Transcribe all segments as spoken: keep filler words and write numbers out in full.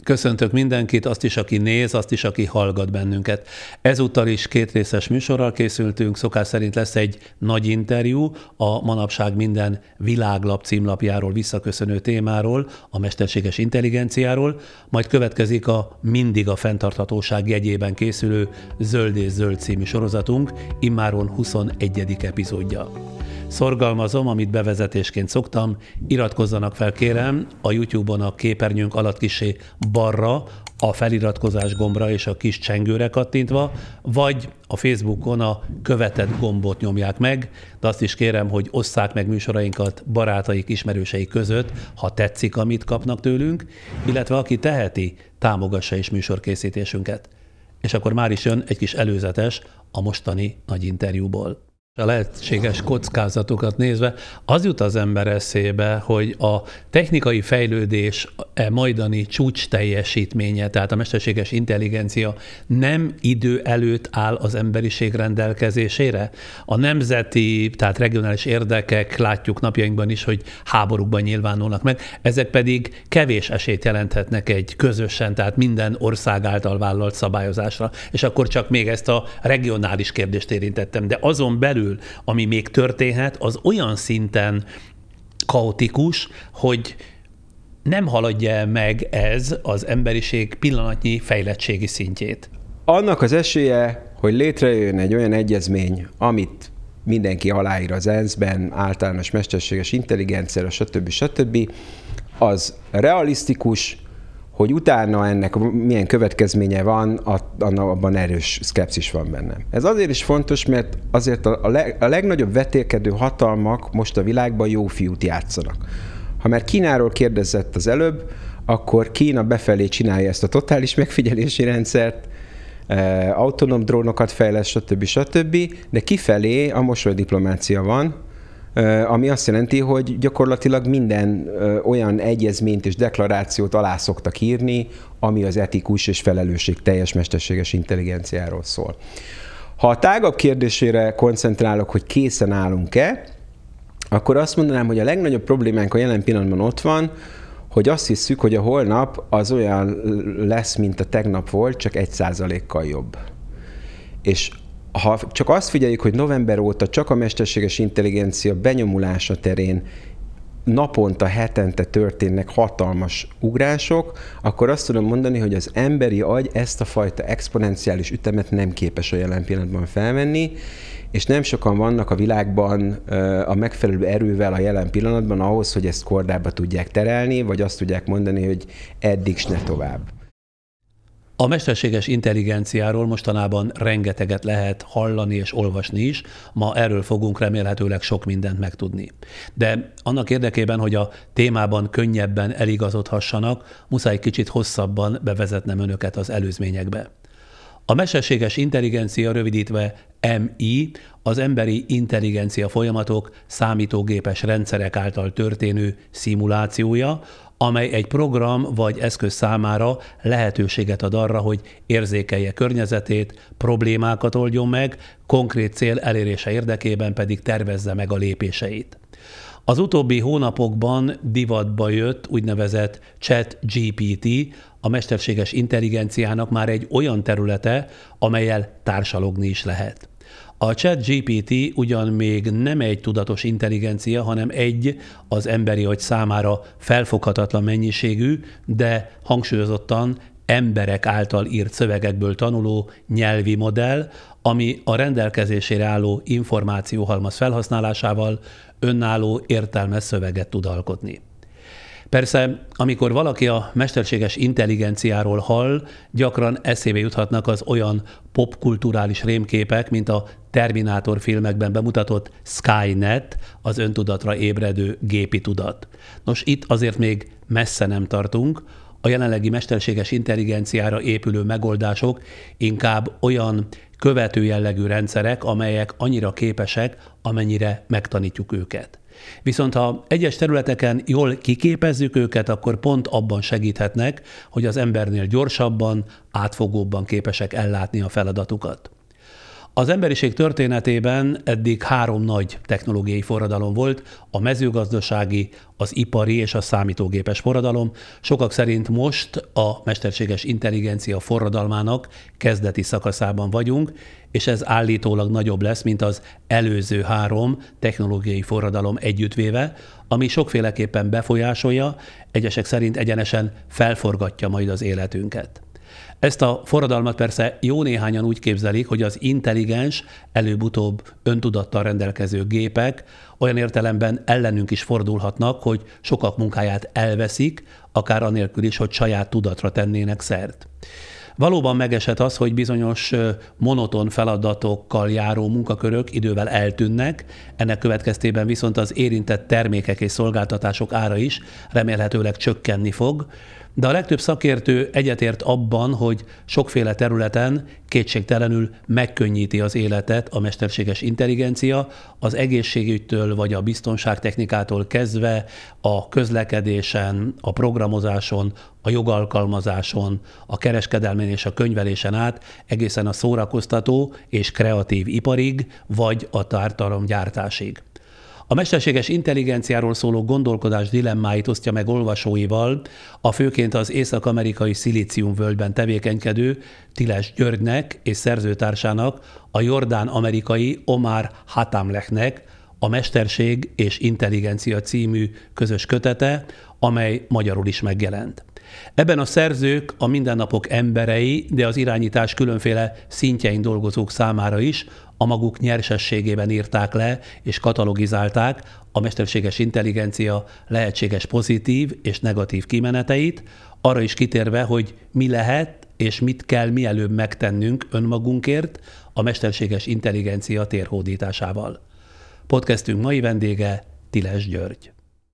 Köszöntök mindenkit, azt is, aki néz, azt is, aki hallgat bennünket. Ezúttal is kétrészes műsorral készültünk, szokás szerint lesz egy nagy interjú a manapság minden világlap címlapjáról visszaköszönő témáról, a mesterséges intelligenciáról, majd következik a mindig a fenntarthatóság jegyében készülő Zöld és Zöld című sorozatunk, immáron huszonegyedik epizódja. Szorgalmazom, amit bevezetésként szoktam, iratkozzanak fel kérem a YouTube-on a képernyőnk alatt kissé balra, a feliratkozás gombra és a kis csengőre kattintva, vagy a Facebookon a követett gombot nyomják meg, de azt is kérem, hogy osszák meg műsorainkat barátaik, ismerőseik között, ha tetszik, amit kapnak tőlünk, illetve aki teheti, támogassa is műsorkészítésünket. És akkor már is jön egy kis előzetes a mostani nagy interjúból. A lehetséges kockázatokat nézve, az jut az ember eszébe, hogy a technikai fejlődés e majdani csúcs teljesítménye, tehát a mesterséges intelligencia nem idő előtt áll az emberiség rendelkezésére. A nemzeti, tehát regionális érdekek, látjuk napjainkban is, hogy háborúkban nyilvánulnak meg, ezek pedig kevés esélyt jelenthetnek egy közösen, tehát minden ország által vállalt szabályozásra. És akkor csak még ezt a regionális kérdést érintettem, de azon belül ami még történhet, az olyan szinten kaotikus, hogy nem haladja meg ez az emberiség pillanatnyi fejlettségi szintjét. Annak az esélye, hogy létrejön egy olyan egyezmény, amit mindenki aláír az e en es ben, általános mesterséges intelligenciára, stb. stb., az realisztikus, hogy utána ennek milyen következménye van, abban erős szkepszis van bennem. Ez azért is fontos, mert azért a, leg, a legnagyobb vetélkedő hatalmak most a világban jó fiút játszanak. Ha már Kínáról kérdezett az előbb, akkor Kína befelé csinálja ezt a totális megfigyelési rendszert, eh, autonóm drónokat fejleszt, stb. stb., de kifelé a mosolydiplomácia van, ami azt jelenti, hogy gyakorlatilag minden olyan egyezményt és deklarációt alá szoktak írni, ami az etikus és felelősségteljes mesterséges intelligenciáról szól. Ha a tágabb kérdésére koncentrálok, hogy készen állunk-e, akkor azt mondanám, hogy a legnagyobb problémánk a jelen pillanatban ott van, hogy azt hiszük, hogy a holnap az olyan lesz, mint a tegnap volt, csak egy százalékkal jobb. És ha csak azt figyeljük, hogy november óta csak a mesterséges intelligencia benyomulása terén naponta, hetente történnek hatalmas ugrások, akkor azt tudom mondani, hogy az emberi agy ezt a fajta exponenciális ütemet nem képes a jelen pillanatban felvenni, és nem sokan vannak a világban a megfelelő erővel a jelen pillanatban ahhoz, hogy ezt kordába tudják terelni, vagy azt tudják mondani, hogy eddig s ne tovább. A mesterséges intelligenciáról mostanában rengeteget lehet hallani és olvasni is, ma erről fogunk remélhetőleg sok mindent megtudni. De annak érdekében, hogy a témában könnyebben eligazodhassanak, muszáj kicsit hosszabban bevezetnem önöket az előzményekbe. A mesterséges intelligencia, rövidítve em i, az emberi intelligencia folyamatok számítógépes rendszerek által történő szimulációja, amely egy program vagy eszköz számára lehetőséget ad arra, hogy érzékelje környezetét, problémákat oldjon meg, konkrét cél elérése érdekében pedig tervezze meg a lépéseit. Az utóbbi hónapokban divatba jött úgynevezett ChatGPT, a mesterséges intelligenciának már egy olyan területe, amellyel társalogni is lehet. A ChatGPT ugyan még nem egy tudatos intelligencia, hanem egy az emberi agy számára felfoghatatlan mennyiségű, de hangsúlyozottan emberek által írt szövegekből tanuló nyelvi modell, ami a rendelkezésére álló információhalmaz felhasználásával önálló értelmes szöveget tud alkotni. Persze, amikor valaki a mesterséges intelligenciáról hall, gyakran eszébe juthatnak az olyan popkulturális rémképek, mint a Terminátor filmekben bemutatott Skynet, az öntudatra ébredő gépi tudat. Nos, itt azért még messze nem tartunk. A jelenlegi mesterséges intelligenciára épülő megoldások inkább olyan követő jellegű rendszerek, amelyek annyira képesek, amennyire megtanítjuk őket. Viszont ha egyes területeken jól kiképezzük őket, akkor pont abban segíthetnek, hogy az embernél gyorsabban, átfogóbban képesek ellátni a feladatukat. Az emberiség történetében eddig három nagy technológiai forradalom volt, a mezőgazdasági, az ipari és a számítógépes forradalom. Sokak szerint most a mesterséges intelligencia forradalmának kezdeti szakaszában vagyunk, és ez állítólag nagyobb lesz, mint az előző három technológiai forradalom együttvéve, ami sokféleképpen befolyásolja, egyesek szerint egyenesen felforgatja majd az életünket. Ezt a forradalmat persze jó néhányan úgy képzelik, hogy az intelligens, előbb-utóbb öntudattal rendelkező gépek olyan értelemben ellenünk is fordulhatnak, hogy sokak munkáját elveszik, akár anélkül is, hogy saját tudatra tennének szert. Valóban megesett az, hogy bizonyos monoton feladatokkal járó munkakörök idővel eltűnnek, ennek következtében viszont az érintett termékek és szolgáltatások ára is remélhetőleg csökkenni fog, de a legtöbb szakértő egyetért abban, hogy sokféle területen kétségtelenül megkönnyíti az életet a mesterséges intelligencia, az egészségügytől vagy a biztonságtechnikától kezdve a közlekedésen, a programozáson, a jogalkalmazáson, a kereskedelmen és a könyvelésen át egészen a szórakoztató és kreatív iparig, vagy a tartalomgyártásig. A mesterséges intelligenciáról szóló gondolkodás dilemmáit osztja meg olvasóival a főként az észak-amerikai szilíciumvölgyben tevékenykedő Tiles Györgynek és szerzőtársának, a jordán-amerikai Omar Hatamlechnek a Mesterség és Intelligencia című közös kötete, amely magyarul is megjelent. Ebben a szerzők a mindennapok emberei, de az irányítás különféle szintjein dolgozók számára is a maguk nyersességében írták le és katalogizálták a mesterséges intelligencia lehetséges pozitív és negatív kimeneteit, arra is kitérve, hogy mi lehet és mit kell mielőbb megtennünk önmagunkért a mesterséges intelligencia térhódításával. Podcastünk mai vendége Tiles György.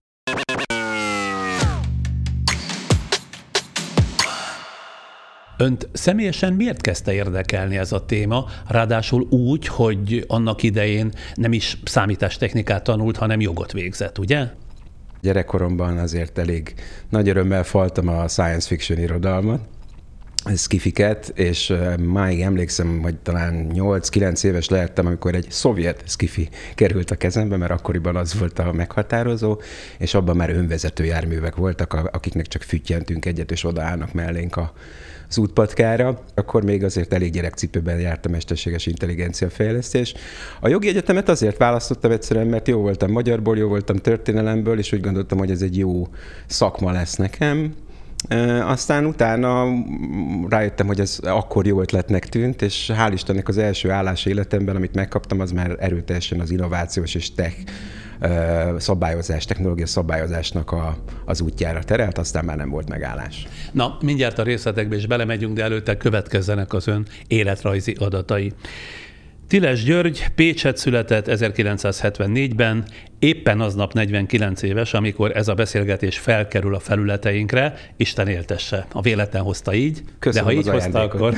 Önt személyesen miért kezdte érdekelni ez a téma, ráadásul úgy, hogy annak idején nem is számítástechnikát tanult, hanem jogot végzett, ugye? Gyerekkoromban azért elég nagy örömmel faltam a science fiction irodalmat, skifiket, és máig emlékszem, hogy talán nyolc-kilenc éves lehettem, amikor egy szovjet skifi került a kezembe, mert akkoriban az volt a meghatározó, és abban már önvezető járművek voltak, akiknek csak füttyentünk egyet, és odaállnak mellénk a az útpatkára, akkor még azért elég gyerekcipőben járt a mesterséges intelligencia fejlesztés. A jogi egyetemet azért választottam egyszerűen, mert jó voltam magyarból, jó voltam történelemből, és úgy gondoltam, hogy ez egy jó szakma lesz nekem. E, aztán utána rájöttem, hogy ez akkor jó ötletnek tűnt, és hál' Istennek az első állás életemben, amit megkaptam, az már erőteljesen az innovációs és tech szabályozás, technológia szabályozásnak a, az útjára terelt, aztán már nem volt megállás. Na, mindjárt a részletekbe is belemegyünk, de előtte következzenek az ön életrajzi adatai. Tiles György Pécset született ezerkilencszázhetvennégyben, éppen aznap negyvenkilenc éves, amikor ez a beszélgetés felkerül a felületeinkre, Isten éltesse. A véletlen hozta így, Köszönöm, de ha így hozta, akkor...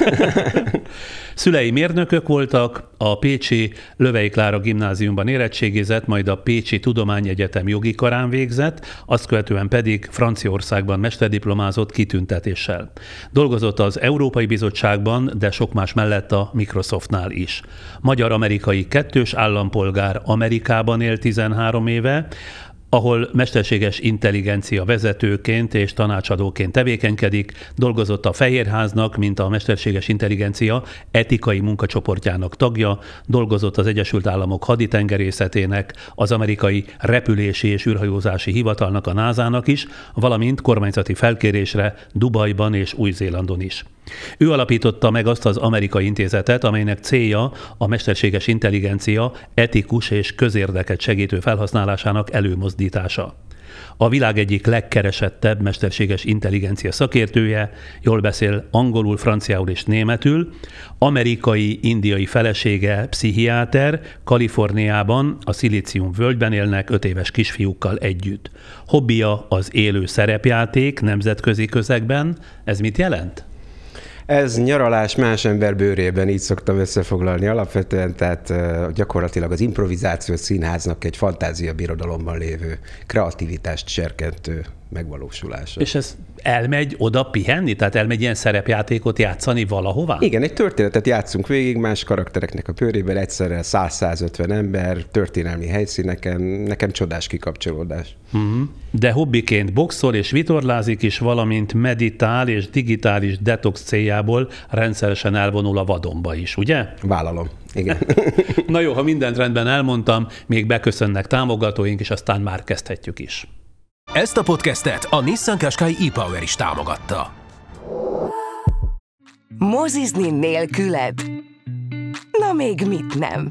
Szülei mérnökök voltak, a pécsi Lövei Klára gimnáziumban érettségizett, majd a Pécsi Tudományegyetem jogi karán végzett, azt követően pedig Franciaországban mesterdiplomázott kitüntetéssel. Dolgozott az Európai Bizottságban, de sok más mellett a Microsoftnál is. Magyar-amerikai kettős állampolgár, Amerikában él tizenhárom éve, ahol mesterséges intelligencia vezetőként és tanácsadóként tevékenykedik, dolgozott a Fehérháznak, mint a mesterséges intelligencia etikai munkacsoportjának tagja, dolgozott az Egyesült Államok haditengerészetének, az amerikai repülési és űrhajózási hivatalnak, a nászának is, valamint kormányzati felkérésre Dubajban és Új-Zélandon is. Ő alapította meg azt az amerikai intézetet, amelynek célja a mesterséges intelligencia etikus és közérdeket segítő felhasználásának előmozdítása. A világ egyik legkeresettebb mesterséges intelligencia szakértője, jól beszél angolul, franciául és németül, amerikai-indiai felesége pszichiáter, Kaliforniában, a Szilícium völgyben élnek öt éves kisfiúkkal együtt. Hobbija az élő szerepjáték nemzetközi közegben. Ez mit jelent? Ez nyaralás más ember bőrében, így szoktam összefoglalni alapvetően, tehát gyakorlatilag az improvizáció színháznak egy fantáziabirodalomban lévő kreativitást serkentő megvalósulása. És ez elmegy oda pihenni? Tehát elmegy ilyen szerepjátékot játszani valahová? Igen, egy történetet játszunk végig, más karaktereknek a bőrében, egyszerre száz-százötven ember, történelmi helyszíneken, nekem csodás kikapcsolódás. Uh-huh. De hobbiként boxol és vitorlázik is, valamint meditál és digitális detox céljából rendszeresen elvonul a vadonba is, ugye? Vállalom, igen. Na jó, ha mindent rendben elmondtam, még beköszönnek támogatóink, és aztán már kezdhetjük is. Ezt a podcastet a Nissan Qashqai e-Power is támogatta. Mozizni nélküled? Na még mit nem?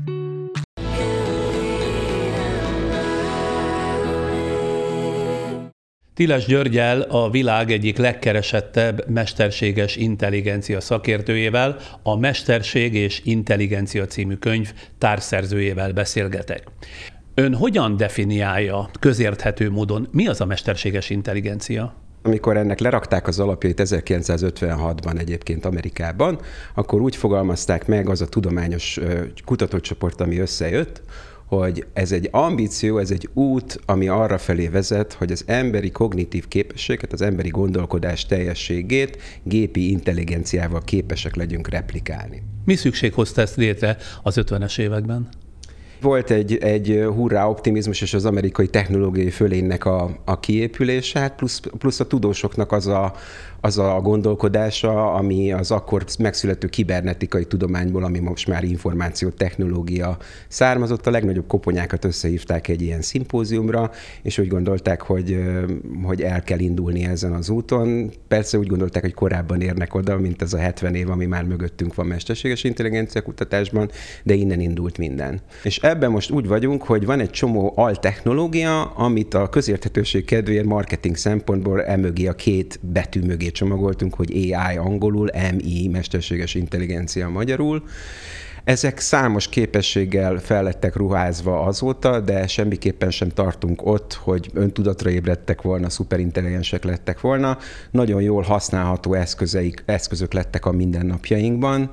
Tiles Györggyel, a világ egyik legkeresettebb mesterséges intelligencia szakértőjével, a Mesterség és Intelligencia című könyv társszerzőjével beszélgetek. Ön hogyan definiálja közérthető módon, mi az a mesterséges intelligencia? Amikor ennek lerakták az alapjait ezerkilencszázötvenhatban egyébként Amerikában, akkor úgy fogalmazták meg az a tudományos kutatócsoport, ami összejött, hogy ez egy ambíció, ez egy út, ami arra felé vezet, hogy az emberi kognitív képességet, az emberi gondolkodás teljességét gépi intelligenciával képesek legyünk replikálni. Mi szükség hozta ezt létre az ötvenes években? Volt egy, egy hurrá optimizmus és az amerikai technológiai fölénynek a, a kiépülése, hát plusz, plusz a tudósoknak az a, az a gondolkodása, ami az akkor megszülető kibernetikai tudományból, ami most már információtechnológia származott, a legnagyobb koponyákat összehívták egy ilyen szimpóziumra, és úgy gondolták, hogy, hogy el kell indulni ezen az úton. Persze úgy gondolták, hogy korábban érnek oda, mint ez a hetven év, ami már mögöttünk van mesterséges intelligencia kutatásban, de innen indult minden. És ebben most úgy vagyunk, hogy van egy csomó altechnológia, amit a közérthetőség kedvéért marketing szempontból emögé a két betű mögé csomagoltunk, hogy á i angolul, em i mesterséges intelligencia magyarul. Ezek számos képességgel fel lettek ruházva azóta, de semmiképpen sem tartunk ott, hogy öntudatra ébredtek volna, szuperintelligensek lettek volna. Nagyon jól használható eszközeik, eszközök lettek a mindennapjainkban.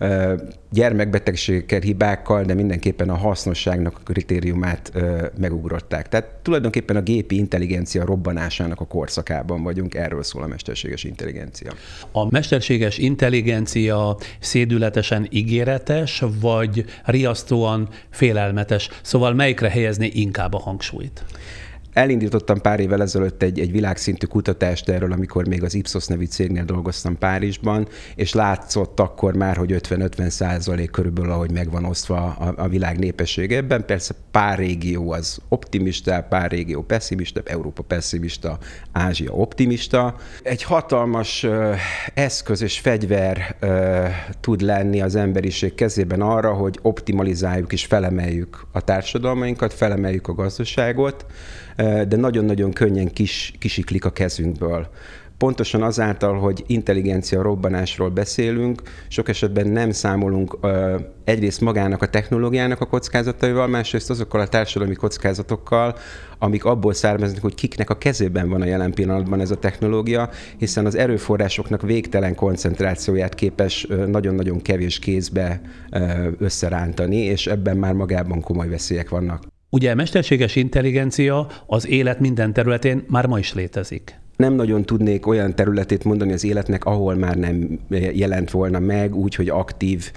Gyermekbetegségekkel, hibákkal, de mindenképpen a hasznosságnak a kritériumát megugrották. Tehát tulajdonképpen a gépi intelligencia robbanásának a korszakában vagyunk, erről szól a mesterséges intelligencia. A mesterséges intelligencia szédületesen ígéretes, vagy riasztóan félelmetes? Szóval melyikre helyezni inkább a hangsúlyt? Elindítottam pár évvel ezelőtt egy, egy világszintű kutatást erről, amikor még az Ipsos nevű cégnél dolgoztam Párizsban, és látszott akkor már, hogy ötven-ötven százalék körülbelül, ahogy megvan osztva a, a világ népessége ebben. Persze pár régió az optimista, pár régió pessimista, Európa pessimista, Ázsia optimista. Egy hatalmas uh, eszköz és fegyver uh, tud lenni az emberiség kezében arra, hogy optimalizáljuk és felemeljük a társadalmainkat, felemeljük a gazdaságot, de nagyon-nagyon könnyen kis, kisiklik a kezünkből. Pontosan azáltal, hogy intelligencia robbanásról beszélünk, sok esetben nem számolunk uh, egyrészt magának a technológiának a kockázataival, másrészt azokkal a társadalmi kockázatokkal, amik abból származnak, hogy kiknek a kezében van a jelen pillanatban ez a technológia, hiszen az erőforrásoknak végtelen koncentrációját képes uh, nagyon-nagyon kevés kézbe uh, összerántani, és ebben már magában komoly veszélyek vannak. Ugye a mesterséges intelligencia az élet minden területén már ma is létezik. Nem nagyon tudnék olyan területét mondani az életnek, ahol már nem jelent volna meg, úgy, hogy aktív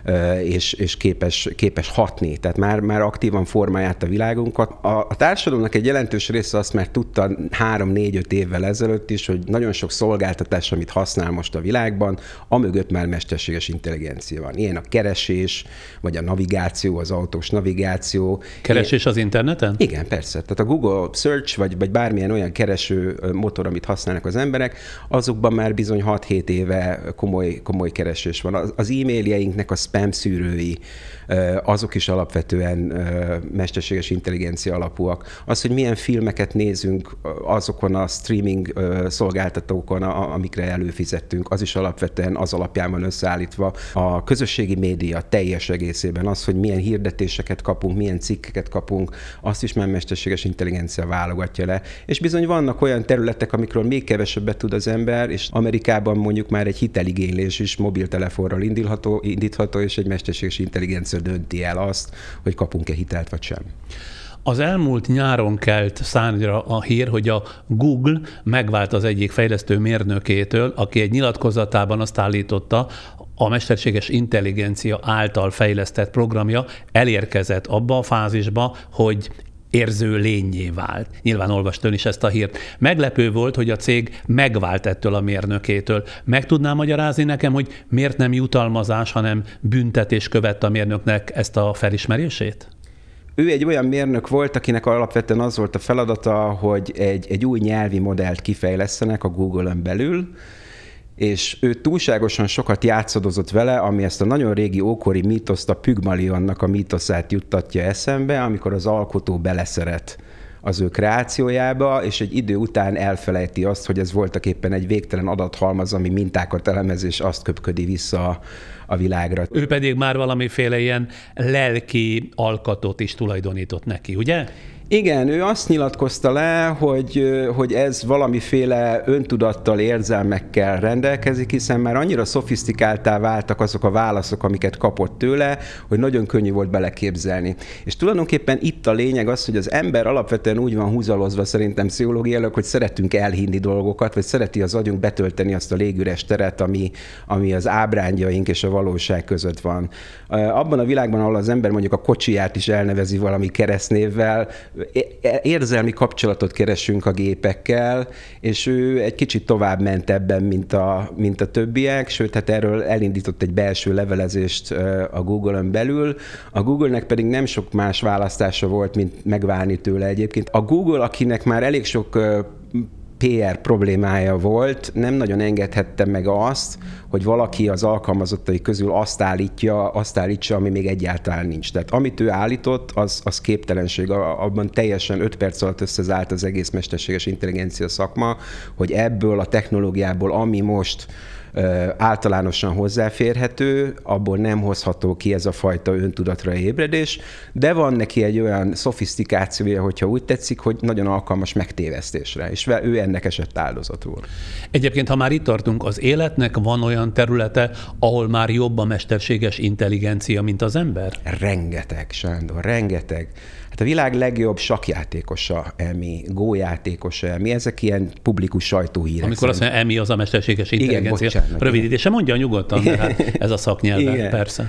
és, és képes, képes hatni. Tehát már, már aktívan formálja a világunkat. A, a társadalomnak egy jelentős része azt már tudta három-négy-öt évvel ezelőtt is, hogy nagyon sok szolgáltatás, amit használ most a világban, amögött már mesterséges intelligencia van. Ilyen a keresés, vagy a navigáció, az autós navigáció. Keresés az interneten? Igen, persze. Tehát a Google Search, vagy, vagy bármilyen olyan kereső motor, amit használnak az emberek, azokban már bizony hat-hét éve komoly, komoly keresés van. Az, az e-mailjeinknek a spam szűrői, azok is alapvetően mesterséges intelligencia alapúak. Az, hogy milyen filmeket nézünk azokon a streaming szolgáltatókon, amikre előfizettünk, az is alapvetően az alapján van összeállítva. A közösségi média teljes egészében az, hogy milyen hirdetéseket kapunk, milyen cikkeket kapunk, azt is már mesterséges intelligencia válogatja le. És bizony vannak olyan területek, amik amikről még kevesebbet tud az ember, és Amerikában mondjuk már egy hiteligénylés is mobiltelefonral indítható, indítható és egy mesterséges intelligencia dönti el azt, hogy kapunk-e hitelt vagy sem. Az elmúlt nyáron kelt szárnyra a hír, hogy a Google megvált az egyik fejlesztő mérnökétől, aki egy nyilatkozatában azt állította, a mesterséges intelligencia által fejlesztett programja elérkezett abba a fázisba, hogy érző lényé vált. Nyilván olvast ön is ezt a hírt. Meglepő volt, hogy a cég megvált ettől a mérnökétől. Meg tudná magyarázni nekem, hogy miért nem jutalmazás, hanem büntetés követte a mérnöknek ezt a felismerését? Ő egy olyan mérnök volt, akinek alapvetően az volt a feladata, hogy egy, egy új nyelvi modellt kifejlesztenek a Google-ön belül, és ő túlságosan sokat játszadozott vele, ami ezt a nagyon régi ókori mítoszt, a Pygmalionnak a mítoszát juttatja eszembe, amikor az alkotó beleszeret az ő kreációjába, és egy idő után elfelejti azt, hogy ez voltak éppen egy végtelen adathalmaz, ami mintákat elemez, és azt köpködi vissza a világra. Ő pedig már valamiféle ilyen lelki alkatot is tulajdonított neki, ugye? Igen, ő azt nyilatkozta le, hogy, hogy ez valamiféle öntudattal, érzelmekkel rendelkezik, hiszen már annyira szofisztikáltá váltak azok a válaszok, amiket kapott tőle, hogy nagyon könnyű volt beleképzelni. És tulajdonképpen itt a lényeg az, hogy az ember alapvetően úgy van húzalozva szerintem pszichológiailag, hogy szeretünk elhinni dolgokat, vagy szereti az agyunk betölteni azt a légüres teret, ami, ami az ábrándjaink és a valóság között van. Abban a világban, ahol az ember mondjuk a kocsiját is elnevezi valami keresztnévvel, érzelmi kapcsolatot keresünk a gépekkel, és ő egy kicsit tovább ment ebben, mint a, mint a többiek, sőt, hát erről elindított egy belső levelezést a Google-ön belül. A Google-nek pedig nem sok más választása volt, mint megválni tőle egyébként. A Google, akinek már elég sok pé er problémája volt, nem nagyon engedhette meg azt, hogy valaki az alkalmazottai közül azt állítja, azt állítsa, ami még egyáltalán nincs. Tehát amit ő állított, az, az képtelenség. Abban teljesen öt perc alatt összezárt az egész mesterséges intelligencia szakma, hogy ebből a technológiából, ami most általánosan hozzáférhető, abból nem hozható ki ez a fajta öntudatra ébredés, de van neki egy olyan szofisztikációja, hogyha úgy tetszik, hogy nagyon alkalmas megtévesztésre, és ő ennek esett áldozatul. Egyébként, ha már itt tartunk, az életnek van olyan területe, ahol már jobb a mesterséges intelligencia, mint az ember? Rengeteg, Sándor, rengeteg. Hát a világ legjobb sakkjátékosa Emi, gójátékosa Emi, ezek ilyen publikus sajtóhírek. Amikor azt mondja, Emi az a mesterséges intelligencia. Igen, bocsánat, rövidítése, mondja nyugodtan, mert hát ez a szaknyelven, igen. Persze.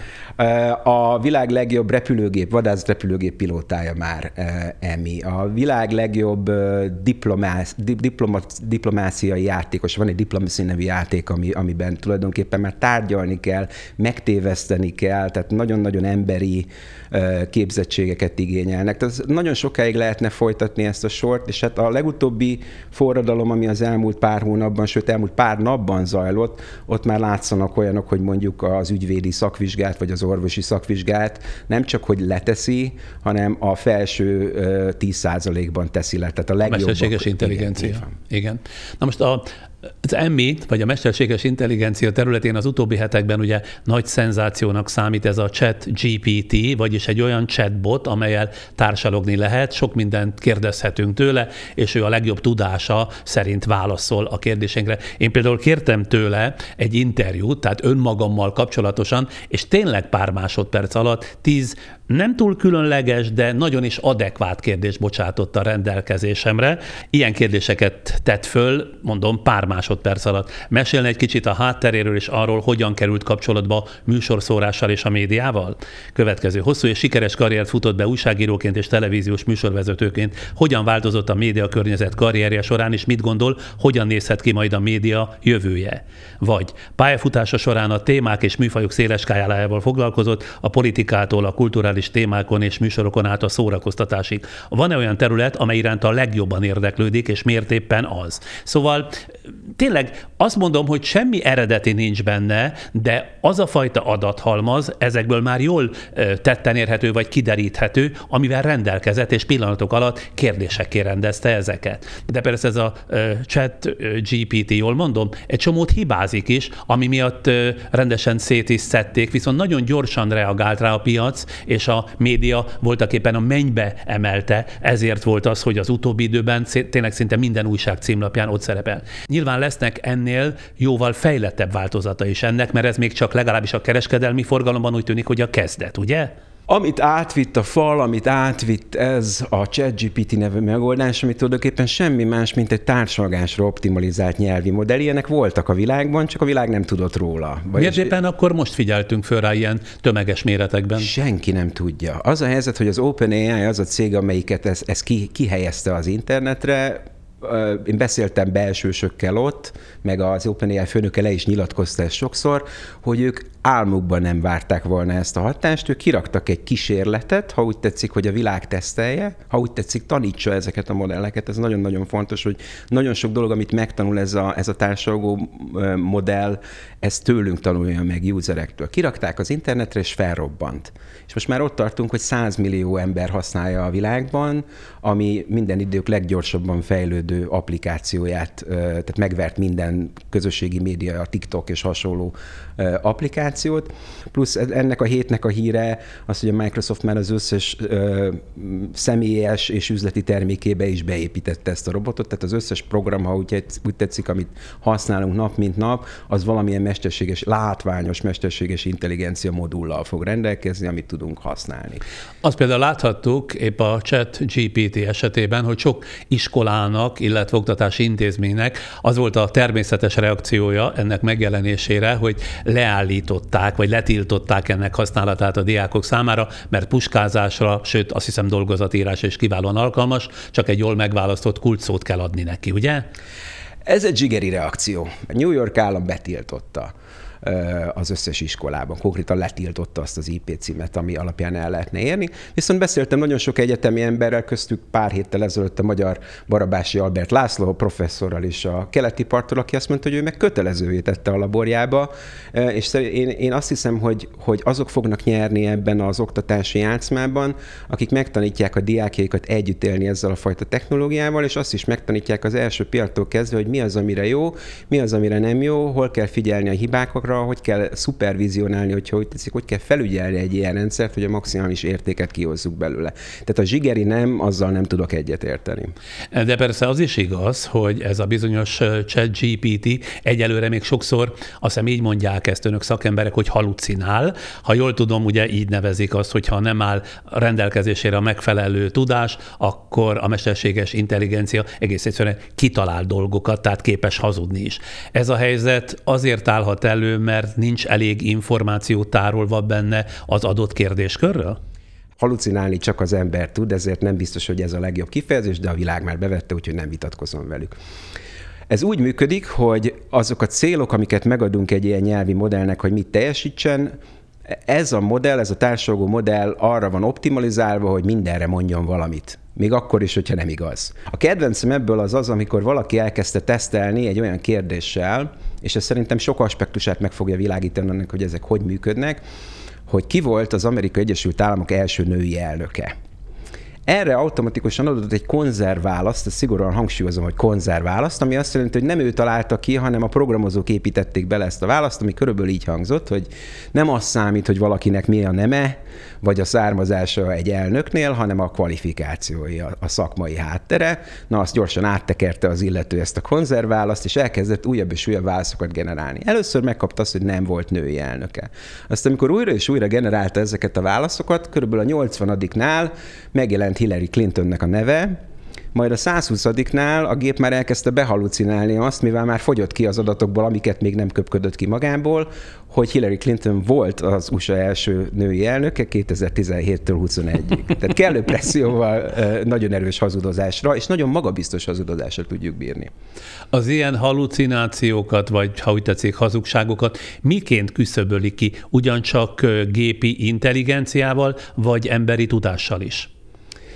A világ legjobb repülőgép, vadászrepülőgép pilótája már Emi. A világ legjobb diplomász, diploma, diplomáciai játékos, van egy Diplomacy nevű játék, ami, amiben tulajdonképpen már tárgyalni kell, megtéveszteni kell, tehát nagyon-nagyon emberi képzettségeket igényelnek. Tehát nagyon sokáig lehetne folytatni ezt a sort, és hát a legutóbbi forradalom, ami az elmúlt pár hónapban, sőt elmúlt pár napban zajlott, ott már látszanak olyanok, hogy mondjuk az ügyvédi szakvizsgát, vagy az orvosi szakvizsgát nem csak, hogy leteszi, hanem a felső tíz százalékban teszi le. Tehát a legjobb. Mesterséges intelligencia. Igen, igen. Na most a Az Emmi, vagy a mesterséges intelligencia területén az utóbbi hetekben ugye nagy szenzációnak számít ez a Chat gé pé té, vagyis egy olyan chatbot, amellyel társalogni lehet, sok mindent kérdezhetünk tőle, és ő a legjobb tudása szerint válaszol a kérdéseinkre. Én például kértem tőle egy interjút, tehát önmagammal kapcsolatosan, és tényleg pár másodperc alatt tíz nem túl különleges, de nagyon is adekvát kérdést bocsátott a rendelkezésemre. Ilyen kérdéseket tett föl, mondom, pár másodperc alatt. Mesélne egy kicsit a hátteréről és arról, hogyan került kapcsolatba műsorszórással és a médiával? Következő. Hosszú és sikeres karriert futott be újságíróként és televíziós műsorvezetőként. Hogyan változott a média környezet karrierje során, és mit gondol, hogyan nézhet ki majd a média jövője? Vagy pályafutása során a témák és műfajok széles skálájával foglalkozott, a politikától a kulturális témákon és műsorokon át a szórakoztatásig. Van-e olyan terület, amely iránt a legjobban érdeklődik, és miért éppen az? Szóval tényleg azt mondom, hogy semmi eredeti nincs benne, de az a fajta adathalmaz ezekből már jól tetten érhető vagy kideríthető, amivel rendelkezett, és pillanatok alatt kérdésekké rendezte ezeket. De persze ez a chat gé pé té, jól mondom, egy csomót hibázik is, ami miatt rendesen szét is szedték, viszont nagyon gyorsan reagált rá a piac, és a média voltaképpen a mennybe emelte, ezért volt az, hogy az utóbbi időben tényleg szinte minden újság címlapján ott szerepel. Nyilván lesznek ennél jóval fejlettebb változata is ennek, mert ez még csak legalábbis a kereskedelmi forgalomban úgy tűnik, hogy a kezdet, ugye? Amit átvitt a fal, amit átvitt ez a ChatGPT nevű megoldás, ami tulajdonképpen semmi más, mint egy társalgásra optimalizált nyelvi modell. Ilyenek voltak a világban, csak a világ nem tudott róla. Miért éppen akkor most figyeltünk föl rá ilyen tömeges méretekben? Senki nem tudja. Az a helyzet, hogy az OpenAI az a cég, amelyiket ez, ez ki, kihelyezte az internetre. Én beszéltem belsősökkel ott, meg az OpenAI főnöke le is nyilatkozta ezt sokszor, hogy ők álmukban nem várták volna ezt a hatást, ők kiraktak egy kísérletet, ha úgy tetszik, hogy a világ tesztelje, ha úgy tetszik, tanítsa ezeket a modelleket. Ez nagyon-nagyon fontos, hogy nagyon sok dolog, amit megtanul ez a, ez a társalgó modell, ez tőlünk tanulja meg, userektől. Kirakták az internetre, és felrobbant. És most már ott tartunk, hogy száz millió ember használja a világban, ami minden idők leggyorsabban fejlődő applikációját, tehát megvert minden közösségi média, a TikTok és hasonló applikációt. Plusz ennek a hétnek a híre az, hogy a Microsoft már az összes ö, személyes és üzleti termékébe is beépítette ezt a robotot, tehát az összes program, ha úgy, úgy tetszik, amit használunk nap mint nap, az valamilyen mesterséges, látványos mesterséges intelligencia modullal fog rendelkezni, amit tudunk használni. Azt például láthattuk épp a chat gé pé té esetében, hogy sok iskolának, illetve oktatási intézménynek az volt a természetes reakciója ennek megjelenésére, hogy leállították, vagy letiltották ennek használatát a diákok számára, mert puskázásra, sőt, azt hiszem dolgozatírásra is kiválóan alkalmas, csak egy jól megválasztott kulcsszót kell adni neki, ugye? Ez egy zsigeri reakció. A New York állam betiltotta az összes iskolában. Konkrétan letiltotta azt az í pé címet, ami alapján el lehetne érni. Viszont beszéltem nagyon sok egyetemi emberrel, köztük pár héttel ezelőtt a magyar Barabási Albert László professzorral is a keleti parttól, aki azt mondta, hogy ő meg kötelezővé tette a laborjába, és én, én azt hiszem, hogy, hogy azok fognak nyerni ebben az oktatási játszmában, akik megtanítják a diákjaikat együtt élni ezzel a fajta technológiával, és azt is megtanítják az első pillanattól kezdve, hogy mi az, amire jó, mi az, amire nem jó, hol kell figyelni a hibákra, hogy kell szupervizionálni, hogyha úgy tetszik, hogy kell felügyelni egy ilyen rendszert, hogy a maximális értéket kihozzuk belőle. Tehát a zsigeri nem, azzal nem tudok egyet érteni. De persze az is igaz, hogy ez a bizonyos chat gé pé té egyelőre még sokszor, azt hiszem így mondják ezt önök szakemberek, hogy halucinál. Ha jól tudom, ugye így nevezik azt, hogy ha nem áll rendelkezésére a megfelelő tudás, akkor a mesterséges intelligencia egész egyszerűen kitalál dolgokat, tehát képes hazudni is. Ez a helyzet azért állhat elő, mert nincs elég információ tárolva benne az adott kérdéskörről? Halucinálni csak az ember tud, ezért nem biztos, hogy ez a legjobb kifejezés, de a világ már bevette, úgyhogy nem vitatkozom velük. Ez úgy működik, hogy azok a célok, amiket megadunk egy ilyen nyelvi modellnek, hogy mit teljesítsen, ez a modell, ez a társalgó modell arra van optimalizálva, hogy mindenre mondjon valamit. Még akkor is, hogyha nem igaz. A kedvencem ebből az az, amikor valaki elkezdte tesztelni egy olyan kérdéssel, és ez szerintem sok aspektusát meg fogja világítani annak, hogy ezek hogy működnek, hogy ki volt az Amerikai Egyesült Államok első női elnöke. Erre automatikusan adott egy konzervválaszt, ezt szigorúan hangsúlyozom, hogy konzervválaszt, ami azt jelenti, hogy nem ő találta ki, hanem a programozók építették bele ezt a választ, ami körülbelül így hangzott, hogy nem az számít, hogy valakinek mi a neme, vagy a származása egy elnöknél, hanem a kvalifikációi, a, a szakmai háttere. Na, azt gyorsan áttekerte az illető ezt a konzervválaszt, és elkezdett újabb és újabb válaszokat generálni. Először megkapta azt, hogy nem volt női elnöke. Aztán, amikor újra és újra generálta ezeket a válaszokat, körülbelül a nyolcvanadiknál megjelent Hillary Clintonnek a neve, majd a százhuszadiknál a gép már elkezdte behalucinálni azt, mivel már fogyott ki az adatokból, amiket még nem köpködött ki magából, hogy Hillary Clinton volt az u es á első női elnöke kétezer-tizenhéttől huszonegyig. Tehát kellő presszióval nagyon erős hazudozásra, és nagyon magabiztos hazudozásra tudjuk bírni. Az ilyen halucinációkat, vagy ha úgy tetszik, hazugságokat miként küszöbölik ki? Ugyancsak gépi intelligenciával, vagy emberi tudással is?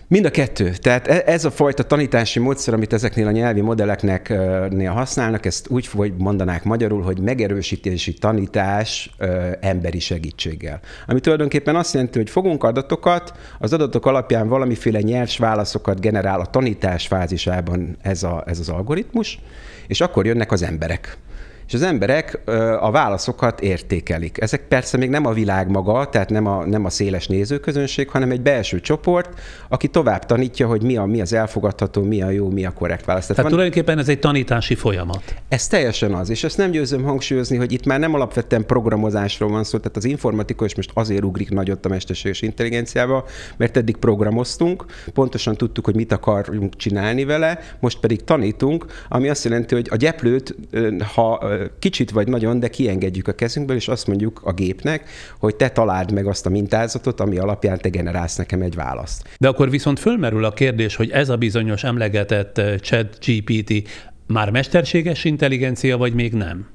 Mind a kettő. Tehát ez a fajta tanítási módszer, amit ezeknél a nyelvi modelleknek néha használnak, ezt úgy hogy mondanák magyarul, hogy megerősítési tanítás ö, emberi segítséggel. Ami tulajdonképpen azt jelenti, hogy fogunk adatokat, az adatok alapján valamiféle nyers válaszokat generál a tanítás fázisában ez, a, ez az algoritmus, és akkor jönnek az emberek. És az emberek a válaszokat értékelik. Ezek persze még nem a világ maga, tehát nem a, nem a széles nézőközönség, hanem egy belső csoport, aki tovább tanítja, hogy mi, a, mi az elfogadható, mi a jó, mi a korrekt válasz. Tehát, tehát van... tulajdonképpen ez egy tanítási folyamat. Ez teljesen az, és ezt nem győzöm hangsúlyozni, hogy itt már nem alapvetően programozásról van szó, tehát az informatikus most azért ugrik nagyot a mesterséges intelligenciába, mert eddig programoztunk, pontosan tudtuk, hogy mit akarunk csinálni vele, most pedig tanítunk, ami azt jelenti, hogy a gyeplőt, ha kicsit vagy nagyon, de kiengedjük a kezünkből, és azt mondjuk a gépnek, hogy te találd meg azt a mintázatot, ami alapján te generálsz nekem egy választ. De akkor viszont fölmerül a kérdés, hogy ez a bizonyos emlegetett ChatGPT már mesterséges intelligencia, vagy még nem?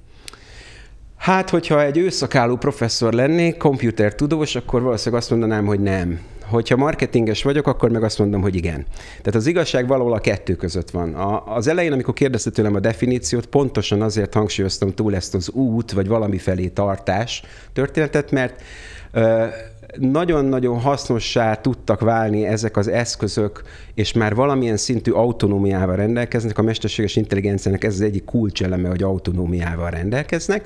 Hát, hogyha egy őszakálló professzor lennék, komputertudós, akkor valószínűleg azt mondanám, hogy nem. Hogyha marketinges vagyok, akkor meg azt mondom, hogy igen. Tehát az igazság valahol a kettő között van. A, az elején, amikor kérdezte tőlem a definíciót, pontosan azért hangsúlyoztam túl ezt az út, vagy valami felé tartás történetet, mert ö, nagyon-nagyon hasznossá tudtak válni ezek az eszközök, és már valamilyen szintű autonómiával rendelkeznek. A mesterséges intelligenciának ez az egyik kulcseleme, hogy autonómiával rendelkeznek,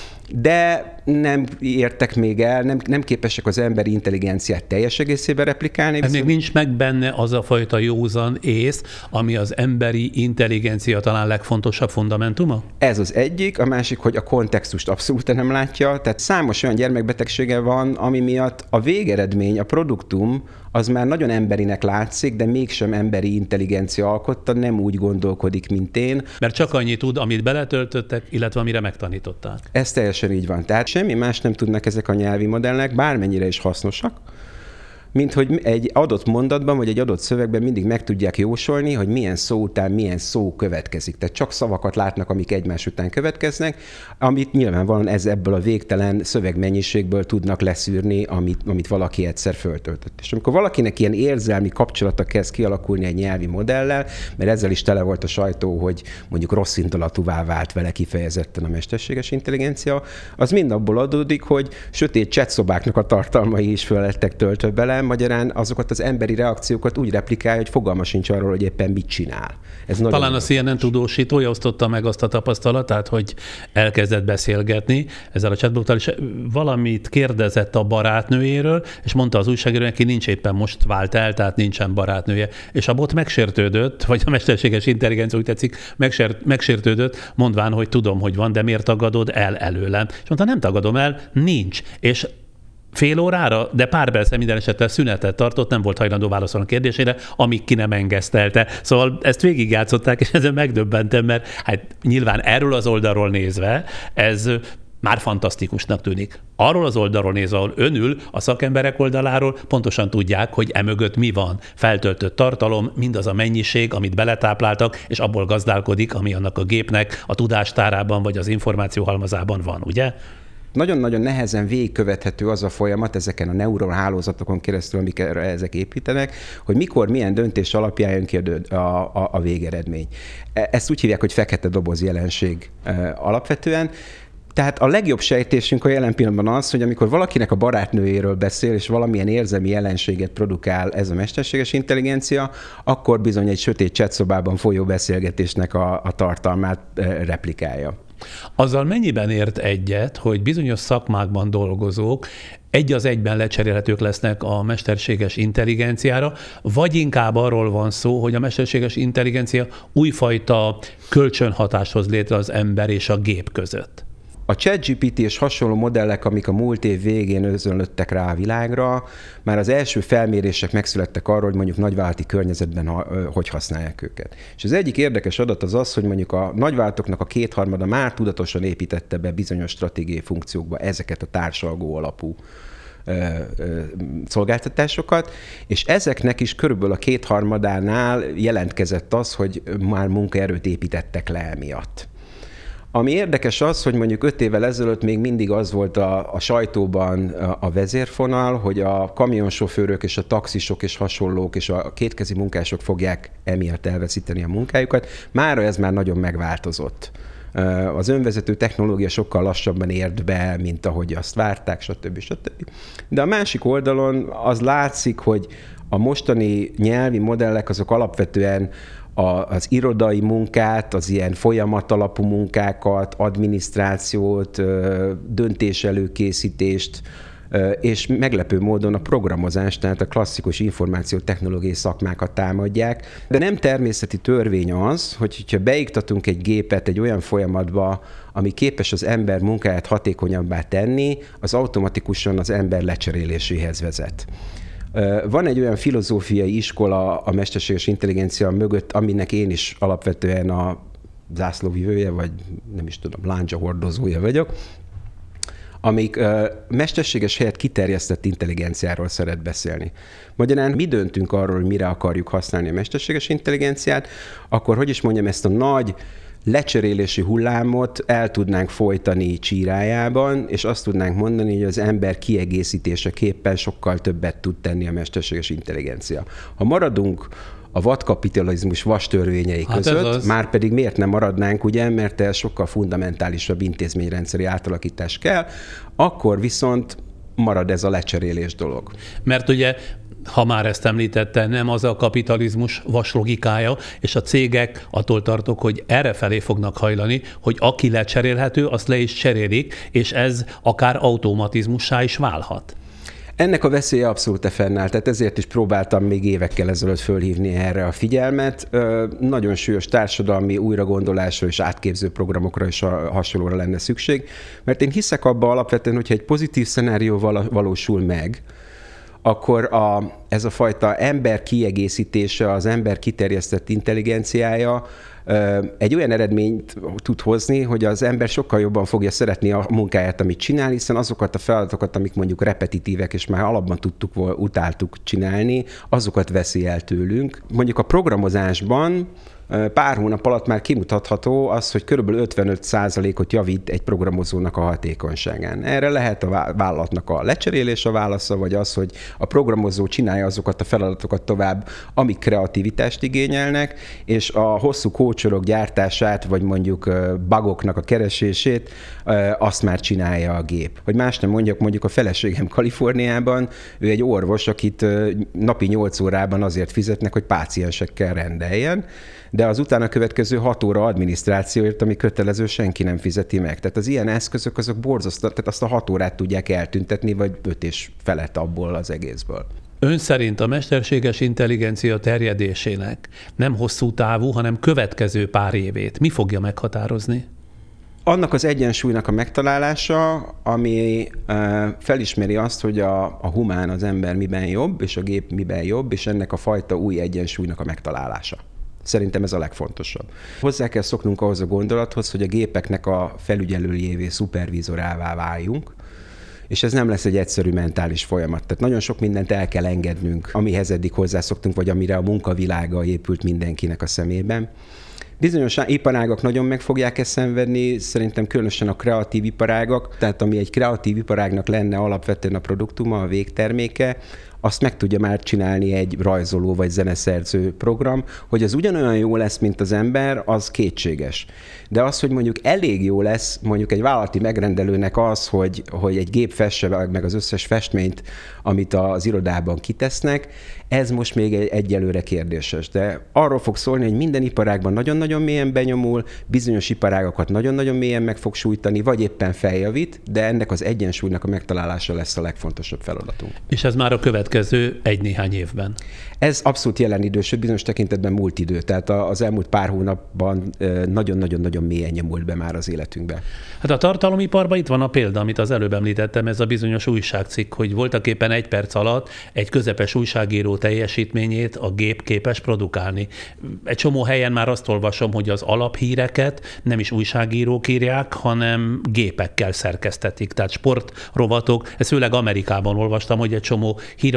de nem értek még el, nem, nem képesek az emberi intelligenciát teljes egészében replikálni. Ez még nincs meg benne az a fajta józan ész, ami az emberi intelligencia talán legfontosabb fundamentuma? Ez az egyik, a másik, hogy a kontextust abszolút nem látja, tehát számos olyan gyermekbetegsége van, ami miatt a végeredmény, a produktum, az már nagyon emberinek látszik, de mégsem emberi intelligencia alkotta, nem úgy gondolkodik, mint én. Mert csak annyi tud, amit beletöltöttek, illetve amire megtanították. Ez teljesen így van. Tehát semmi más nem tudnak ezek a nyelvi modellek, bármennyire is hasznosak, mint hogy egy adott mondatban, vagy egy adott szövegben mindig meg tudják jósolni, hogy milyen szó után milyen szó következik. Tehát csak szavakat látnak, amik egymás után következnek, amit nyilvánvalóan ez ebből a végtelen szövegmennyiségből tudnak leszűrni, amit, amit valaki egyszer föltöltött. És amikor valakinek ilyen érzelmi kapcsolata kezd kialakulni egy nyelvi modellel, mert ezzel is tele volt a sajtó, hogy mondjuk rossz indulatúvá vált vele kifejezetten a mesterséges intelligencia, az mind abból adódik, hogy sötét chatszobáknak a tartalmai is föl lettek töltve bele, magyarán azokat az emberi reakciókat úgy replikálja, hogy fogalma sincs arról, hogy éppen mit csinál. Ez talán a C N N tudósítója osztotta meg azt a tapasztalatát, hogy elkezdett beszélgetni ezzel a chatbottal, és valamit kérdezett a barátnőjéről, és mondta az újságíró, neki nincs éppen most vált el, tehát nincsen barátnője. És a bot megsértődött, vagy a mesterséges intelligencia úgy tetszik, megsért, megsértődött, mondván, hogy tudom, hogy van, de miért tagadod el előlem? És mondta, nem tagadom el, nincs. És fél órára, de pár persze minden esetre szünetet tartott, nem volt hajlandó válaszolni a kérdésére, amíg ki nem engesztelte. Szóval ezt végigjátszották, és ezen megdöbbentem, mert hát nyilván erről az oldalról nézve ez már fantasztikusnak tűnik. Arról az oldalról nézve, ahol önül, a szakemberek oldaláról pontosan tudják, hogy emögött mi van. Feltöltött tartalom, mindaz a mennyiség, amit beletápláltak, és abból gazdálkodik, ami annak a gépnek a tudástárában vagy az információhalmazában van, ugye? Nagyon-nagyon nehezen végigkövethető az a folyamat ezeken a neuronhálózatokon keresztül, amikre ezek építenek, hogy mikor, milyen döntés alapján jön ki a, a, a végeredmény. Ezt úgy hívják, hogy fekete doboz jelenség alapvetően. Tehát a legjobb sejtésünk a jelen pillanatban az, hogy amikor valakinek a barátnőjéről beszél, és valamilyen érzelmi jelenséget produkál ez a mesterséges intelligencia, akkor bizony egy sötét chatszobában folyó beszélgetésnek a, a tartalmát replikálja. Azzal mennyiben ért egyet, hogy bizonyos szakmákban dolgozók egy az egyben lecserélhetők lesznek a mesterséges intelligenciára, vagy inkább arról van szó, hogy a mesterséges intelligencia újfajta kölcsönhatást hoz létre az ember és a gép között? A ChatGPT és hasonló modellek, amik a múlt év végén özönlöttek rá a világra, már az első felmérések megszülettek arról, hogy mondjuk nagyvállalati környezetben hogy használják őket. És az egyik érdekes adat az az, hogy mondjuk a nagyvállalatoknak a kétharmada már tudatosan építette be bizonyos stratégiai funkciókba ezeket a társalgó alapú szolgáltatásokat, és ezeknek is körülbelül a kétharmadánál jelentkezett az, hogy már munkaerőt építettek le emiatt. Ami érdekes az, hogy mondjuk öt évvel ezelőtt még mindig az volt a, a sajtóban a, a vezérfonal, hogy a kamionsofőrök és a taxisok és hasonlók és a kétkezi munkások fogják emiatt elveszíteni a munkájukat. Mára ez már nagyon megváltozott. Az önvezető technológia sokkal lassabban ért be, mint ahogy azt várták, stb. stb. De a másik oldalon az látszik, hogy a mostani nyelvi modellek azok alapvetően a, az irodai munkát, az ilyen folyamatalapú munkákat, adminisztrációt, döntéselőkészítést, és meglepő módon a programozást, tehát a klasszikus információtechnológiai szakmákat támadják. De nem természeti törvény az, hogy ha beiktatunk egy gépet egy olyan folyamatba, ami képes az ember munkáját hatékonyabbá tenni, az automatikusan az ember lecseréléséhez vezet. Van egy olyan filozófiai iskola a mesterséges intelligencia mögött, aminek én is alapvetően a zászlóvivője, vagy nem is tudom, láncsa hordozója vagyok, amelyik uh, mesterséges helyett kiterjesztett intelligenciáról szeret beszélni. Magyarán mi döntünk arról, hogy mire akarjuk használni a mesterséges intelligenciát, akkor, hogy is mondjam, ezt a nagy lecserélési hullámot el tudnánk folytani csírájában, és azt tudnánk mondani, hogy az ember kiegészítéseképpen sokkal többet tud tenni a mesterséges intelligencia. Ha maradunk a vadkapitalizmus vastörvényei hát között, már pedig miért nem maradnánk, ugye, mert ez sokkal fundamentálisabb intézményrendszeri átalakítás kell, akkor viszont marad ez a lecserélés dolog. Mert ugye, ha már ezt említette, nem az a kapitalizmus vas logikája, és a cégek attól tartok, hogy errefelé fognak hajlani, hogy aki lecserélhető, azt le is cserélik, és ez akár automatizmussá is válhat. Ennek a veszélye abszolút fennáll, tehát ezért is próbáltam még évekkel ezelőtt fölhívni erre a figyelmet. Nagyon súlyos társadalmi újragondolásra és átképző programokra is hasonlóra lenne szükség, mert én hiszek abba alapvetően, hogyha egy pozitív szenárió valósul meg, akkor a, ez a fajta ember kiegészítése, az ember kiterjesztett intelligenciája egy olyan eredményt tud hozni, hogy az ember sokkal jobban fogja szeretni a munkáját, amit csinál, hiszen azokat a feladatokat, amik mondjuk repetitívek, és már alapban tudtuk, utáltuk csinálni, azokat veszi el tőlünk. Mondjuk a programozásban pár hónap alatt már kimutatható az, hogy körülbelül ötvenöt százalékot javít egy programozónak a hatékonyságán. Erre lehet a vállalatnak a lecserélés a válasza, vagy az, hogy a programozó csinálja azokat a feladatokat tovább, amik kreativitást igényelnek, és a hosszú kócsorok gyártását, vagy mondjuk bugoknak a keresését, azt már csinálja a gép. Hogy más nem mondjak, mondjuk a feleségem Kaliforniában, ő egy orvos, akit napi nyolc órában azért fizetnek, hogy páciensekkel rendeljen, de az utána következő hat óra adminisztrációért, ami kötelező, senki nem fizeti meg. Tehát az ilyen eszközök azok borzasztó, tehát azt a hat órát tudják eltüntetni, vagy öt és felett abból az egészből. Ön szerint a mesterséges intelligencia terjedésének nem hosszú távú, hanem következő pár évét mi fogja meghatározni? Annak az egyensúlynak a megtalálása, ami felismeri azt, hogy a, a humán, az ember miben jobb, és a gép miben jobb, és ennek a fajta új egyensúlynak a megtalálása. Szerintem ez a legfontosabb. Hozzá kell szoknunk ahhoz a gondolathoz, hogy a gépeknek a felügyelőjévé, szupervízorává váljunk, és ez nem lesz egy egyszerű mentális folyamat. Tehát nagyon sok mindent el kell engednünk, amihez eddig hozzászoktunk, vagy amire a munkavilága épült mindenkinek a szemében. Bizonyos iparágak nagyon meg fogják ezt szenvedni, szerintem különösen a kreatív iparágak, tehát ami egy kreatív iparágnak lenne alapvetően a produktuma, a végterméke, azt meg tudja már csinálni egy rajzoló vagy zeneszerző program, hogy az ugyanolyan jó lesz, mint az ember, az kétséges. De az, hogy mondjuk elég jó lesz mondjuk egy vállalati megrendelőnek az, hogy, hogy egy gép fesse meg az összes festményt, amit az irodában kitesznek, ez most még egy, egyelőre kérdéses. De arról fog szólni, hogy minden iparágban nagyon-nagyon mélyen benyomul, bizonyos iparágakat nagyon-nagyon mélyen meg fog sújtani, vagy éppen feljavít, de ennek az egyensúlynak a megtalálása lesz a legfontosabb feladatunk. És ez már a következő egy-néhány évben? Ez abszolút jelen idő, sőt bizonyos tekintetben múlt idő. Tehát az elmúlt pár hónapban nagyon-nagyon-nagyon mélyen nyomult be már az életünkbe. Hát a tartalomiparban itt van a példa, amit az előbb említettem, ez a bizonyos újságcikk, hogy voltaképpen egy perc alatt egy közepes újságíró teljesítményét a gép képes produkálni. Egy csomó helyen már azt olvasom, hogy az alaphíreket nem is újságírók írják, hanem gépekkel szerkesztetik. Tehát sportrovatok, ezt főleg Amerikában olvastam, hogy egy csomó híradó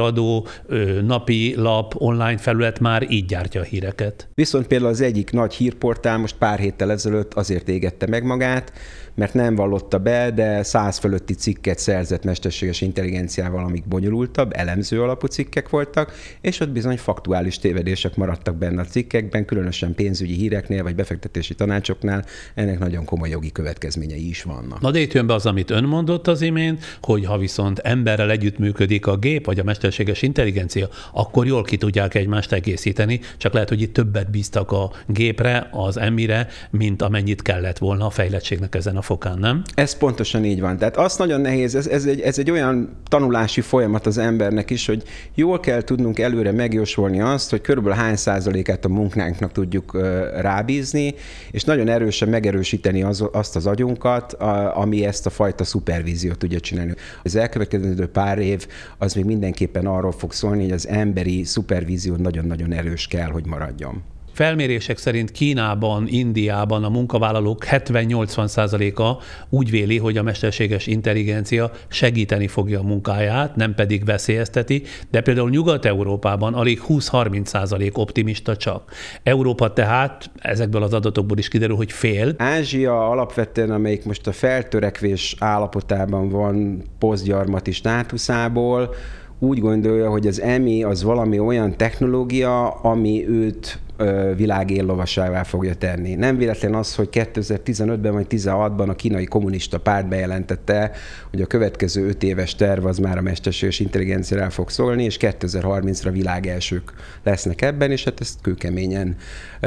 híradó, napi lap, online felület már így gyártja a híreket. Viszont például az egyik nagy hírportál most pár héttel ezelőtt azért égette meg magát, mert nem vallotta be, de száz fölötti cikket szerzett mesterséges intelligenciával, amik bonyolultabb, elemző alapú cikkek voltak, és ott bizony faktuális tévedések maradtak benne a cikkekben, különösen pénzügyi híreknél vagy befektetési tanácsoknál, ennek nagyon komoly jogi következményei is vannak. Na de itt jön be az, amit ön mondott az imént, hogy ha viszont emberrel együttműködik a gép vagy a mesterséges intelligencia, akkor jól ki tudják egymást egészíteni, csak lehet, hogy itt többet bíztak a gépre, az emberre, mint amennyit kellett volna a fejlettségnek ezen a fokán, nem? Ez pontosan így van. Tehát az nagyon nehéz, ez, ez, egy, ez egy olyan tanulási folyamat az embernek is, hogy jól kell tudnunk előre megjósolni azt, hogy körülbelül hány százalékát a munkánknak tudjuk uh, rábízni, és nagyon erősen megerősíteni az, azt az agyunkat, a, ami ezt a fajta szupervíziót tudja csinálni. Az elkövetkező pár év az még mindenképpen arról fog szólni, hogy az emberi szupervízió nagyon-nagyon erős kell, hogy maradjon. Felmérések szerint Kínában, Indiában a munkavállalók hetven-nyolcvan százaléka úgy véli, hogy a mesterséges intelligencia segíteni fogja a munkáját, nem pedig veszélyezteti, de például Nyugat-Európában alig húsz-harminc százalék optimista csak. Európa tehát, ezekből az adatokból is kiderül, hogy fél. Ázsia alapvetően, amelyik most a feltörekvés állapotában van posztgyarmati státuszából, úgy gondolja, hogy az em i az valami olyan technológia, ami őt világ éllovasává fogja tenni. Nem véletlen az, hogy kétezer-tizenötben vagy tizenhatban a kínai kommunista párt bejelentette, hogy a következő öt éves terv az már a mesterséges intelligenciára fog szólni, és kétezer-harmincra világ elsők lesznek ebben, és hát ezt kőkeményen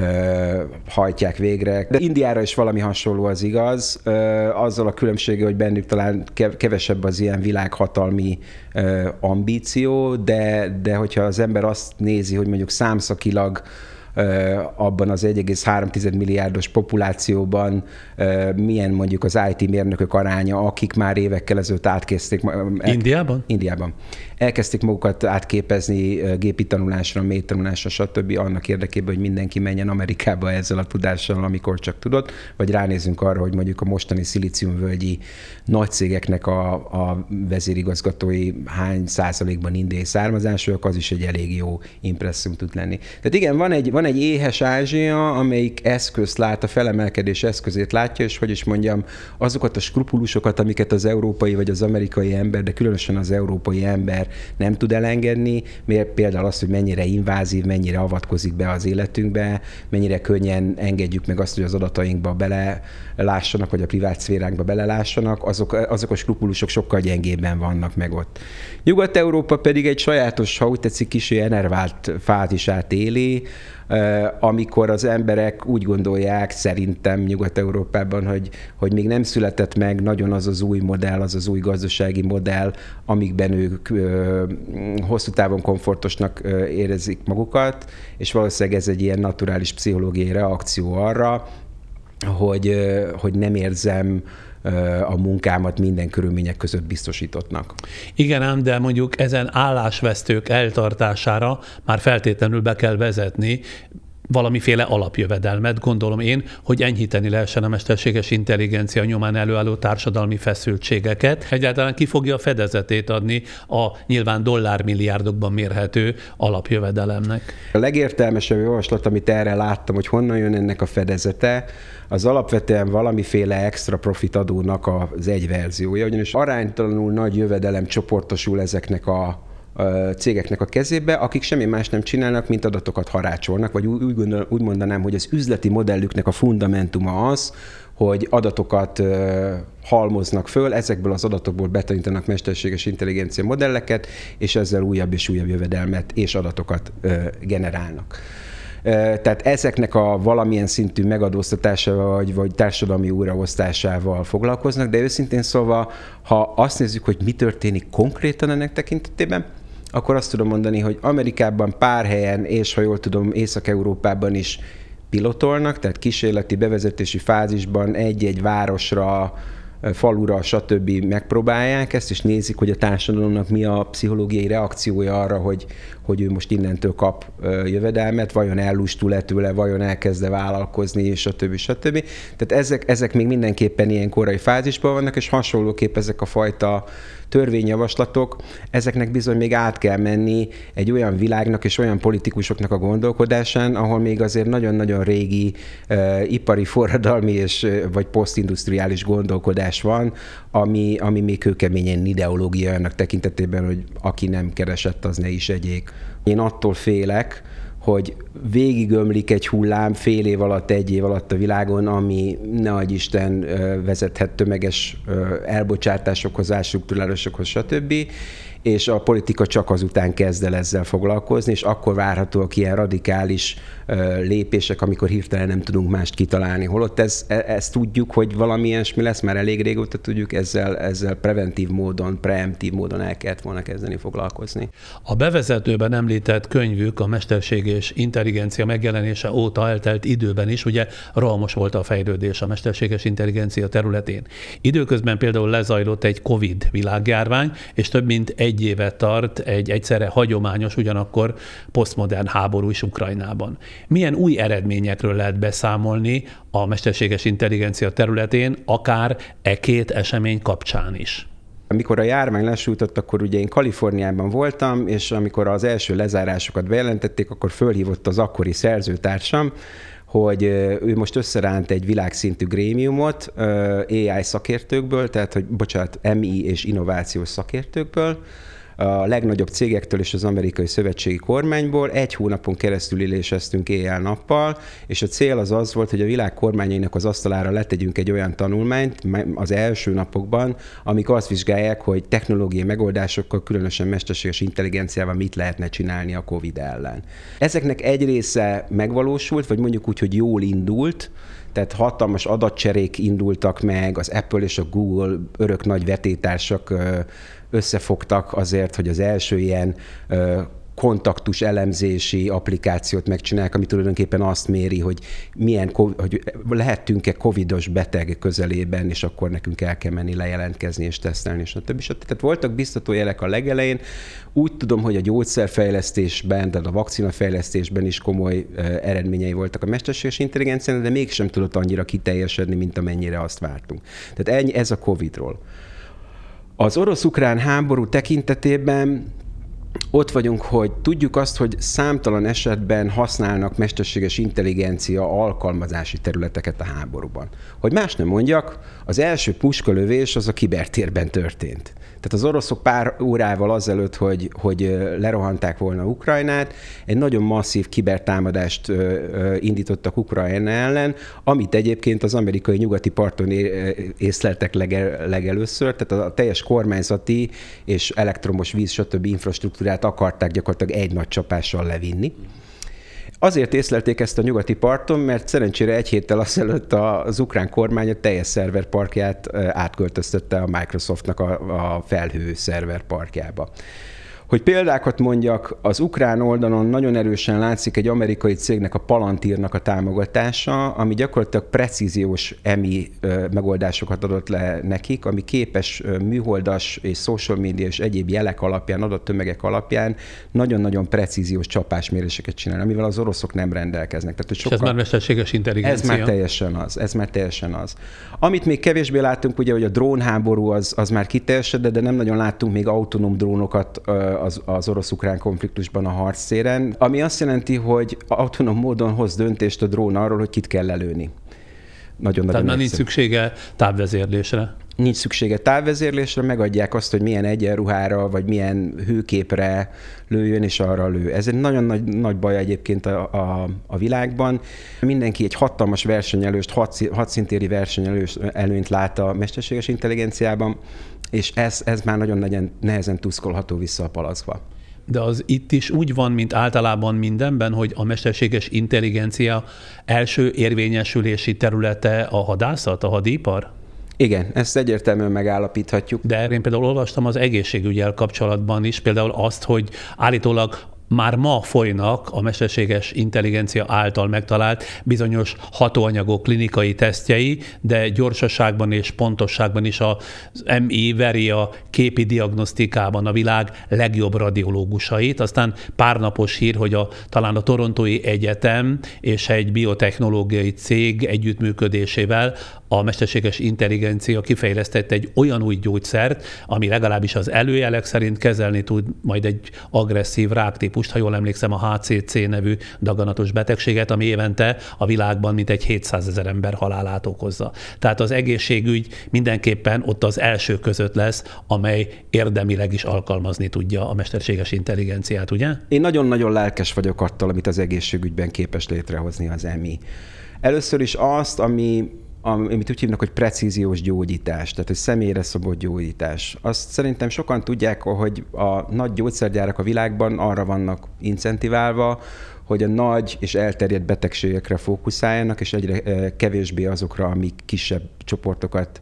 ö, hajtják végre. De Indiára is valami hasonló az igaz, ö, azzal a különbsége, hogy bennük talán kevesebb az ilyen világhatalmi ö, ambíció, de, de hogyha az ember azt nézi, hogy mondjuk számszakilag abban az egy egész három milliárdos populációban milyen mondjuk az i té mérnökök aránya, akik már évekkel ezelőtt átkezdték. Indiában? Indiában. Elkezdték magukat átképezni gépi tanulásra, mély tanulásra, stb. Annak érdekében, hogy mindenki menjen Amerikába ezzel a tudással, amikor csak tudott, vagy ránézünk arra, hogy mondjuk a mostani szilíciumvölgyi nagy cégeknek a, a vezérigazgatói hány százalékban indiai származásúak, az is egy elég jó impresszum tud lenni. Tehát igen, van egy, van egy éhes Ázsia, amelyik eszközt lát, a felemelkedés eszközét látja, és hogy is mondjam, azokat a skrupulusokat, amiket az európai vagy az amerikai ember, de különösen az európai ember nem tud elengedni, például az, hogy mennyire invázív, mennyire avatkozik be az életünkbe, mennyire könnyen engedjük meg azt, hogy az adatainkba belelássanak, vagy a privát szféránkba belelássanak, azok, azok a skrupulusok sokkal gyengébben vannak meg ott. Nyugat-Európa pedig egy sajátos, ha úgy tetszik, kicsi enervált fázisát éli, amikor az emberek úgy gondolják, szerintem Nyugat-Európában, hogy, hogy még nem született meg nagyon az az új modell, az az új gazdasági modell, amikben ők ö, hosszú távon komfortosnak ö, érezik magukat, és valószínűleg ez egy ilyen naturális pszichológiai reakció arra, hogy, ö, hogy nem érzem a munkámat minden körülmények között biztosítottnak. Igen ám, de mondjuk ezen állásvesztők eltartására már feltétlenül be kell vezetni valamiféle alapjövedelmet, gondolom én, hogy enyhíteni lehessen a mesterséges intelligencia nyomán előálló társadalmi feszültségeket. Egyáltalán ki fogja a fedezetét adni a nyilván dollármilliárdokban mérhető alapjövedelemnek? A legértelmesebb javaslat, amit erre láttam, hogy honnan jön ennek a fedezete, az alapvetően valamiféle extra profit adónak az egy verziója, ugyanis aránytalanul nagy jövedelem csoportosul ezeknek a cégeknek a kezébe, akik semmi más nem csinálnak, mint adatokat harácsolnak, vagy úgy, gondol, úgy mondanám, hogy az üzleti modellüknek a fundamentuma az, hogy adatokat uh, halmoznak föl, ezekből az adatokból betanítanak mesterséges intelligencia modelleket, és ezzel újabb és újabb jövedelmet és adatokat uh, generálnak. Tehát ezeknek a valamilyen szintű megadóztatásával vagy, vagy társadalmi újraosztásával foglalkoznak, de őszintén szólva, ha azt nézzük, hogy mi történik konkrétan ennek tekintetében, akkor azt tudom mondani, hogy Amerikában pár helyen, és ha jól tudom, Észak-Európában is pilotolnak, tehát kísérleti bevezetési fázisban egy-egy városra falura, stb. Megpróbálják ezt, és nézik, hogy a társadalomnak mi a pszichológiai reakciója arra, hogy, hogy ő most innentől kap jövedelmet, vajon ellustul-e tőle, vajon elkezd-e vállalkozni, stb. stb. Tehát ezek, ezek még mindenképpen ilyen korai fázisban vannak, és hasonlóképp ezek a fajta törvényjavaslatok, ezeknek bizony még át kell menni egy olyan világnak és olyan politikusoknak a gondolkodásán, ahol még azért nagyon-nagyon régi uh, ipari forradalmi és, vagy posztindustriális gondolkodás van, ami, ami még kőkeményen ideológia annak tekintetében, hogy aki nem keresett, az ne is egyék. Én attól félek, hogy végigömlik egy hullám fél év alatt, egy év alatt a világon, ami ne adj Isten vezethet tömeges elbocsátásokhoz, átstruktúrálásokhoz, stb., és a politika csak azután kezd el ezzel foglalkozni, és akkor várhatóak ilyen radikális lépések, amikor hirtelen nem tudunk mást kitalálni. Holott ez, ezt tudjuk, hogy valami ilyesmi lesz, már elég régóta tudjuk, ezzel, ezzel preventív módon, preemptív módon el kellett volna kezdeni foglalkozni. A bevezetőben említett könyvük, a mesterséges intelligencia megjelenése óta eltelt időben is, ugye rohamos volt a fejlődés a mesterséges intelligencia területén. Időközben például lezajlott egy Covid világjárvány, és több mint egy éve tart egy egyszerre hagyományos, ugyanakkor posztmodern háború is Ukrajnában. Milyen új eredményekről lehet beszámolni a mesterséges intelligencia területén, akár e két esemény kapcsán is? Amikor a járvány lesújtott, akkor ugye én Kaliforniában voltam, és amikor az első lezárásokat bejelentették, akkor fölhívott az akkori szerzőtársam, hogy ő most összeránt egy világszintű grémiumot á i szakértőkből, tehát, hogy bocsánat, em i és innovációs szakértőkből, a legnagyobb cégektől és az amerikai szövetségi kormányból. Egy hónapon keresztül üléseztünk éjjel-nappal, és a cél az az volt, hogy a világ kormányainak az asztalára letegyünk egy olyan tanulmányt az első napokban, amik azt vizsgálják, hogy technológiai megoldásokkal, különösen mesterséges intelligenciával mit lehetne csinálni a Covid ellen. Ezeknek egy része megvalósult, vagy mondjuk úgy, hogy jól indult, tehát hatalmas adatcserék indultak meg, az Apple és a Google örök nagy vetétársak összefogtak azért, hogy az első ilyen kontaktus elemzési applikációt megcsinálják, ami tulajdonképpen azt méri, hogy milyen, hogy lehetünk-e covidos beteg közelében, és akkor nekünk el kell menni lejelentkezni és tesztelni, és a többi. Tehát voltak biztató jelek a legelején. Úgy tudom, hogy a gyógyszerfejlesztésben, tehát a vakcinafejlesztésben is komoly eredményei voltak a mesterséges intelligenciának, de mégsem tudott annyira kiteljesedni, mint amennyire azt vártunk. Tehát ennyi, ez a Covidról. Az orosz-ukrán háború tekintetében ott vagyunk, hogy tudjuk azt, hogy számtalan esetben használnak mesterséges intelligencia alkalmazási területeket a háborúban. Hogy más nem mondjak, az első puskalövés az a kibertérben történt. Tehát az oroszok pár órával azelőtt, hogy, hogy lerohanták volna Ukrajnát, egy nagyon masszív kibertámadást indítottak Ukrajna ellen, amit egyébként az amerikai nyugati parton észleltek legel, legelőször, tehát a teljes kormányzati és elektromos víz, stb. Infrastruktúrát akarták gyakorlatilag egy nagy csapással levinni. Azért észlelték ezt a nyugati parton, mert szerencsére egy héttel azelőtt az ukrán kormány a teljes szerverparkját átköltöztette a Microsoftnak a, a felhő szerverparkjába. Hogy példákat mondjak, az ukrán oldalon nagyon erősen látszik egy amerikai cégnek, a Palantirnak a támogatása, ami gyakorlatilag precíziós emi megoldásokat adott le nekik, ami képes műholdas és social media és egyéb jelek alapján, adattömegek alapján nagyon-nagyon precíziós csapásméréseket csinálni, amivel az oroszok nem rendelkeznek. Tehát, sokkal... És ez már mesterséges intelligencia? Ez már teljesen az. Ez már teljesen az. Amit még kevésbé láttunk, ugye, hogy a drónháború az, az már kiteljesedett, de nem nagyon láttunk még autonóm drónokat az, az orosz-ukrán konfliktusban a harctéren, ami azt jelenti, hogy autonóm módon hoz döntést a drón arról, hogy kit kell lelőni. Nagyon-nagyon Tehát már nincs szüksége távvezérlésre. Nincs szüksége távvezérlésre, megadják azt, hogy milyen egyenruhára, vagy milyen hőképre lőjön, és arra lő. Ez egy nagyon nagy, nagy baj egyébként a, a, a világban. Mindenki egy hatalmas versenyelőst, hadszintéri versenyelőnyt lát a mesterséges intelligenciában, és ez, ez már nagyon nehezen, nehezen tuszkolható vissza a palackba. De az itt is úgy van, mint általában mindenben, hogy a mesterséges intelligencia első érvényesülési területe a hadászat, a hadipar? Igen, ezt egyértelműen megállapíthatjuk. De én például olvastam az egészségügyel kapcsolatban is, például azt, hogy állítólag Már ma folynak a mesterséges intelligencia által megtalált bizonyos hatóanyagok klinikai tesztjei, de gyorsaságban és pontosságban is az em i veri a képi diagnosztikában a világ legjobb radiológusait. Aztán párnapos hír, hogy a, talán a Torontói Egyetem és egy biotechnológiai cég együttműködésével a mesterséges intelligencia kifejlesztett egy olyan új gyógyszert, ami legalábbis az előjelek szerint kezelni tud majd egy agresszív ráktípust, ha jól emlékszem, a há cé cé nevű daganatos betegséget, ami évente a világban mintegy hétszázezer ember halálát okozza. Tehát az egészségügy mindenképpen ott az első között lesz, amely érdemileg is alkalmazni tudja a mesterséges intelligenciát, ugye? Én nagyon-nagyon lelkes vagyok attól, amit az egészségügyben képes létrehozni az em i. Először is azt, ami amit úgy hívnak, hogy precíziós gyógyítás, tehát hogy személyre szabott gyógyítás. Azt szerintem sokan tudják, hogy a nagy gyógyszergyárak a világban arra vannak incentiválva, hogy a nagy és elterjedt betegségekre fókuszáljanak, és egyre kevésbé azokra, amik kisebb csoportokat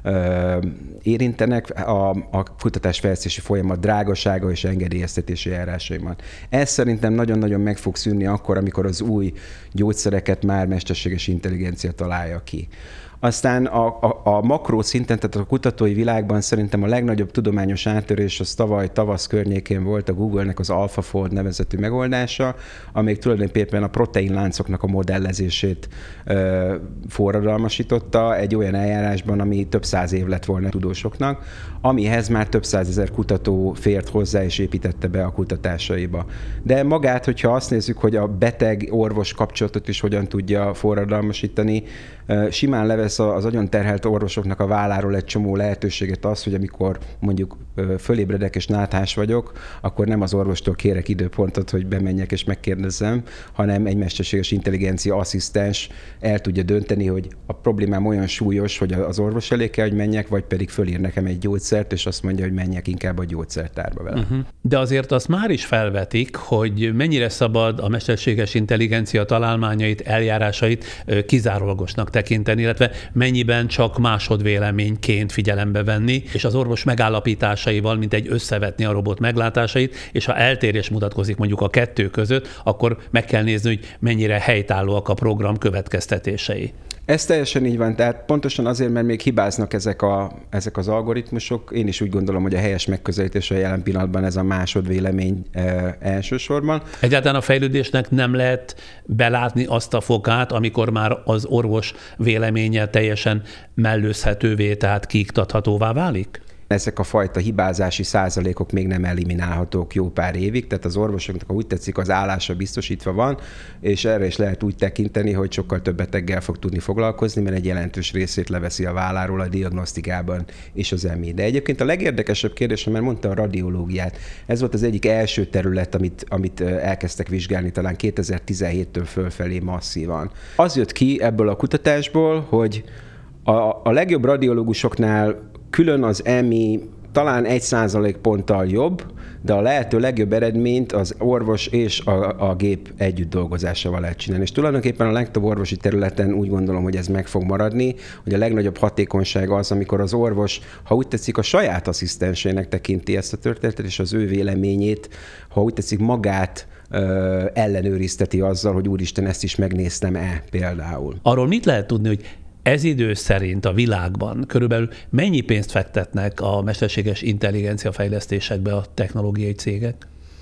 érintenek, a, a kutatásfejlesztési folyamat drágasága és engedélyeztetési járásaimat. Ez szerintem nagyon-nagyon meg fog szűnni akkor, amikor az új gyógyszereket már mesterséges intelligencia találja ki. Aztán a, a, a makró szinten, tehát a kutatói világban szerintem a legnagyobb tudományos áttörés az tavaly tavasz környékén volt a Google-nek az AlphaFold nevezetű megoldása, amelyik tulajdonképpen a proteinláncoknak a modellezését ö, forradalmasította egy olyan eljárásban, ami több száz év lett volna tudósoknak, amihez már több százezer kutató fért hozzá és építette be a kutatásaiba. De magát, hogyha azt nézzük, hogy a beteg-orvos kapcsolatot is hogyan tudja forradalmasítani, simán levesz az agyon terhelt orvosoknak a válláról egy csomó lehetőséget az, hogy amikor mondjuk fölébredek és náthás vagyok, akkor nem az orvostól kérek időpontot, hogy bemenjek és megkérdezzem, hanem egy mesterséges intelligencia asszisztens el tudja dönteni, hogy a problémám olyan súlyos, hogy az orvos elé kell, hogy menjek, vagy pedig fölír nekem egy gyógyszert, és azt mondja, hogy menjek inkább a gyógyszertárba vele. Uh-huh. De azért azt már is felvetik, hogy mennyire szabad a mesterséges intelligencia találmányait, eljárásait kizárólagosnak tekinteni, illetve mennyiben csak másodvéleményként figyelembe venni, és az orvos megállapításaival, mint egy összevetni a robot meglátásait, és ha eltérés mutatkozik mondjuk a kettő között, akkor meg kell nézni, hogy mennyire helytállóak a program következtetései. Ez teljesen így van, tehát pontosan azért, mert még hibáznak ezek, a, ezek az algoritmusok. Én is úgy gondolom, hogy a helyes megközelítés a jelen pillanatban ez a másodvélemény e, elsősorban. Egyáltalán a fejlődésnek nem lehet belátni azt a fokát, amikor már az orvos véleménye teljesen mellőzhetővé, tehát kiiktathatóvá válik? Ezek a fajta hibázási százalékok még nem eliminálhatók jó pár évig, tehát az orvosoknak, ha úgy tetszik, az állása biztosítva van, és erre is lehet úgy tekinteni, hogy sokkal több beteggel fog tudni foglalkozni, mert egy jelentős részét leveszi a válláról a diagnosztikában és az em i. De egyébként a legérdekesebb kérdés, mert mondta a radiológiát, ez volt az egyik első terület, amit, amit elkezdtek vizsgálni talán kétezer-tizenhéttől fölfelé masszívan. Az jött ki ebből a kutatásból, hogy a, a legjobb radiológusoknál külön az em i talán egy százalék ponttal jobb, de a lehető legjobb eredményt az orvos és a, a gép együtt dolgozásával lehet csinálni. És tulajdonképpen a legtöbb orvosi területen úgy gondolom, hogy ez meg fog maradni, hogy a legnagyobb hatékonyság az, amikor az orvos, ha úgy tetszik, a saját asszisztensének tekinti ezt a történetet, és az ő véleményét, ha úgy tetszik, magát ö, ellenőrizteti azzal, hogy úristen, ezt is megnéztem-e például. Arról mit lehet tudni, hogy ez idő szerint a világban körülbelül mennyi pénzt fektetnek a mesterséges intelligencia fejlesztésekbe a technológiai cégek?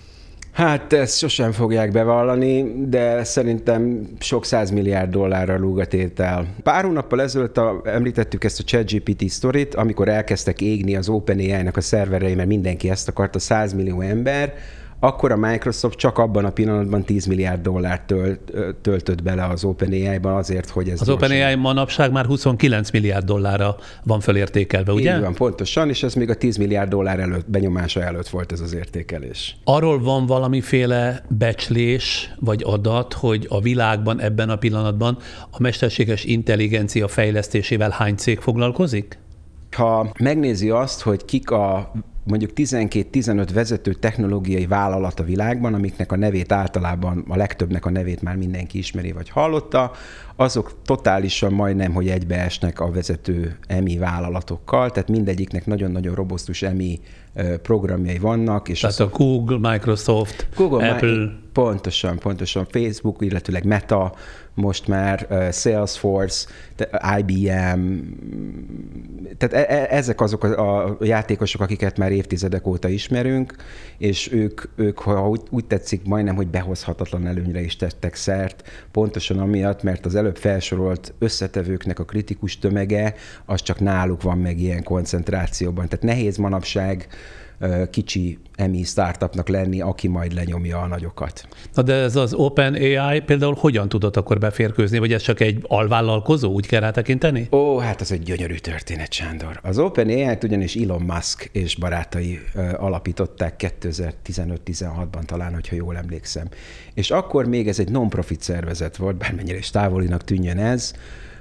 Hát ezt sosem fogják bevallani, de szerintem sok százmilliárd dollárra rúg a tétel. Pár hónappal ezelőtt a, említettük ezt a ChatGPT sztorit, amikor elkezdtek égni az OpenAI-nak a szerverei, mert mindenki ezt akarta, száz millió ember, akkor a Microsoft csak abban a pillanatban tíz milliárd dollárt tölt, töltött bele az OpenAI-ban azért, hogy ez... Az OpenAI manapság már huszonkilenc milliárd dollárra van fölértékelve, ugye? Így van, pontosan, és ez még a tíz milliárd dollár előtt, benyomása előtt volt ez az értékelés. Arról van valamiféle becslés vagy adat, hogy a világban ebben a pillanatban a mesterséges intelligencia fejlesztésével hány cég foglalkozik? Ha megnézi azt, hogy kik a mondjuk tizenkét-tizenöt vezető technológiai vállalat a világban, amiknek a nevét általában, a legtöbbnek a nevét már mindenki ismeri vagy hallotta, azok totálisan majdnem, hogy egybeesnek a vezető E M I vállalatokkal, tehát mindegyiknek nagyon-nagyon robusztus E M I programjai vannak. És tehát a Google, Microsoft, Google, Apple. Ma- pontosan, pontosan Facebook, illetőleg Meta, most már uh, Salesforce, I B M, tehát e- e- ezek azok a, a játékosok, akiket már évtizedek óta ismerünk, és ők, ők ha úgy, úgy tetszik, majdnem, hogy behozhatatlan előnyre is tettek szert, pontosan amiatt, mert az előbb felsorolt összetevőknek a kritikus tömege, az csak náluk van meg ilyen koncentrációban. Tehát nehéz manapság kicsi E M I startupnak lenni, aki majd lenyomja a nagyokat. Na de ez az OpenAI például hogyan tudott akkor beférkőzni, vagy ez csak egy alvállalkozó, úgy kell rátekinteni? Ó, hát az egy gyönyörű történet, Sándor. Az OpenAI-t ugyanis Elon Musk és barátai alapították kétezer-tizenöt-tizenhatban talán, hogyha jól emlékszem. És akkor még ez egy non-profit szervezet volt, bármennyire is távolinak tűnjön ez,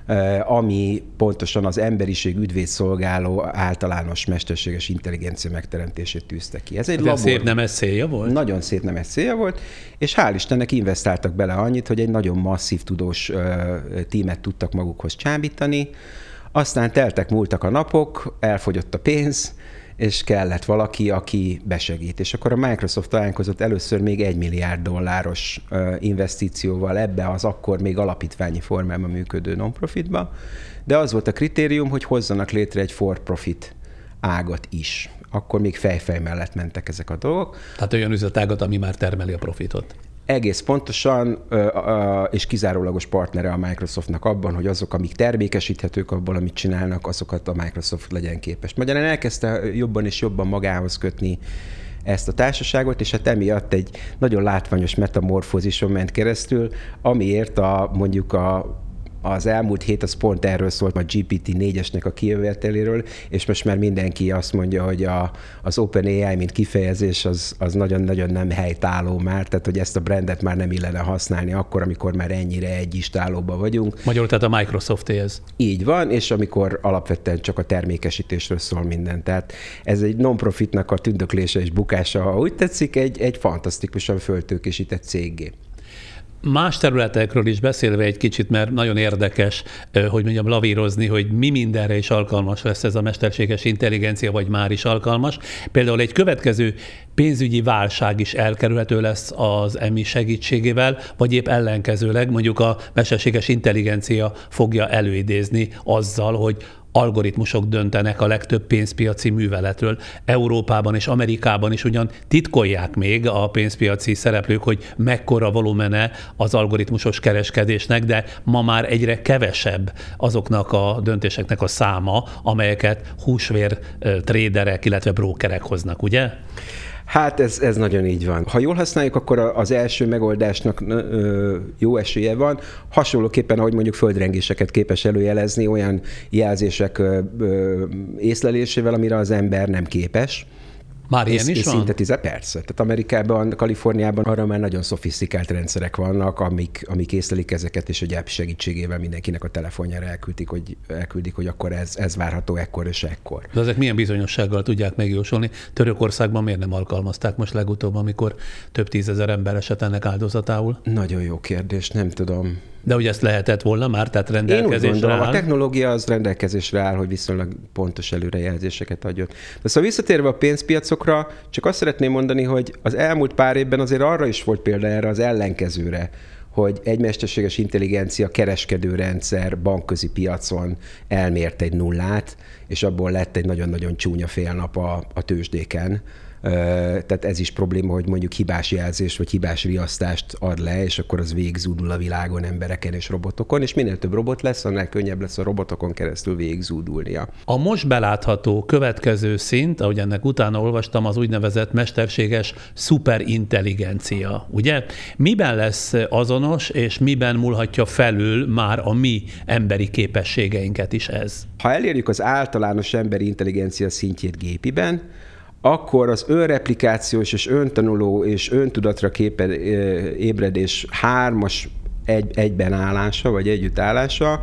ami pontosan az emberiség ügyvéd szolgáló általános mesterséges intelligencia megteremtését tűzte ki. Ez egy de labor... szép nemes célja volt? Nagyon szép nemes célja volt, és hál' Istennek investáltak bele annyit, hogy egy nagyon masszív tudós tímet tudtak magukhoz csábítani. Aztán teltek, múltak a napok, elfogyott a pénz, és kellett valaki, aki besegít. És akkor a Microsoft találkozott először még egy milliárd dolláros investícióval ebbe az akkor még alapítványi formában működő non-profitba, de az volt a kritérium, hogy hozzanak létre egy for-profit ágat is. Akkor még fejfej mellett mentek ezek a dolgok. Tehát olyan üzletágat, ami már termeli a profitot. Egész pontosan, és kizárólagos partnere a Microsoftnak abban, hogy azok, amik termékesíthetők abból, amit csinálnak, azokat a Microsoft legyen képes. Magyarán elkezdte jobban és jobban magához kötni ezt a társaságot, és hát emiatt egy nagyon látványos metamorfózison ment keresztül, amiért a, mondjuk a az elmúlt hét az pont erről szólt, a G P T négyesnek a kijöveteléről, és most már mindenki azt mondja, hogy a, az OpenAI, mint kifejezés, az, az nagyon-nagyon nem helytálló már, tehát hogy ezt a brandet már nem illene használni akkor, amikor már ennyire egyistálóban vagyunk. Magyarul tehát a Microsofté ez. Így van, és amikor alapvetően csak a termékesítésről szól minden. Tehát ez egy non-profitnak a tündöklése és bukása, ha úgy tetszik, egy, egy fantasztikusan föltőkésített céggé. Más területekről is beszélve egy kicsit, mert nagyon érdekes, hogy mondjam, lavírozni, hogy mi mindenre is alkalmas lesz ez a mesterséges intelligencia, vagy már is alkalmas. Például egy következő pénzügyi válság is elkerülhető lesz az E M I segítségével, vagy épp ellenkezőleg mondjuk a mesterséges intelligencia fogja előidézni azzal, hogy algoritmusok döntenek a legtöbb pénzpiaci műveletről. Európában és Amerikában is ugyan titkolják még a pénzpiaci szereplők, hogy mekkora volumene az algoritmusos kereskedésnek, de ma már egyre kevesebb azoknak a döntéseknek a száma, amelyeket húsvér tréderek, illetve brókerek hoznak, ugye? Hát ez, ez nagyon így van. Ha jól használjuk, akkor az első megoldásnak jó esélye van. Hasonlóképpen, ahogy mondjuk földrengéseket képes előjelezni olyan jelzések észlelésével, amire az ember nem képes. Már ilyen is van? Szintetize, persze. Tehát Amerikában, Kaliforniában arra már nagyon szofisztikált rendszerek vannak, amik, amik észlelik ezeket, és egy app segítségével mindenkinek a telefonjára elküldik, hogy, elküldik, hogy akkor ez, ez várható ekkor és ekkor. De ezek milyen bizonyossággal tudják megjósolni? Törökországban miért nem alkalmazták most legutóbb, amikor több tízezer ember esett ennek áldozatául? Nagyon jó kérdés, nem tudom. De ugye ezt lehetett volna már, tehát rendelkezésre Én úgy gondolom, áll. a technológia az rendelkezésre áll, hogy viszonylag pontos előrejelzéseket adjon. De szóval visszatérve a pénzpiacokra, csak azt szeretném mondani, hogy az elmúlt pár évben azért arra is volt példa erre az ellenkezőre, hogy egy mesterséges intelligencia kereskedőrendszer bankközi piacon elmért egy nullát, és abból lett egy nagyon-nagyon csúnya félnap a, a tőzsdéken. Tehát ez is probléma, hogy mondjuk hibás jelzést vagy hibás riasztást ad le, és akkor az végigzúdul a világon embereken és robotokon, és minél több robot lesz, annál könnyebb lesz a robotokon keresztül végigzúdulnia. A most belátható következő szint, ahogy ennek utána olvastam, az úgynevezett mesterséges szuperintelligencia, ugye? Miben lesz azonos, és miben múlhatja felül már a mi emberi képességeinket is ez? Ha elérjük az általános emberi intelligencia szintjét gépiben, akkor az önreplikációs és öntanuló és öntudatra képed, ébredés hármas egy, egyben állása, vagy együttállása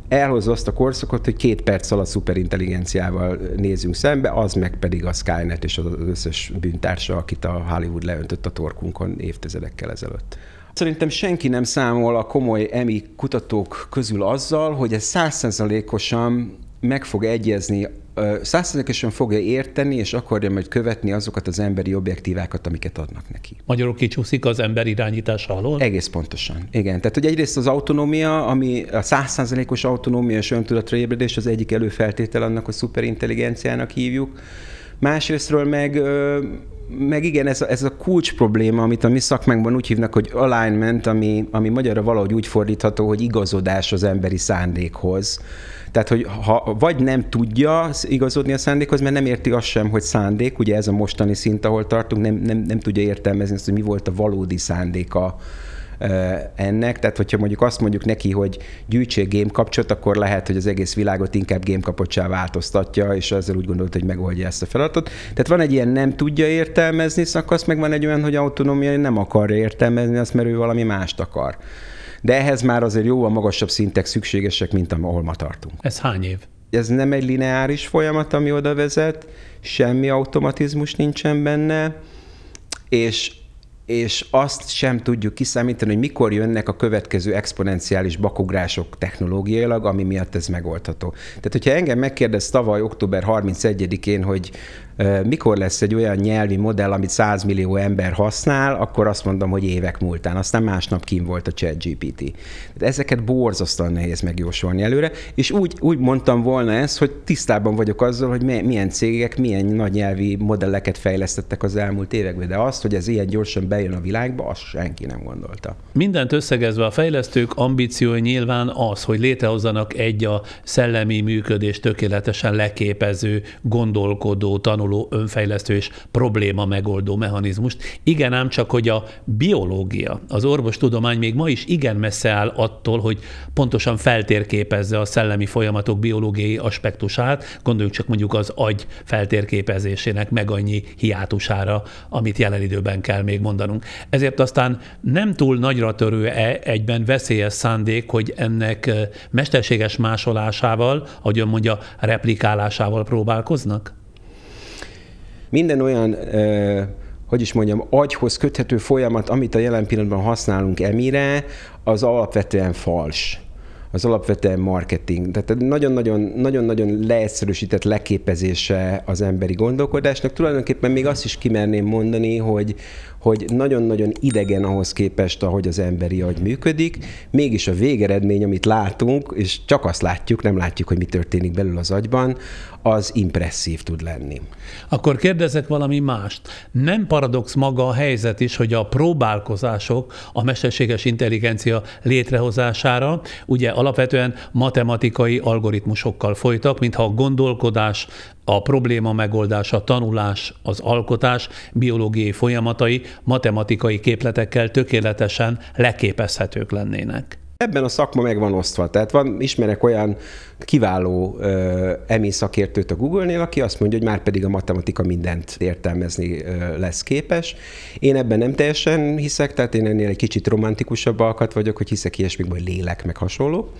elhozza azt a korszakot, hogy két perc alatt szuperintelligenciával nézünk szembe, az meg pedig a Skynet és az összes bűntársa, akit a Hollywood leöntött a torkunkon évtizedekkel ezelőtt. Szerintem senki nem számol a komoly E M I kutatók közül azzal, hogy ez száz százalékosan meg fog egyezni, száz százalékosan fogja érteni, és akarja majd követni azokat az emberi objektívákat, amiket adnak neki. Magyarul kicsúszik az ember irányítása alól? Egész pontosan, igen. Tehát, hogy egyrészt az autonómia, ami a száz százalékos autonómia és öntudatra ébredés az egyik előfeltétel annak, hogy szuperintelligenciának hívjuk. Másrésztről meg, meg igen, ez a, ez a kulcs probléma, amit a mi szakmánkban úgy hívnak, hogy alignment, ami, ami magyarra valahogy úgy fordítható, hogy igazodás az emberi szándékhoz. Tehát, hogy ha vagy nem tudja igazodni a szándékhoz, mert nem érti azt sem, hogy szándék, ugye ez a mostani szint, ahol tartunk, nem, nem, nem tudja értelmezni azt, hogy mi volt a valódi szándéka ennek. Tehát, hogyha mondjuk azt mondjuk neki, hogy gyűjtsék gémkapcsot, akkor lehet, hogy az egész világot inkább gémkapocsá változtatja, és ezzel úgy gondolt, hogy megoldja ezt a feladatot. Tehát van egy ilyen nem tudja értelmezni szakasz, meg van egy olyan, hogy autonómia nem akarja értelmezni azt, mert ő valami mást akar. De ehhez már azért jóval magasabb szintek szükségesek, mint ahol ma tartunk. Ez hány év? Ez nem egy lineáris folyamat, ami oda vezet, semmi automatizmus nincsen benne, és és azt sem tudjuk kiszámítani, hogy mikor jönnek a következő exponenciális bakugrások technológiailag, ami miatt ez megoldható. Tehát, hogyha engem megkérdez tavaly október harmincegyedikén, hogy uh, mikor lesz egy olyan nyelvi modell, amit száz millió ember használ, akkor azt mondom, hogy évek múltán. Aztán másnap kín volt a ChatGPT. Tehát ezeket borzasztóan nehéz megjósolni előre, és úgy, úgy mondtam volna ezt, hogy tisztában vagyok azzal, hogy milyen cégek, milyen nagy nyelvi modelleket fejlesztettek az elmúlt években, de azt, hogy ez ilyen gyorsan bejön a világba, azt senki nem gondolta. Mindent összegezve a fejlesztők ambíciója nyilván az, hogy létrehozzanak egy a szellemi működés tökéletesen leképező, gondolkodó, tanuló, önfejlesztő és probléma megoldó mechanizmust. Igen, ám csak, hogy a biológia, az orvostudomány még ma is igen messze áll attól, hogy pontosan feltérképezze a szellemi folyamatok biológiai aspektusát, gondoljunk csak mondjuk az agy feltérképezésének meg annyi hiátusára, amit jelen időben kell még mondanunk. Ezért aztán nem túl nagyra törő-e egyben veszélyes szándék, hogy ennek mesterséges másolásával, ahogy ön mondja, replikálásával próbálkoznak? Minden olyan, eh, hogy is mondjam, agyhoz köthető folyamat, amit a jelen pillanatban használunk E M I-re, az alapvetően fals. Az alapvetően marketing. Tehát nagyon-nagyon, nagyon-nagyon leegyszerűsített leképezése az emberi gondolkodásnak. Tulajdonképpen még azt is kimerném mondani, hogy, hogy nagyon-nagyon idegen ahhoz képest, ahogy az emberi agy működik. Mégis a végeredmény, amit látunk, és csak azt látjuk, nem látjuk, hogy mi történik belül az agyban, az impresszív tud lenni. Akkor kérdezek valami mást. Nem paradox maga a helyzet is, hogy a próbálkozások a mesterséges intelligencia létrehozására ugye alapvetően matematikai algoritmusokkal folytak, mintha a gondolkodás, a probléma megoldás, a tanulás, az alkotás biológiai folyamatai matematikai képletekkel tökéletesen leképezhetők lennének. Ebben a szakma meg van osztva. Tehát van, ismerek olyan kiváló uh, E M I szakértőt a Google-nél, aki azt mondja, hogy már pedig a matematika mindent értelmezni uh, lesz képes. Én ebben nem teljesen hiszek, tehát én ennél egy kicsit romantikusabb alkat vagyok, hogy hiszek ilyesmikben, hogy lélek meg hasonló.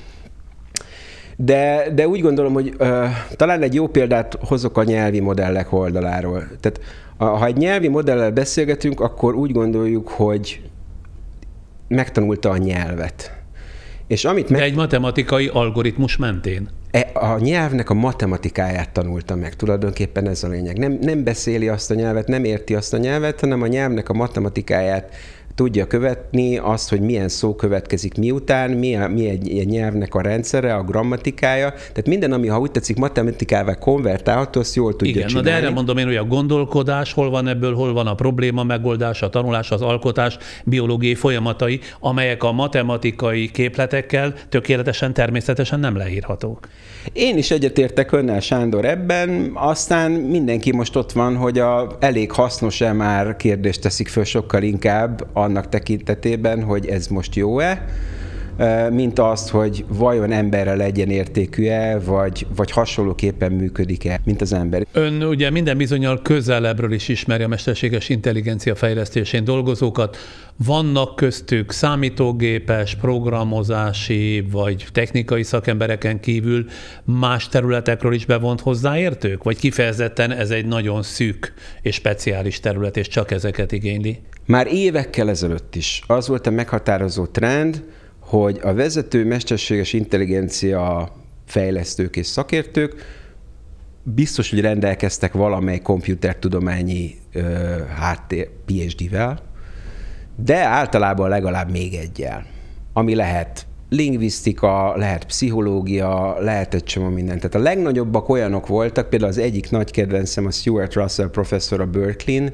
De, de úgy gondolom, hogy uh, talán egy jó példát hozok a nyelvi modellek oldaláról. Tehát ha egy nyelvi modellel beszélgetünk, akkor úgy gondoljuk, hogy megtanulta a nyelvet. És amit meg... De egy matematikai algoritmus mentén. A nyelvnek a matematikáját tanulta meg, tulajdonképpen ez a lényeg. Nem, nem beszéli azt a nyelvet, nem érti azt a nyelvet, hanem a nyelvnek a matematikáját tudja követni, azt, hogy milyen szó következik miután, mi, a, mi egy, egy nyelvnek a rendszere, a grammatikája. Tehát minden, ami, ha úgy tetszik, matematikával konvertálható, azt jól tudja Igen, csinálni. Na de erre mondom én, hogy a gondolkodás, hol van ebből, hol van a probléma megoldás, a tanulás, az alkotás biológiai folyamatai, amelyek a matematikai képletekkel tökéletesen, természetesen nem leírhatók. Én is egyetértek önnel, Sándor, ebben, aztán mindenki most ott van, hogy a elég hasznos-e már kérdést teszik föl sokkal inkább annak tekintetében, hogy ez most jó-e. mint azt, hogy vajon emberre legyen értékű-e, vagy, vagy hasonlóképpen működik-e, mint az ember. Ön ugye minden bizonnyal közelebbről is ismeri a mesterséges intelligencia fejlesztésén dolgozókat. Vannak köztük számítógépes, programozási vagy technikai szakembereken kívül más területekről is bevont hozzáértők? Vagy kifejezetten ez egy nagyon szűk és speciális terület, és csak ezeket igényli? Már évekkel ezelőtt is az volt a meghatározó trend, hogy a vezető mesterséges intelligencia fejlesztők és szakértők biztos, hogy rendelkeztek valamely komputertudományi ö, háttér pé há dé-vel, de általában legalább még egyel, ami lehet lingvisztika, lehet pszichológia, lehet egy csomó minden. Tehát a legnagyobbak olyanok voltak, például az egyik nagy kedvencem a Stuart Russell professzor a Berkeley-n.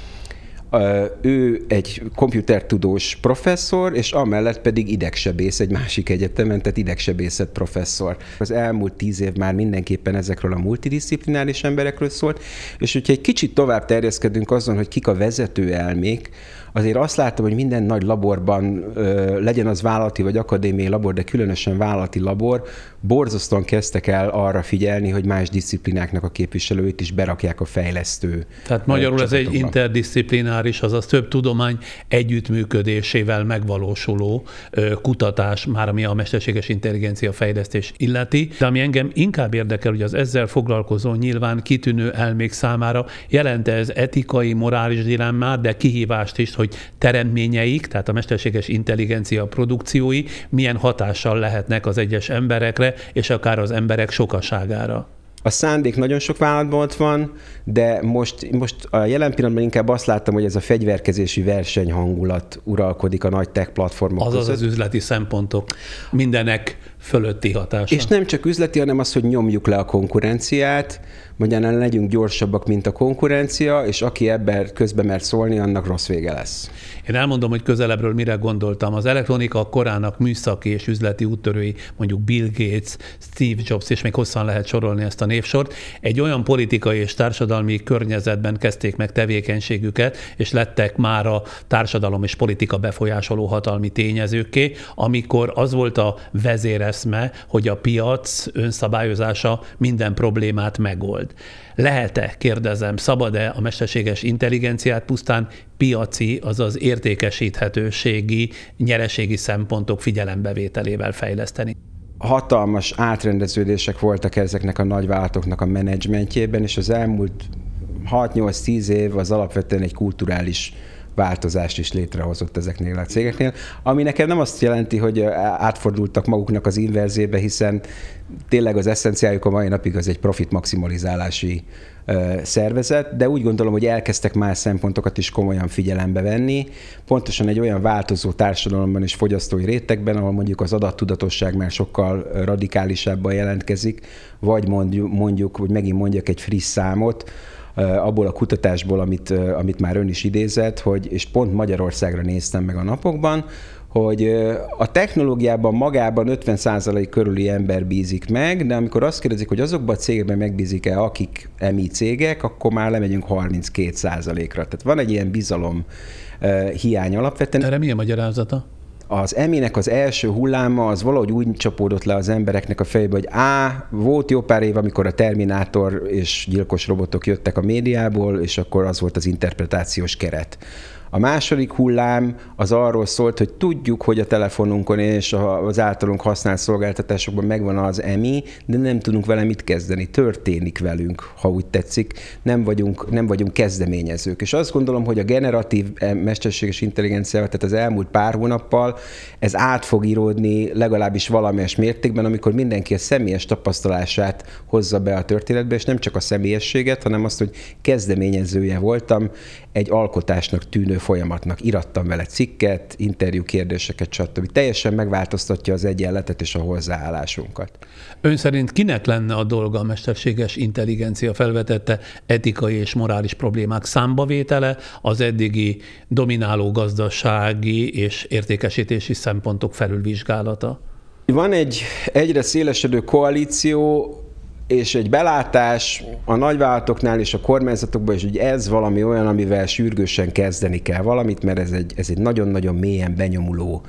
Ő egy komputertudós professzor, és amellett pedig idegsebész egy másik egyetemen, tehát idegsebészet professzor. Az elmúlt tíz év már mindenképpen ezekről a multidisziplináris emberekről szólt, és hogyha egy kicsit tovább terjeszkedünk azon, hogy kik a vezető elmék, azért azt látom, hogy minden nagy laborban, legyen az vállalati vagy akadémiai labor, de különösen vállalati labor, borzasztóan kezdtek el arra figyelni, hogy más diszciplináknak a képviselőit is berakják a fejlesztő. Tehát magyarul ez egy interdisziplináris, azaz több tudomány együttműködésével megvalósuló kutatás, már ami a mesterséges intelligencia fejlesztés illeti. De ami engem inkább érdekel, hogy az ezzel foglalkozó nyilván kitűnő elmék számára jelent ez etikai, morális dilemmát, de kihívást is, hogy teremtményeik, tehát a mesterséges intelligencia produkciói milyen hatással lehetnek az egyes emberekre, és akár az emberek sokaságára. A szándék nagyon sok vállalatban ott van, de most, most a jelen pillanatban inkább azt láttam, hogy ez a fegyverkezési versenyhangulat uralkodik a nagy tech platformok Azaz között. Az üzleti szempontok mindenek fölötti hatása. És nem csak üzleti, hanem az, hogy nyomjuk le a konkurenciát, magyarán legyünk gyorsabbak, mint a konkurencia, és aki ebben közben mer szólni, annak rossz vége lesz. Én elmondom, hogy közelebbről mire gondoltam. Az elektronika korának műszaki és üzleti úttörői, mondjuk Bill Gates, Steve Jobs, és még hosszan lehet sorolni ezt a névsort, egy olyan politikai és társadalmi környezetben kezdték meg tevékenységüket, és lettek már a társadalom és politika befolyásoló hatalmi tényezőkké, amikor az volt a vezéreszme, hogy a piac önszabályozása minden problémát megold. Lehet-e, kérdezem, szabad-e a mesterséges intelligenciát pusztán piaci, azaz értékesíthetőségi, nyereségi szempontok figyelembevételével fejleszteni? Hatalmas átrendeződések voltak ezeknek a nagyvállalatoknak a menedzsmentjében, és az elmúlt hat-nyolc-tíz év az alapvetően egy kulturális változást is létrehozott ezeknél a cégeknél, ami nekem nem azt jelenti, hogy átfordultak maguknak az inverzébe, hiszen tényleg az eszenciájuk a mai napig az egy profit maximalizálási szervezet, de úgy gondolom, hogy elkezdtek más szempontokat is komolyan figyelembe venni, pontosan egy olyan változó társadalomban és fogyasztói rétegben, ahol mondjuk az adattudatosság már sokkal radikálisabban jelentkezik, vagy mondjuk, mondjuk hogy megint mondjak egy friss számot, abból a kutatásból, amit, amit már ön is idézett, hogy, és pont Magyarországra néztem meg a napokban, hogy a technológiában magában ötven százalék körüli ember bízik meg, de amikor azt kérdezik, hogy azokban a cégekben megbízik-e, akik emi cégek, akkor már lemegyünk harminckét százalékra. Tehát van egy ilyen bizalom hiány alapvetően. Erre mi a magyarázata? Az eminek az első hulláma az valahogy úgy csapódott le az embereknek a fejébe, hogy á, volt jó pár év, amikor a Terminátor és gyilkos robotok jöttek a médiából, és akkor az volt az interpretációs keret. A második hullám az arról szólt, hogy tudjuk, hogy a telefonunkon és az általunk használt szolgáltatásokban megvan az emi, de nem tudunk vele mit kezdeni. Történik velünk, ha úgy tetszik. Nem vagyunk, nem vagyunk kezdeményezők. És azt gondolom, hogy a generatív mesterséges intelligenciával, tehát az elmúlt pár hónappal ez át fog íródni legalábbis valamelyes mértékben, amikor mindenki a személyes tapasztalását hozza be a történetbe, és nem csak a személyességet, hanem azt, hogy kezdeményezője voltam egy alkotásnak tűnő folyamatnak. Irattam vele cikket, interjú kérdéseket, stb. Teljesen megváltoztatja az egyenletet és a hozzáállásunkat. Ön szerint kinek lenne a dolga a mesterséges intelligencia felvetette etikai és morális problémák számbavétele, az eddigi domináló gazdasági és értékesítési szempontok felülvizsgálata? Van egy egyre szélesedő koalíció, és egy belátás a nagyvállalatoknál és a kormányzatokban is, hogy ez valami olyan, amivel sürgősen kezdeni kell valamit, mert ez egy, ez egy nagyon-nagyon mélyen benyomuló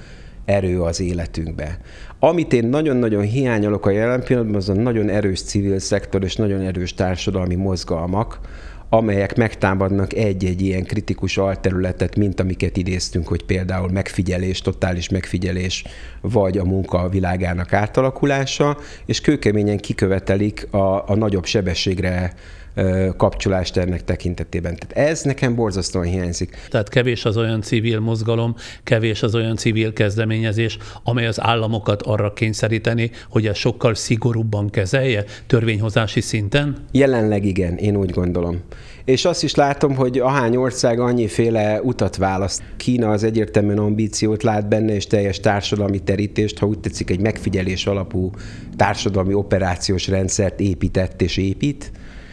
erő az életünkbe. Amit én nagyon-nagyon hiányolok a jelen pillanatban, az a nagyon erős civil szektor és nagyon erős társadalmi mozgalmak, amelyek megtámadnak egy-egy ilyen kritikus alterületet, mint amiket idéztünk, hogy például megfigyelés, totális megfigyelés, vagy a munka világának átalakulása, és kőkeményen kikövetelik a, a nagyobb sebességre kapcsolást ennek tekintetében. Tehát ez nekem borzasztóan hiányzik. Tehát kevés az olyan civil mozgalom, kevés az olyan civil kezdeményezés, amely az államokat arra kényszeríteni, hogy ezt sokkal szigorúbban kezelje törvényhozási szinten? Jelenleg igen, én úgy gondolom. És azt is látom, hogy ahány ország annyiféle utat választ. Kína az egyértelműen ambíciót lát benne, és teljes társadalmi terítést, ha úgy tetszik, egy megfigyelés alapú társadalmi operációs rendszert épített és épít.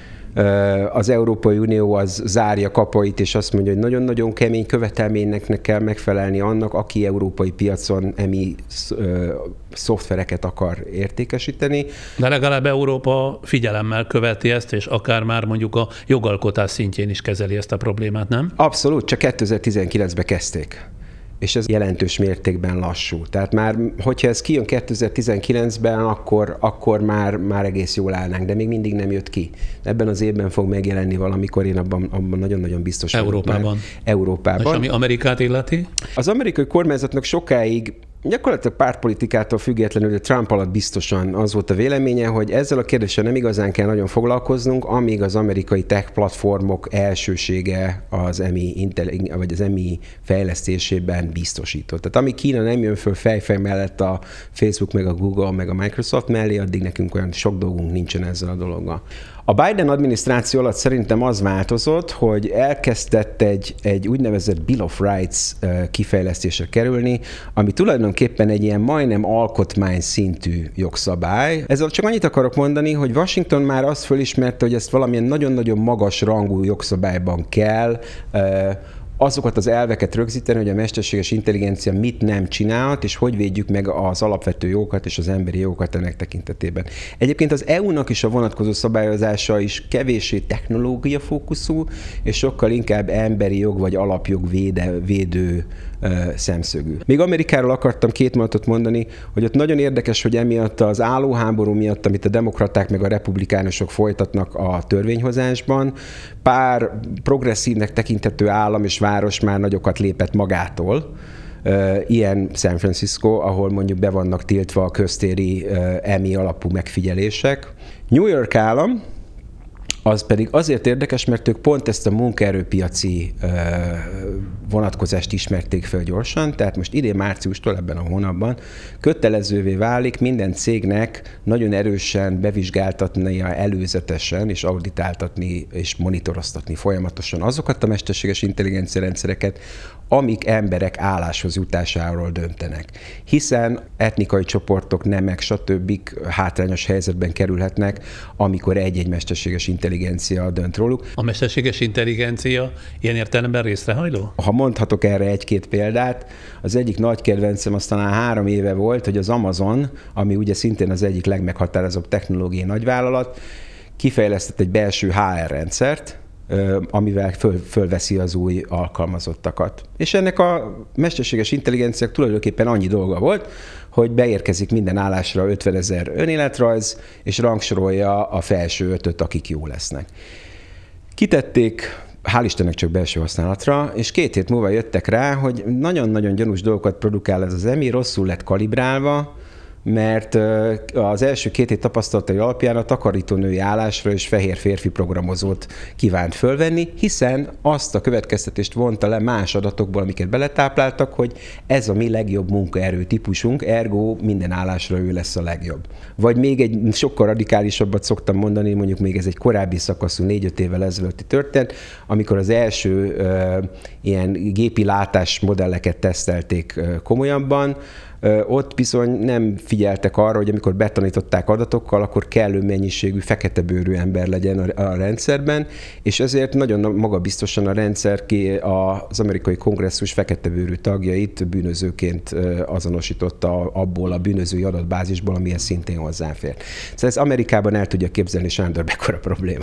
Az Európai Unió az zárja kapait, és azt mondja, hogy nagyon-nagyon kemény követelménynek kell megfelelni annak, aki európai piacon emi szoftvereket akar értékesíteni. De legalább Európa figyelemmel követi ezt, és akár már mondjuk a jogalkotás szintjén is kezeli ezt a problémát, nem? Abszolút, csak kétezer-tizenkilencben kezdték. És ez jelentős mértékben lassú. Tehát már, hogyha ez kijön kétezer-tizenkilencben, akkor, akkor már, már egész jól állnánk, de még mindig nem jött ki. Ebben az évben fog megjelenni valamikor, én abban, abban nagyon-nagyon biztos vagyok. Európában. Európában. És ami Amerikát illeti? Az amerikai kormányzatnak sokáig, gyakorlatilag pártpolitikától függetlenül, de Trump alatt biztosan az volt a véleménye, hogy ezzel a kérdéssel nem igazán kell nagyon foglalkoznunk, amíg az amerikai tech platformok elsősége az emi, vagy az emi fejlesztésében biztosított. Tehát amíg Kína nem jön föl fejfej mellett a Facebook, meg a Google, meg a Microsoft mellé, addig nekünk olyan sok dolgunk nincsen ezzel a dologgal. A Biden adminisztráció alatt szerintem az változott, hogy elkezdett egy, egy úgynevezett Bill of Rights kifejlesztésre kerülni, ami tulajdonképpen egy ilyen majdnem alkotmány szintű jogszabály. Ezzel csak annyit akarok mondani, hogy Washington már azt fölismerte, hogy ezt valamilyen nagyon-nagyon magas rangú jogszabályban kell azokat az elveket rögzíteni, hogy a mesterséges intelligencia mit nem csinálhat, és hogy védjük meg az alapvető jogokat és az emberi jogokat ennek tekintetében. Egyébként az é u-nak is a vonatkozó szabályozása is kevéssé technológia fókuszú, és sokkal inkább emberi jog vagy alapjog véde, védő uh, szemszögű. Még Amerikáról akartam két mondatot mondani, hogy ott nagyon érdekes, hogy emiatt az állóháború miatt, amit a demokraták meg a republikánusok folytatnak a törvényhozásban, pár progresszívnek tekinthető állam és város már nagyokat lépett magától. Ilyen San Francisco, ahol mondjuk be vannak tiltva a köztéri emi alapú megfigyelések. New York állam, az pedig azért érdekes, mert ők pont ezt a munkaerőpiaci ö, vonatkozást ismerték fel gyorsan, tehát most idén márciustól ebben a hónapban kötelezővé válik minden cégnek nagyon erősen bevizsgáltatnia előzetesen, és auditáltatni, és monitoroztatni folyamatosan azokat a mesterséges intelligencia rendszereket, amik emberek álláshoz jutásáról döntenek. Hiszen etnikai csoportok, nemek, stb. Hátrányos helyzetben kerülhetnek, amikor egy-egy mesterséges intelligencia dönt róluk. A mesterséges intelligencia ilyen értelemben részrehajló? Ha mondhatok erre egy-két példát, az egyik nagy kedvencem aztán három éve volt, hogy az Amazon, ami ugye szintén az egyik legmeghatározóbb technológiai nagyvállalat, kifejlesztett egy belső há er rendszert, amivel föl, fölveszi az új alkalmazottakat. És ennek a mesterséges intelligenciák tulajdonképpen annyi dolga volt, hogy beérkezik minden állásra ötvenezer önéletrajz, és rangsorolja a felső ötöt, akik jó lesznek. Kitették, hál' Istennek csak belső használatra, és két hét múlva jöttek rá, hogy nagyon-nagyon gyanús dolgokat produkál ez az emi, rosszul lett kalibrálva, mert az első két hét tapasztalatai alapján a takarítónői állásra és fehér férfi programozót kívánt fölvenni, hiszen azt a következtetést vonta le más adatokból, amiket beletápláltak, hogy ez a mi legjobb munkaerő típusunk, ergo minden állásra ő lesz a legjobb. Vagy még egy sokkal radikálisabbat szoktam mondani, mondjuk még ez egy korábbi szakaszú négy-öt évvel ezelőtti történet, amikor az első uh, ilyen gépi látás modelleket tesztelték uh, komolyabban, ott bizony nem figyeltek arra, hogy amikor betanították adatokkal, akkor kellő mennyiségű feketebőrű ember legyen a, a rendszerben, és ezért nagyon magabiztosan a rendszer ki az amerikai kongresszus feketebőrű tagjait bűnözőként azonosította abból a bűnözői adatbázisból, amihez szintén hozzáfér. Szóval ez Amerikában el tudja képzelni, Sándor, mekkora probléma.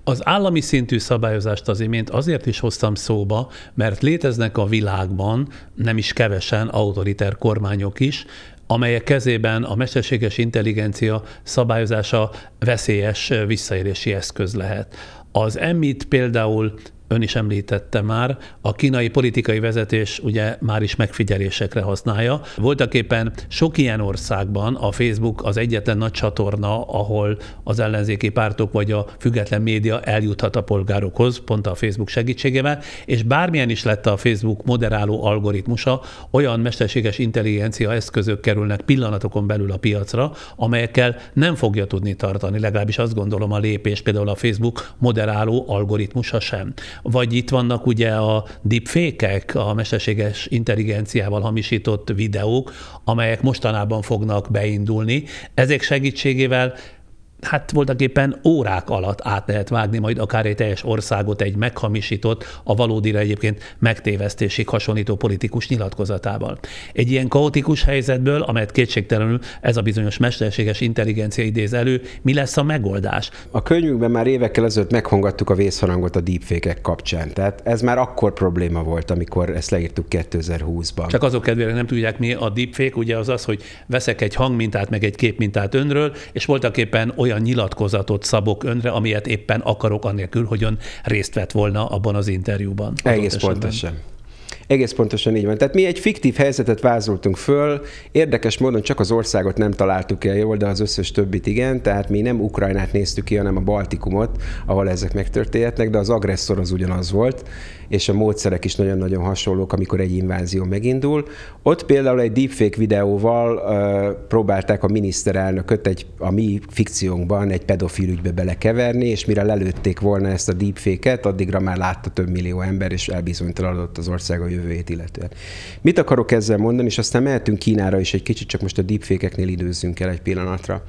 Az állami szintű szabályozást az imént azért is hoztam szóba, mert léteznek a világban nem is kevesen autoriter kormányok is, amelyek kezében a mesterséges intelligencia szabályozása veszélyes visszaélési eszköz lehet. Az emmit például ön is említette már, a kínai politikai vezetés ugye már is megfigyelésekre használja. Voltaképpen sok ilyen országban a Facebook az egyetlen nagy csatorna, ahol az ellenzéki pártok vagy a független média eljuthat a polgárokhoz, pont a Facebook segítségével, és bármilyen is lett a Facebook moderáló algoritmusa, olyan mesterséges intelligencia eszközök kerülnek pillanatokon belül a piacra, amelyekkel nem fogja tudni tartani, legalábbis azt gondolom a lépés, például a Facebook moderáló algoritmusa sem. Vagy itt vannak ugye a deepfake-ek, a mesterséges intelligenciával hamisított videók, amelyek mostanában fognak beindulni. Ezek segítségével hát voltaképpen órák alatt át lehet vágni majd akár egy teljes országot egy meghamisított, a valódira egyébként megtévesztésig hasonlító politikus nyilatkozatával. Egy ilyen kaotikus helyzetből, amelyet kétségtelenül ez a bizonyos mesterséges intelligencia idéz elő, mi lesz a megoldás? A könyvünkben már évekkel ezelőtt meghallgattuk a vészharangot a deepfake-ek kapcsán. Tehát ez már akkor probléma volt, amikor ezt leírtuk kétezer-húszban. Csak azok kedvére nem tudják, mi a deepfake, ugye az az, hogy veszek egy hangmintát, meg egy képmintát önről, és voltaképpen olyan nyilatkozatot szabok önre, amilyet éppen akarok, annélkül, hogy ön részt vett volna abban az interjúban. Egész pontosan. Egész pontosan így van. Tehát mi egy fiktív helyzetet vázoltunk föl, érdekes módon csak az országot nem találtuk el jól, de az összes többit igen, tehát mi nem Ukrajnát néztük ki, hanem a Baltikumot, ahol ezek megtörténhetnek, de az agresszor az ugyanaz volt, és a módszerek is nagyon-nagyon hasonlók, amikor egy invázió megindul. Ott például egy deepfake videóval uh, próbálták a miniszterelnököt egy, a mi fikciónkban egy pedofil ügybe belekeverni, és mire lelőtték volna ezt a deepfake-et, addigra már látta több millió ember, és elbizonytalanodott az ország a jövőjét illetően. Mit akarok ezzel mondani, és aztán mehetünk Kínára is egy kicsit, csak most a deepfake-eknél időzzünk el egy pillanatra.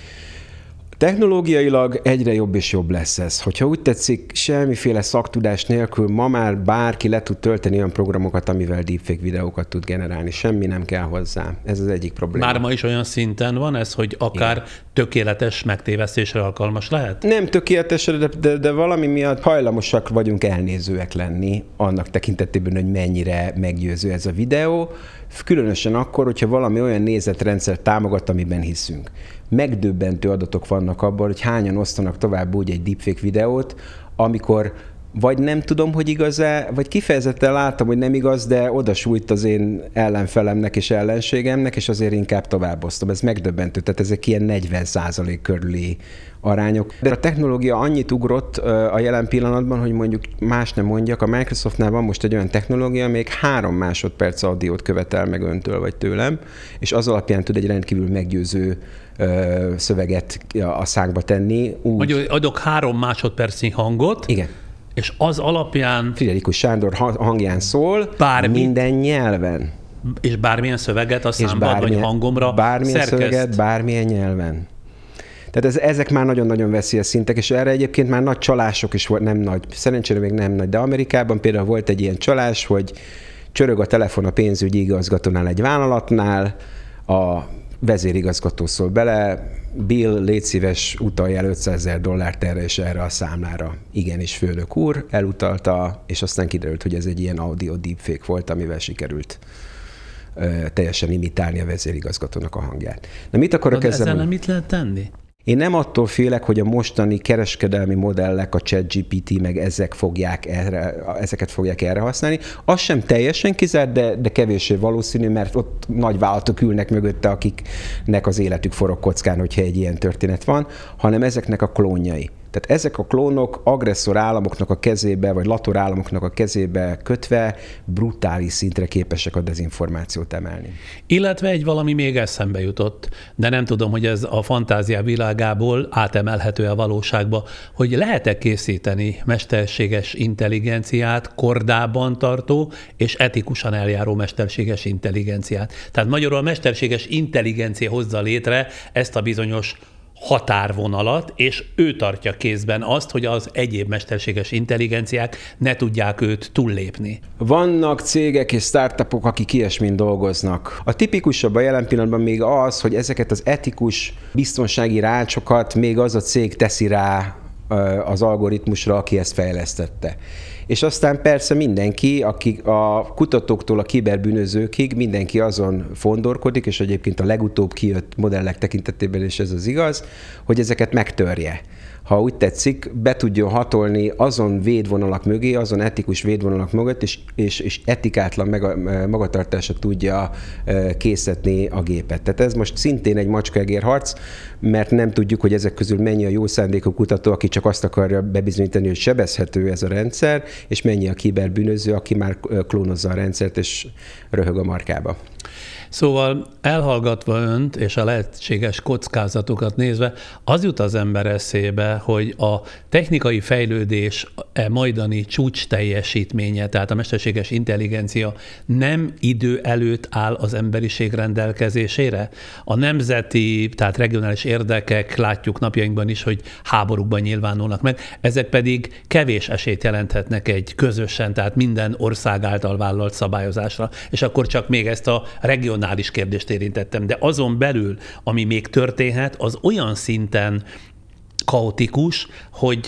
Technológiailag egyre jobb és jobb lesz ez. Hogyha úgy tetszik, semmiféle szaktudás nélkül ma már bárki le tud tölteni olyan programokat, amivel deepfake videókat tud generálni. Semmi nem kell hozzá. Ez az egyik probléma. Már ma is olyan szinten van ez, hogy akár igen, tökéletes megtévesztésre alkalmas lehet? Nem tökéletesre, de, de, de valami miatt hajlamosak vagyunk elnézőek lenni annak tekintetében, hogy mennyire meggyőző ez a videó. Különösen akkor, hogyha valami olyan nézetrendszer támogat, amiben hiszünk. Megdöbbentő adatok vannak abban, hogy hányan osztanak tovább úgy egy deepfake videót, amikor vagy nem tudom, hogy igaz-e, vagy kifejezetten láttam, hogy nem igaz, de odasújt az én ellenfelemnek és ellenségemnek, és azért inkább továbbosztom. Ez megdöbbentő, tehát ezek ilyen negyven százalék körüli arányok. De a technológia annyit ugrott a jelen pillanatban, hogy mondjuk más nem mondjak, a Microsoftnál van most egy olyan technológia, még három másodperc audiót követel meg öntől vagy tőlem, és az alapján tud egy rendkívül meggyőző szöveget a szánkba tenni. Úgy... Hogy adok három másodpercnyi hangot, igen, és az alapján... Friderikus Sándor hangján szól, bármi, minden nyelven. És bármilyen szöveget a számban vagy hangomra bármilyen szerkeszt. szöveget, bármilyen nyelven. Tehát ez, ezek már nagyon-nagyon veszélyes szintek, és erre egyébként már nagy csalások is volt, nem nagy, szerencsére még nem nagy, de Amerikában például volt egy ilyen csalás, hogy csörög a telefon a pénzügyi igazgatónál egy vállalatnál, a vezérigazgató szól bele, Bill, légy szíves, utalj el ötszázezer dollárt erre és erre a számlára. Igenis, főnök úr, elutalta, és aztán kiderült, hogy ez egy ilyen audio deepfake volt, amivel sikerült ö, teljesen imitálni a vezérigazgatónak a hangját. Na mit akarok de ezzel? Ezzel nem mit lehet tenni? Én nem attól félek, hogy a mostani kereskedelmi modellek, a ChatGPT, meg ezek fogják erre, ezeket fogják erre használni. Az sem teljesen kizárt, de, de kevéssé valószínű, mert ott nagy vállalatok ülnek mögötte, akiknek az életük forog kockán, hogyha egy ilyen történet van, hanem ezeknek a klónjai. Tehát ezek a klónok agresszor államoknak a kezébe, vagy lator államoknak a kezébe kötve brutális szintre képesek a dezinformációt emelni. Illetve egy valami még eszembe jutott, de nem tudom, hogy ez a fantázia világából átemelhető a valóságba, hogy lehet-e készíteni mesterséges intelligenciát, kordában tartó és etikusan eljáró mesterséges intelligenciát. Tehát magyarul a mesterséges intelligencia hozza létre ezt a bizonyos határvonalat, és ő tartja kézben azt, hogy az egyéb mesterséges intelligenciák ne tudják őt túllépni. Vannak cégek és startupok, akik ilyesmin dolgoznak. A tipikusabb a jelen pillanatban még az, hogy ezeket az etikus biztonsági rácsokat még az a cég teszi rá az algoritmusra, aki ezt fejlesztette. És aztán persze mindenki, aki a kutatóktól a kiberbűnözőkig, mindenki azon fondorkodik, és egyébként a legutóbb kijött modellek tekintetében is ez az igaz, hogy ezeket megtörje. Ha úgy tetszik, be tudjon hatolni azon védvonalak mögé, azon etikus védvonalak mögött, és, és, és etikátlan magatartásra tudja készíteni a gépet. Tehát ez most szintén egy macskaegér harc, mert nem tudjuk, hogy ezek közül mennyi a jó szándékú kutató, aki csak azt akarja bebizonyítani, hogy sebezhető ez a rendszer, és mennyi a kiberbűnöző, aki már klónozza a rendszert, és röhög a markába. Szóval elhallgatva önt és a lehetséges kockázatokat nézve, az jut az ember eszébe, hogy a technikai fejlődés e majdani csúcs teljesítménye, tehát a mesterséges intelligencia nem idő előtt áll az emberiség rendelkezésére? A nemzeti, tehát regionális érdekek, látjuk napjainkban is, hogy háborúkban nyilvánulnak meg, ezek pedig kevés esélyt jelenthetnek egy közösen, tehát minden ország által vállalt szabályozásra, és akkor csak még ezt a regionális kérdést érintettem, de azon belül, ami még történhet, az olyan szinten kaotikus, hogy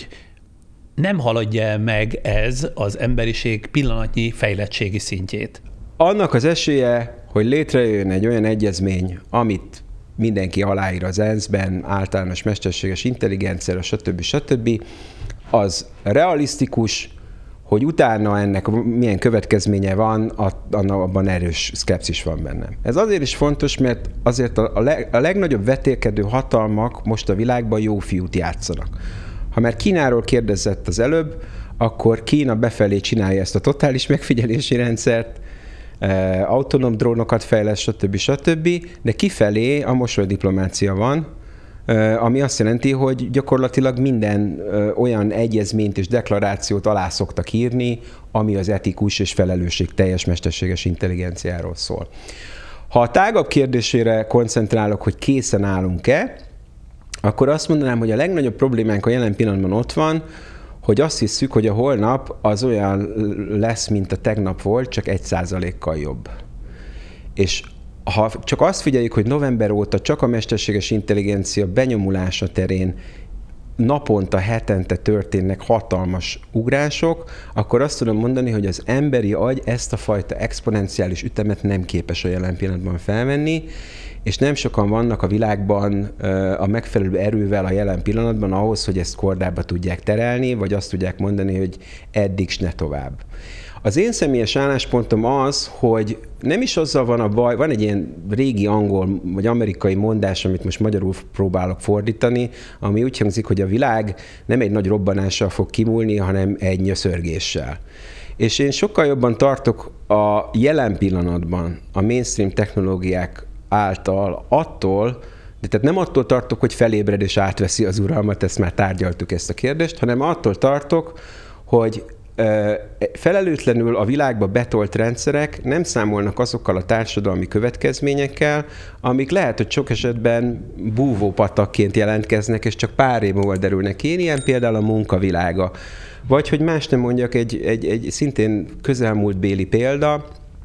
nem haladja meg ez az emberiség pillanatnyi fejlettségi szintjét. Annak az esélye, hogy létrejön egy olyan egyezmény, amit mindenki aláír az e en es ben, általános mesterséges intelligencia, stb. stb., az realisztikus, hogy utána ennek milyen következménye van, abban erős szkepszis van bennem. Ez azért is fontos, mert azért a, leg, a legnagyobb vetélkedő hatalmak most a világban jó fiút játszanak. Ha már Kínáról kérdezett az előbb, akkor Kína befelé csinálja ezt a totális megfigyelési rendszert, eh, autonóm drónokat fejleszt, stb. stb., de kifelé a mosolydiplomácia van, ami azt jelenti, hogy gyakorlatilag minden olyan egyezményt és deklarációt alá szoktak írni, ami az etikus és felelősségteljes mesterséges intelligenciáról szól. Ha a tágabb kérdésére koncentrálok, hogy készen állunk-e, akkor azt mondanám, hogy a legnagyobb problémánk a jelen pillanatban ott van, hogy azt hiszük, hogy a holnap az olyan lesz, mint a tegnap volt, csak egy százalékkal jobb. És ha csak azt figyeljük, hogy november óta csak a mesterséges intelligencia benyomulása terén naponta, hetente történnek hatalmas ugrások, akkor azt tudom mondani, hogy az emberi agy ezt a fajta exponenciális ütemet nem képes a jelen pillanatban felvenni, és nem sokan vannak a világban a megfelelő erővel a jelen pillanatban ahhoz, hogy ezt kordába tudják terelni, vagy azt tudják mondani, hogy eddig s ne tovább. Az én személyes álláspontom az, hogy nem is azzal van a baj, van egy ilyen régi angol vagy amerikai mondás, amit most magyarul próbálok fordítani, ami úgy hangzik, hogy a világ nem egy nagy robbanással fog kimúlni, hanem egy nyöszörgéssel. És én sokkal jobban tartok a jelen pillanatban a mainstream technológiák által attól, de tehát nem attól tartok, hogy felébred és átveszi az uralmat, ezt már tárgyaltuk ezt a kérdést, hanem attól tartok, hogy felelőtlenül a világba betolt rendszerek nem számolnak azokkal a társadalmi következményekkel, amik lehet, hogy sok esetben búvópatakként jelentkeznek, és csak pár év múlva derülnek ki, ilyen például a munkavilága. Vagy, hogy más nem mondjak, egy, egy, egy szintén közelmúltbéli példa,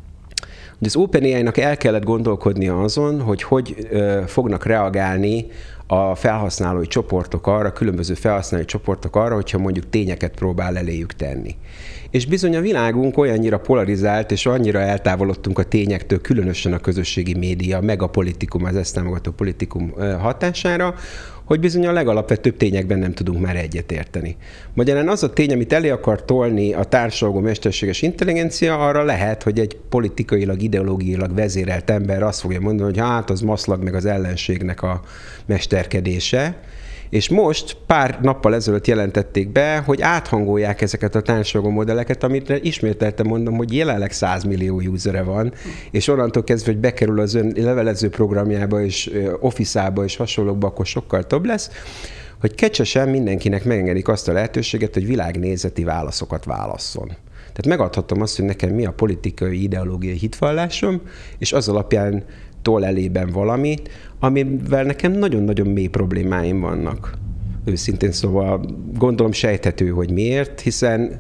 hogy az OpenAI-nak el kellett gondolkodnia azon, hogy hogy fognak reagálni a felhasználói csoportok arra, különböző felhasználói csoportok arra, hogyha mondjuk tényeket próbál eléjük tenni. És bizony a világunk olyannyira polarizált, és annyira eltávolodtunk a tényektől, különösen a közösségi média, meg a politikum, az ezt támogató politikum hatására, hogy bizony a legalapvetőbb tényekben nem tudunk már egyetérteni. Magyarán az a tény, amit elé akar tolni a társalgó mesterséges intelligencia, arra lehet, hogy egy politikailag, ideológiailag vezérelt ember azt fogja mondani, hogy hát az maszlag meg az ellenségnek a mesterkedése, és most pár nappal ezelőtt jelentették be, hogy áthangolják ezeket a társadalmi modelleket, amit ismételten mondom, hogy jelenleg száz millió usere van, és onnantól kezdve, hogy bekerül az ön levelező programjába és Office-ába és hasonlókba, akkor sokkal több lesz, hogy kecsesen mindenkinek megengedik azt a lehetőséget, hogy világnézeti válaszokat válasszon. Tehát megadhatom azt, hogy nekem mi a politikai, ideológiai hitvallásom, és az alapján tol elében valamit, amivel nekem nagyon-nagyon mély problémáim vannak. Őszintén szóval gondolom sejthető, hogy miért, hiszen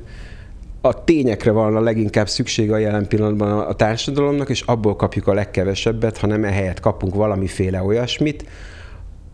a tényekre van a leginkább szüksége a jelen pillanatban a társadalomnak, és abból kapjuk a legkevesebbet, hanem ehelyett kapunk valamiféle olyasmit,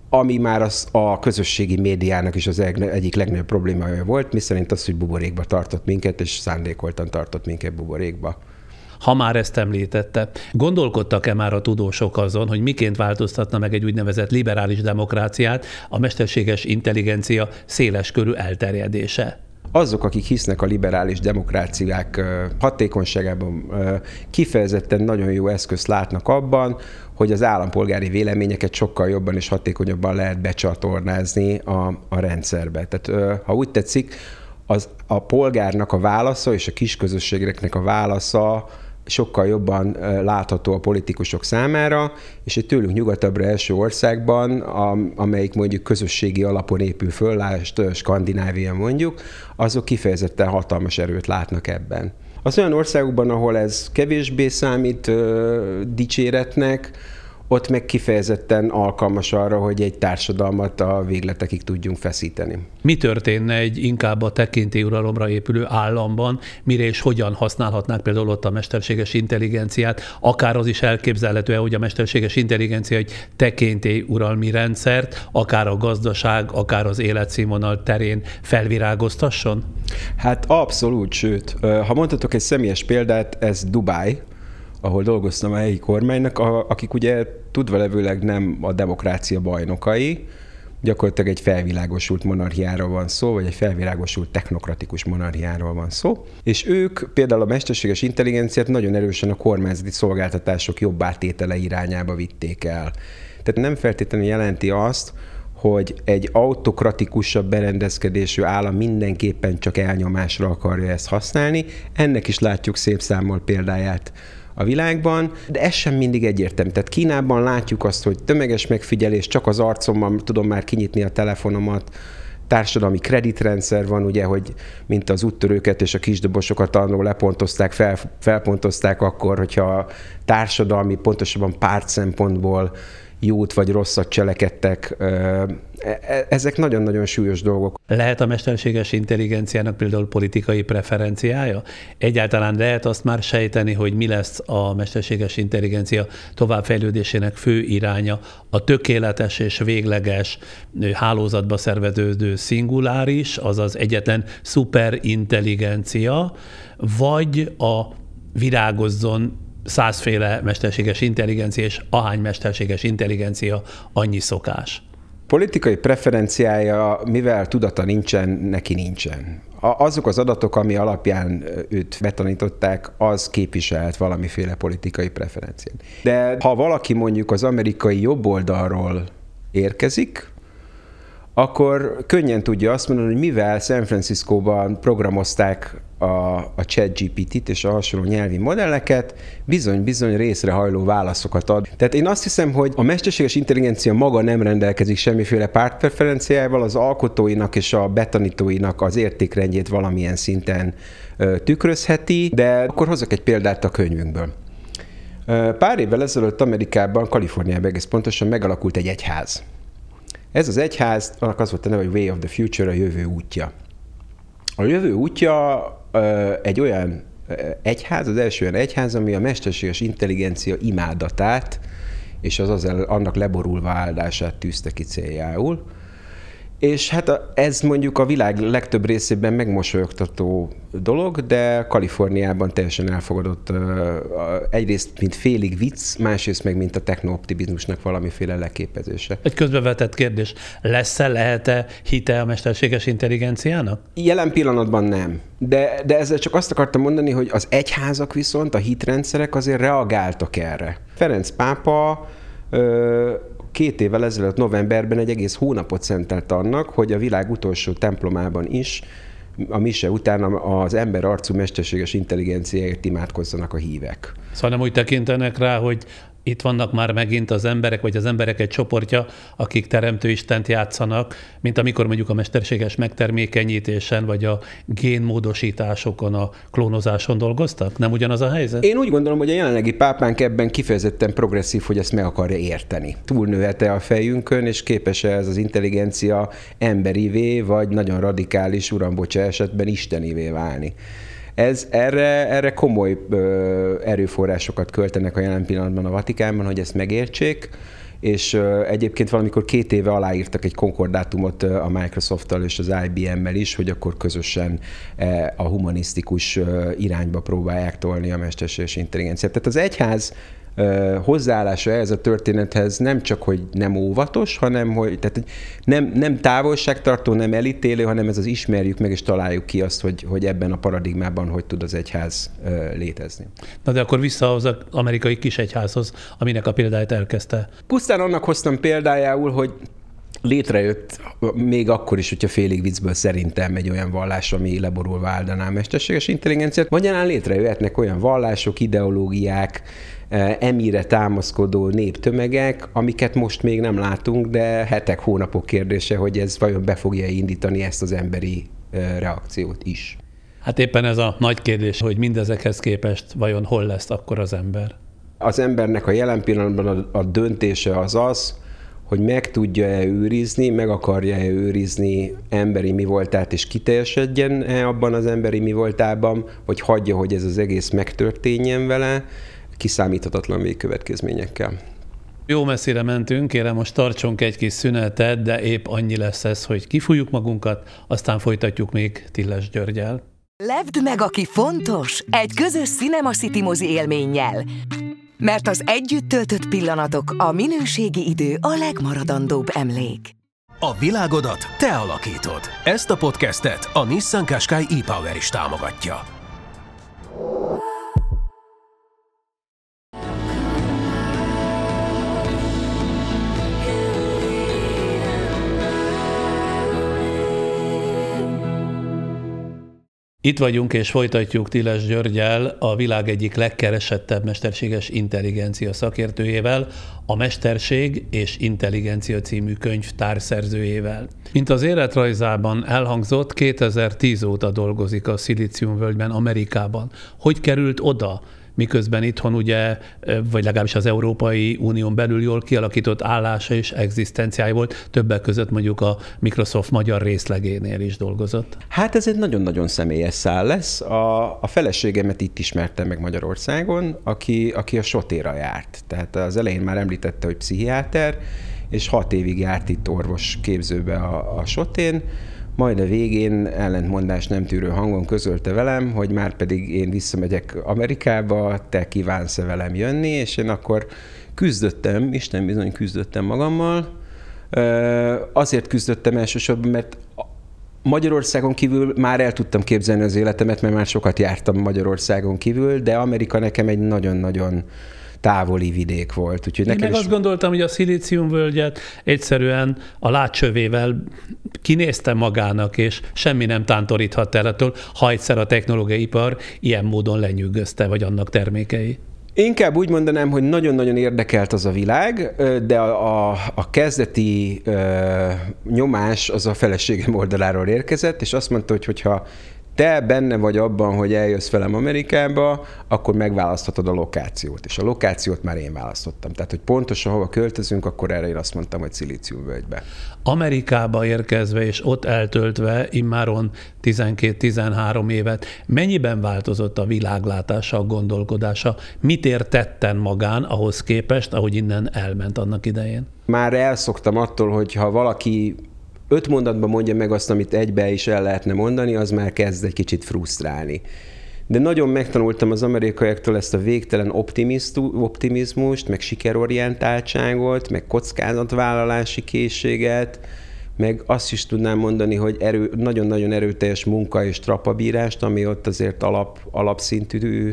ami már az a közösségi médiának is az egyik legnagyobb problémája volt, miszerint az, hogy buborékba tartott minket, és szándékoltan tartott minket buborékba. Ha már ezt említette, gondolkodtak-e már a tudósok azon, hogy miként változtatna meg egy úgynevezett liberális demokráciát a mesterséges intelligencia széles körű elterjedése? Azok, akik hisznek a liberális demokráciák hatékonyságában, kifejezetten nagyon jó eszközt látnak abban, hogy az állampolgári véleményeket sokkal jobban és hatékonyabban lehet becsatornázni a, a rendszerbe. Tehát ha úgy tetszik, az a polgárnak a válasza és a kisközösségeknek a válasza sokkal jobban látható a politikusok számára, és egy tőlünk nyugatabbra első országban, amelyik mondjuk közösségi alapon épül föl, lásd Skandinávia mondjuk, azok kifejezetten hatalmas erőt látnak ebben. Az olyan országokban, ahol ez kevésbé számít ö, dicséretnek, ott meg kifejezetten alkalmas arra, hogy egy társadalmat a végletekig tudjunk feszíteni. Mi történne egy inkább a tekintélyuralomra épülő államban, mire és hogyan használhatnák például ott a mesterséges intelligenciát, akár az is elképzelhető, hogy a mesterséges intelligencia egy tekintélyuralmi rendszert, akár a gazdaság, akár az életszínvonal terén felvirágoztasson? Hát abszolút, sőt, ha mondhatok egy személyes példát, ez Dubáj, ahol dolgoztam a helyi kormánynak, akik ugye tudva levőleg nem a demokrácia bajnokai, gyakorlatilag egy felvilágosult monarchiáról van szó, vagy egy felvilágosult technokratikus monarchiáról van szó, és ők például a mesterséges intelligenciát nagyon erősen a kormányzati szolgáltatások jobb átétele irányába vitték el. Tehát nem feltétlenül jelenti azt, hogy egy autokratikusabb berendezkedésű állam mindenképpen csak elnyomásra akarja ezt használni. Ennek is látjuk szép számmal példáját a világban, de ez sem mindig egyértelmű. Tehát Kínában látjuk azt, hogy tömeges megfigyelés, csak az arcommal tudom már kinyitni a telefonomat, társadalmi kreditrendszer van, ugye, hogy mint az úttörőket és a kisdobosokat annól lepontozták, fel, felpontozták akkor, hogyha társadalmi, pontosabban párt szempontból jót vagy rosszat cselekedtek. Ezek nagyon-nagyon súlyos dolgok. Lehet a mesterséges intelligenciának például politikai preferenciája? Egyáltalán lehet azt már sejteni, hogy mi lesz a mesterséges intelligencia továbbfejlődésének fő iránya, a tökéletes és végleges hálózatba szerveződő szinguláris, azaz egyetlen szuperintelligencia, vagy a virágozzon százféle mesterséges intelligencia, és ahány mesterséges intelligencia, annyi szokás. Politikai preferenciája, mivel tudata nincsen, neki nincsen. Azok az adatok, ami alapján őt betanították, az képviselt valamiféle politikai preferenciát. De ha valaki mondjuk az amerikai jobb oldalról érkezik, akkor könnyen tudja azt mondani, hogy mivel San Franciscóban programozták a, a ChatGPT-t és a hasonló nyelvi modelleket, bizony-bizony részrehajló válaszokat ad. Tehát én azt hiszem, hogy a mesterséges intelligencia maga nem rendelkezik semmiféle pártpreferenciájával, az alkotóinak és a betanítóinak az értékrendjét valamilyen szinten ö, tükrözheti, de akkor hozok egy példát a könyvünkből. Pár évvel ezelőtt Amerikában, Kaliforniában egész pontosan megalakult egy egyház. Ez az egyház, annak az volt a neve, hogy Way of the Future, a jövő útja. A jövő útja ö, egy olyan egyház, az első olyan egyház, ami a mesterséges intelligencia imádatát és az, az annak leborulva áldását tűzte ki céljául. És hát ez mondjuk a világ legtöbb részében megmosolyogtató dolog, de Kaliforniában teljesen elfogadott egyrészt, mint félig vicc, másrészt meg, mint a techno-optimizmusnak valamiféle leképezése. Egy közbevetett kérdés. Lesz-e, lehet-e hite a mesterséges intelligenciának? Jelen pillanatban nem. De, de ezzel csak azt akartam mondani, hogy az egyházak viszont, a hitrendszerek azért reagáltak erre. Ferenc pápa ö, két évvel ezelőtt novemberben egy egész hónapot szentelt annak, hogy a világ utolsó templomában is a mise után az ember arcú mesterséges intelligenciáért imádkozzanak a hívek. Szóval nem úgy tekintenek rá, hogy itt vannak már megint az emberek, vagy az emberek egy csoportja, akik Teremtő Istent játszanak, mint amikor mondjuk a mesterséges megtermékenyítésen, vagy a génmódosításokon, a klónozáson dolgoztak? Nem ugyanaz a helyzet? Én úgy gondolom, hogy a jelenlegi pápánk ebben kifejezetten progresszív, hogy ezt meg akarja érteni. Túlnőhet-e a fejünkön, és képes-e ez az intelligencia emberivé, vagy nagyon radikális, urambocsa esetben istenivé válni. Ez, erre, erre komoly ö, erőforrásokat költenek a jelen pillanatban a Vatikánban, hogy ezt megértsék, és egyébként valamikor két éve aláírtak egy konkordátumot a Microsofttal és az I B M-mel is, hogy akkor közösen a humanisztikus irányba próbálják tolni a mesterséges intelligenciát. Tehát az egyház hozzáállása ehhez a történethez nem csak, hogy nem óvatos, hanem hogy tehát nem, nem távolságtartó, nem elítélő, hanem ez az ismerjük meg és találjuk ki azt, hogy, hogy ebben a paradigmában hogy tud az egyház létezni. Na de akkor vissza az amerikai kisegyházhoz, aminek a példáját elkezdte. Pusztán annak hoztam példájául, hogy létrejött még akkor is, hogyha félig viccből szerintem egy olyan vallás, ami leborulva áldaná a mesterséges intelligenciát. Magyarán létrejöhetnek olyan vallások, ideológiák, emire támaszkodó néptömegek, amiket most még nem látunk, de hetek, hónapok kérdése, hogy ez vajon be fogja indítani ezt az emberi reakciót is. Hát éppen ez a nagy kérdés, hogy mindezekhez képest vajon hol lesz akkor az ember? Az embernek a jelen pillanatban a, a döntése az az, hogy meg tudja-e őrizni, meg akarja-e őrizni emberi mi voltát, és kiteljesedjen-e abban az emberi mi voltában, vagy hagyja, hogy ez az egész megtörténjen vele, kiszámíthatatlan végkövetkezményekkel. Jó messzire mentünk, kérem, most tartsunk egy kis szünetet, de épp annyi lesz ez, hogy kifújjuk magunkat, aztán folytatjuk még Tilles Györggyel. Lepd meg, aki fontos, egy közös Cinema City mozi élménnyel. Mert az együtt töltött pillanatok, a minőségi idő a legmaradandóbb emlék. A világodat te alakítod. Ezt a podcastet a Nissan Qashqai e-Power is támogatja. Itt vagyunk és folytatjuk Tilles Györggyel, a világ egyik legkeresettebb mesterséges intelligencia szakértőjével, a Mesterség és Intelligencia című könyv társzerzőjével. Mint az életrajzában elhangzott, kétezer-tíz óta dolgozik a Szilíciumvölgyben, Amerikában. Hogy került oda? Miközben itthon ugye, vagy legalábbis az Európai Unión belül jól kialakított állása és egzisztenciája volt, többek között mondjuk a Microsoft magyar részlegénél is dolgozott. Hát ez egy nagyon-nagyon személyes szál lesz. A, a feleségemet itt ismertem meg Magyarországon, aki, aki a Sotéra járt. Tehát az elején már említette, hogy pszichiáter, és hat évig járt itt orvos képzőbe a, a Sotén, majd a végén ellentmondás nem tűrő hangon közölte velem, hogy már pedig én visszamegyek Amerikába, te kívánsz-e velem jönni, és én akkor küzdöttem, Isten bizony küzdöttem magammal. Azért küzdöttem elsősorban, mert Magyarországon kívül már el tudtam képzelni az életemet, mert már sokat jártam Magyarországon kívül, de Amerika nekem egy nagyon-nagyon távoli vidék volt. Úgyhogy Én nekem meg is... azt gondoltam, hogy a Szilíciumvölgyet egyszerűen a látcsövével kinézte magának, és semmi nem tántoríthatta el ettől, ha egyszer a technológiai ipar ilyen módon lenyűgözte, vagy annak termékei. Inkább úgy mondanám, hogy nagyon-nagyon érdekelt az a világ, de a, a, a kezdeti ö, nyomás az a feleségem oldaláról érkezett, és azt mondta, hogy hogyha te benne vagy abban, hogy eljössz velem Amerikába, akkor megválaszthatod a lokációt. És a lokációt már én választottam. Tehát, hogy pontosan hova költözünk, akkor erre én azt mondtam, hogy Szilíciumvölgybe. Amerikába érkezve és ott eltöltve immáron tizenkét-tizenhárom évet, mennyiben változott a világlátása, a gondolkodása? Mit ért tetten magán ahhoz képest, ahogy innen elment annak idején? Már elszoktam attól, hogy ha valaki öt mondatban mondja meg azt, amit egybe is el lehetne mondani, az már kezd egy kicsit frusztrálni. De nagyon megtanultam az amerikaiaktól ezt a végtelen optimizmust, meg sikerorientáltságot, meg kockázatvállalási készséget, meg azt is tudnám mondani, hogy erő, nagyon-nagyon erőteljes munka és trapabírást, ami ott azért alap, alapszintű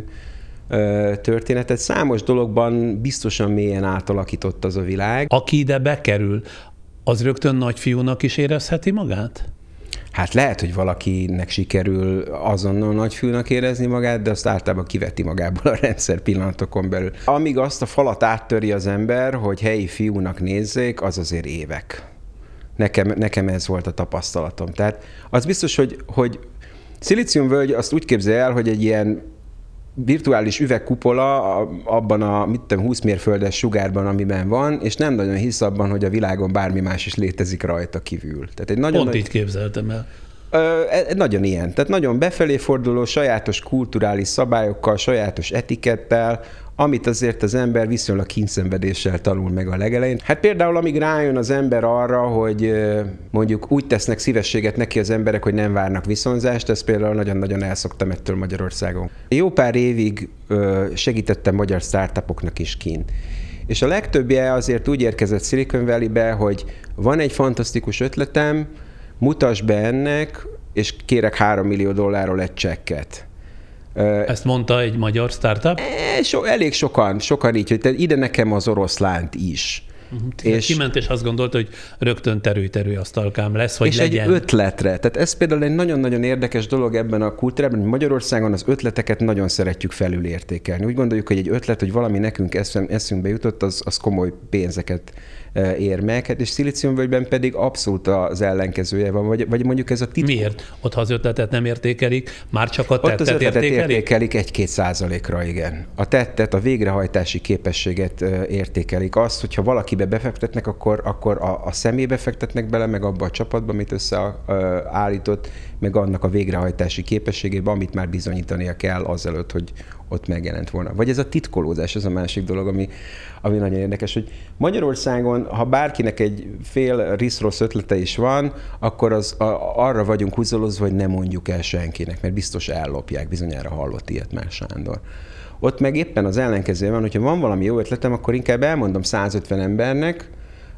ö, történetet. Számos dologban biztosan mélyen átalakított az a világ. Aki ide bekerül, az rögtön nagyfiúnak is érezheti magát? Hát lehet, hogy valakinek sikerül azonnal nagyfiúnak érezni magát, de azt általában kiveti magából a rendszer pillanatokon belül. Amíg azt a falat áttöri az ember, hogy helyi fiúnak nézzék, az azért évek. Nekem, nekem ez volt a tapasztalatom. Tehát az biztos, hogy, hogy Szilíciumvölgy azt úgy képzelje el, hogy egy ilyen virtuális üvegkupola abban a mit tudom, húsz mérföldes sugárban, amiben van, és nem nagyon hisz abban, hogy a világon bármi más is létezik rajta kívül. Tehát egy nagyon Pont nagy... így képzeltem el. Ö, nagyon ilyen. Tehát nagyon befelé forduló, sajátos kulturális szabályokkal, sajátos etikettel, amit azért az ember viszonylag kényszenvedéssel tanul meg a legelején. Hát például amíg rájön az ember arra, hogy mondjuk úgy tesznek szívességet neki az emberek, hogy nem várnak viszonzást, ezt például nagyon-nagyon elszoktam ettől Magyarországon. Jó pár évig segítettem magyar startupoknak is kint. És a legtöbbje azért úgy érkezett Silicon Valley-be, hogy van egy fantasztikus ötletem, mutasd be ennek, és kérek három millió dollárról egy csekket. Ezt mondta egy magyar startup? So, elég sokan, sokan így, hogy te ide nekem az oroszlánt is. Uh-huh. És kiment, és azt gondolta, hogy rögtön terő-terő asztalkám lesz, vagy és legyen. egy ötletre. Tehát ez például egy nagyon-nagyon érdekes dolog ebben a kultúrában, hogy Magyarországon az ötleteket nagyon szeretjük felülértékelni. Úgy gondoljuk, hogy egy ötlet, hogy valami nekünk eszem, eszünkbe jutott, az, az komoly pénzeket ér meg, és Szilíciumvölgyben pedig abszolút az ellenkezője van, vagy, vagy mondjuk ez a titkos. Miért? Ott, ha az ötletet nem értékelik, már csak a tettet Ott az ötletet értékelik? értékelik egy-két százalékra, igen. A tettet, a végrehajtási képességet értékelik. Azt, hogyha valakibe befektetnek, akkor, akkor a, a szemébe fektetnek bele, meg abba a csapatba, amit összeállított, meg annak a végrehajtási képességébe, amit már bizonyítania kell azelőtt, hogy ott megjelent volna. Vagy ez a titkolózás, ez a másik dolog, ami, ami nagyon érdekes, hogy Magyarországon, ha bárkinek egy fél risz-rossz ötlete is van, akkor az, a, arra vagyunk húzolozva, hogy ne mondjuk el senkinek, mert biztos ellopják, bizonyára hallott ilyet már Sándor. Ott meg éppen az ellenkező van, hogyha van valami jó ötletem, akkor inkább elmondom százötven embernek,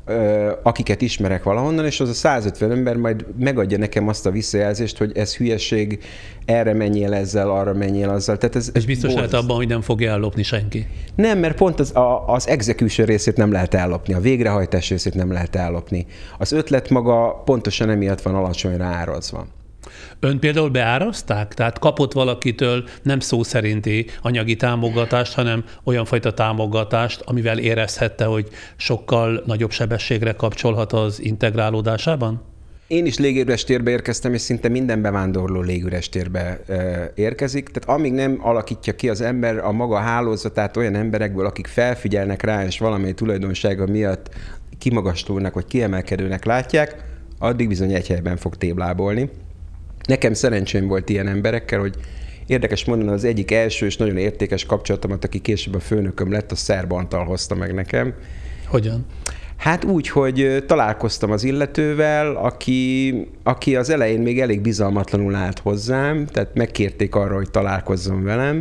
akiket ismerek valahonnan, és az a százötven ember majd megadja nekem azt a visszajelzést, hogy ez hülyeség, erre menjél ezzel, arra menjél azzal. Tehát ez, és biztos lehet abban, hogy nem fogja ellopni senki. Nem, mert pont az, a, az execution részét nem lehet ellopni, a végrehajtás részét nem lehet ellopni. Az ötlet maga pontosan emiatt van alacsonyra árazva. Ön például beárazták? Tehát kapott valakitől nem szó szerinti anyagi támogatást, hanem olyan fajta támogatást, amivel érezhette, hogy sokkal nagyobb sebességre kapcsolhat az integrálódásában? Én is légüres térbe érkeztem, és szinte minden bevándorló légüres térbe érkezik. Tehát amíg nem alakítja ki az ember a maga hálózatát olyan emberekből, akik felfigyelnek rá, és valamely tulajdonsága miatt kimagaslónak vagy kiemelkedőnek látják, addig bizony egy helyben fog téblábolni. Nekem szerencsém volt ilyen emberekkel, hogy érdekes mondani, az egyik első és nagyon értékes kapcsolatomat, aki később a főnököm lett, a Szerb Antal hozta meg nekem. Hogyan? Hát úgy, hogy találkoztam az illetővel, aki, aki az elején még elég bizalmatlanul állt hozzám, tehát megkérték arra, hogy találkozzon velem,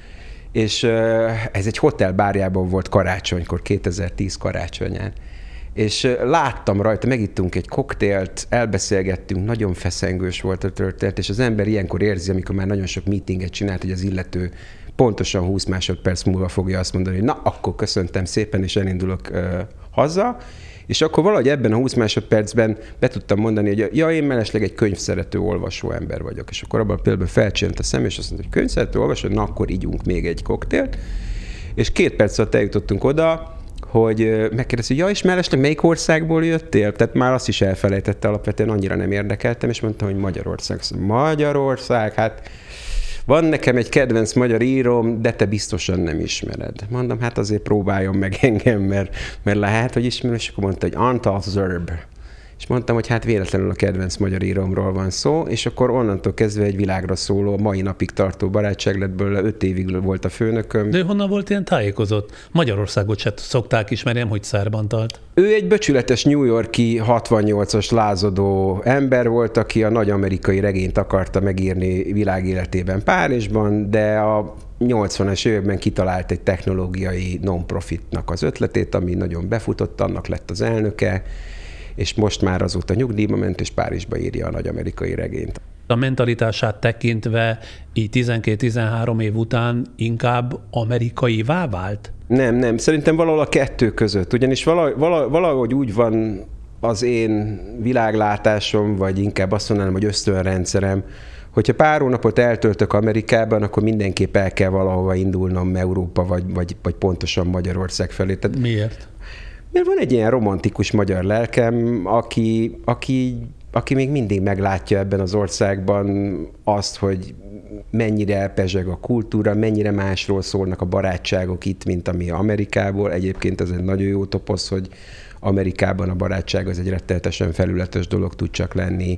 és ez egy hotel bárjában volt karácsonykor, kétezer-tíz karácsonyán. És láttam rajta, megittunk egy koktélt, elbeszélgettünk, nagyon feszengős volt a történet, és az ember ilyenkor érzi, amikor már nagyon sok meetinget csinált, hogy az illető pontosan húsz másodperc múlva fogja azt mondani, hogy na, akkor köszöntem szépen, és elindulok uh, haza, és akkor valahogy ebben a húsz másodpercben be tudtam mondani, hogy ja, én mellesleg egy könyvszerető olvasó ember vagyok. És akkor abban például felcsillant a szem, és azt mondta, hogy könyvszerető olvasó, na akkor ígyunk még egy koktélt, és két perc alatt eljutottunk oda, hogy megkérdezi, hogy ja, és mellesleg melyik országból jöttél? Tehát már azt is elfelejtette, alapvetően annyira nem érdekeltem, és mondtam, hogy Magyarország. Magyarország, hát van nekem egy kedvenc magyar íróm, de te biztosan nem ismered. Mondom, hát azért próbáljon meg engem, mert, mert lehet, hogy ismerem, és akkor mondta, hogy Antal Zörb. És mondtam, hogy hát véletlenül a kedvenc magyar írómról van szó, és akkor onnantól kezdve egy világra szóló, mai napig tartó barátság lett belőle, öt évig volt a főnököm. De honnan volt ilyen tájékozott? Magyarországot se szokták ismerjem, hogy Szerb Antalt. Ő egy becsületes New York-i hatvannyolcas lázadó ember volt, aki a nagy amerikai regényt akarta megírni világéletében Párizsban, de a nyolcvanas években kitalált egy technológiai non-profitnak az ötletét, ami nagyon befutott, annak lett az elnöke, és most már azóta nyugdíjba ment, és Párizsba írja a nagy amerikai regényt. A mentalitását tekintve így tizenkét-tizenhárom év után inkább amerikaivá vált? Nem, nem. Szerintem valahol a kettő között. Ugyanis valahogy, valahogy úgy van az én világlátásom, vagy inkább azt mondanám, hogy ösztönrendszerem, hogyha pár hónapot eltöltök Amerikában, akkor mindenképp el kell valahova indulnom Európa, vagy, vagy, vagy pontosan Magyarország felé. Tehát miért? Mert van egy ilyen romantikus magyar lelkem, aki, aki, aki még mindig meglátja ebben az országban azt, hogy mennyire pezseg a kultúra, mennyire másról szólnak a barátságok itt, mint ami Amerikából. Egyébként ez egy nagyon jó toposz, hogy Amerikában a barátság az egy rettenetesen felületes dolog tud csak lenni,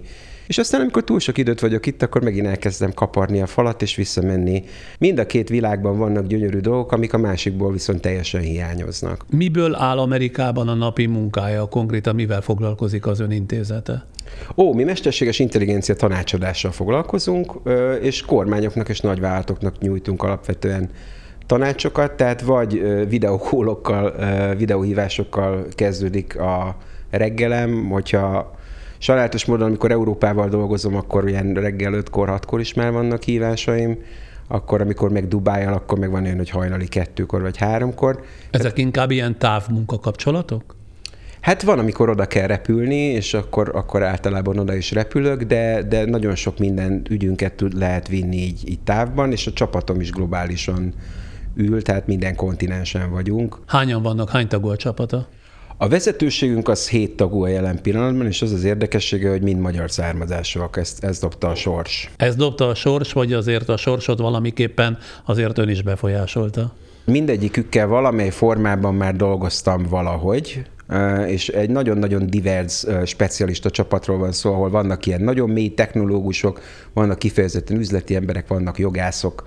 És aztán, amikor túl sok időt vagyok itt, akkor megint elkezdem kaparni a falat, és visszamenni. Mind a két világban vannak gyönyörű dolgok, amik a másikból viszont teljesen hiányoznak. Miből áll Amerikában a napi munkája? Konkrétan mivel foglalkozik az ön intézete? Ó, mi mesterséges intelligencia tanácsadással foglalkozunk, és kormányoknak és nagyvállalatoknak nyújtunk alapvetően tanácsokat, tehát vagy videókólokkal, videóhívásokkal kezdődik a reggelem, hogyha sajnálatos módon, amikor Európával dolgozom, akkor ilyen reggel ötkor, hatkor is már vannak hívásaim, akkor amikor meg Dubájjal, akkor meg van olyan, hogy hajnali kettőkor vagy háromkor. Ezek Tehát, inkább ilyen távmunkakapcsolatok? Hát van, amikor oda kell repülni, és akkor, akkor általában oda is repülök, de, de nagyon sok minden ügyünket tud, lehet vinni így, így távban, és a csapatom is globálisan ül, tehát minden kontinensen vagyunk. Hányan vannak, hány tagú a csapata? A vezetőségünk az hét tagú a jelen pillanatban, és az az érdekessége, hogy mind magyar származásúak, ezt, ezt dobta a sors. Ez dobta a sors, vagy azért a sorsot valamiképpen azért ön is befolyásolta? Mindegyikükkel valamely formában már dolgoztam valahogy, és egy nagyon-nagyon divers specialista csapatról van szó, ahol vannak ilyen nagyon mély technológusok, vannak kifejezetten üzleti emberek, vannak jogászok,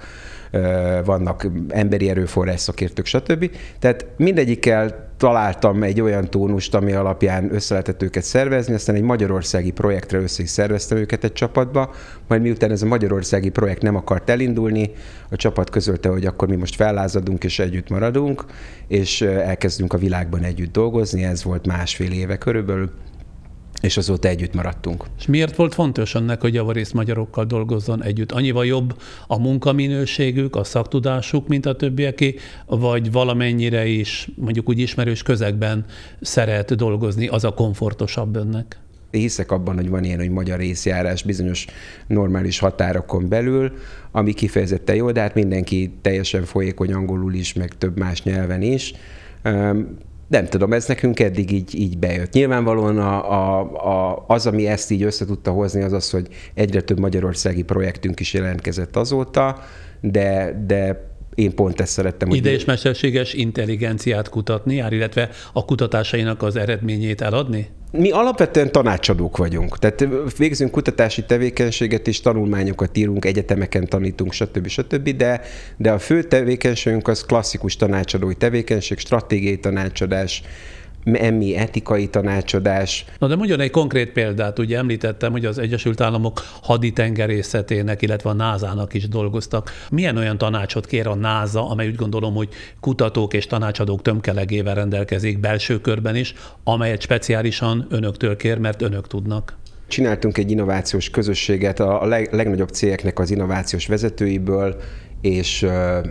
vannak emberi erőforrás szakértők, stb. Tehát mindegyikkel találtam egy olyan tónust, ami alapján össze lehetett őket szervezni, aztán egy magyarországi projektre össze is szerveztem őket egy csapatba, majd miután ez a magyarországi projekt nem akart elindulni, a csapat közölte, hogy akkor mi most fellázadunk és együtt maradunk, és elkezdünk a világban együtt dolgozni, ez volt másfél éve körülbelül, és azóta együtt maradtunk. És miért volt fontos ennek, hogy javarészt magyarokkal dolgozzon együtt? Annyival jobb a munkaminőségük, a szaktudásuk, mint a többieké, vagy valamennyire is, mondjuk úgy ismerős közegben szeret dolgozni, az a komfortosabb önnek? Én hiszek abban, hogy van ilyen, hogy magyar részjárás bizonyos normális határokon belül, ami kifejezetten jó, de hát mindenki teljesen folyékony angolul is, meg több más nyelven is. Nem tudom, ez nekünk eddig így, így bejött. Nyilvánvalóan a, a, a, az, ami ezt így össze tudta hozni, az az, hogy egyre több magyarországi projektünk is jelentkezett azóta, de, de én pont ezt szerettem. Ide is mesterséges intelligenciát kutatni, jár, illetve a kutatásainak az eredményét eladni? Mi alapvetően tanácsadók vagyunk. Tehát végzünk kutatási tevékenységet és tanulmányokat írunk, egyetemeken tanítunk, stb. stb. De, de a fő tevékenységünk az klasszikus tanácsadói tevékenység, stratégiai tanácsadás, emmi etikai tanácsadás. Na de mondjon egy konkrét példát, ugye említettem, hogy az Egyesült Államok haditengerészetének, illetve a nászának is dolgoztak. Milyen olyan tanácsot kér a NASA, amely úgy gondolom, hogy kutatók és tanácsadók tömkelegével rendelkezik belső körben is, amelyet speciálisan önöktől kér, mert önök tudnak? Csináltunk egy innovációs közösséget a leg, legnagyobb cégeknek az innovációs vezetőiből, és,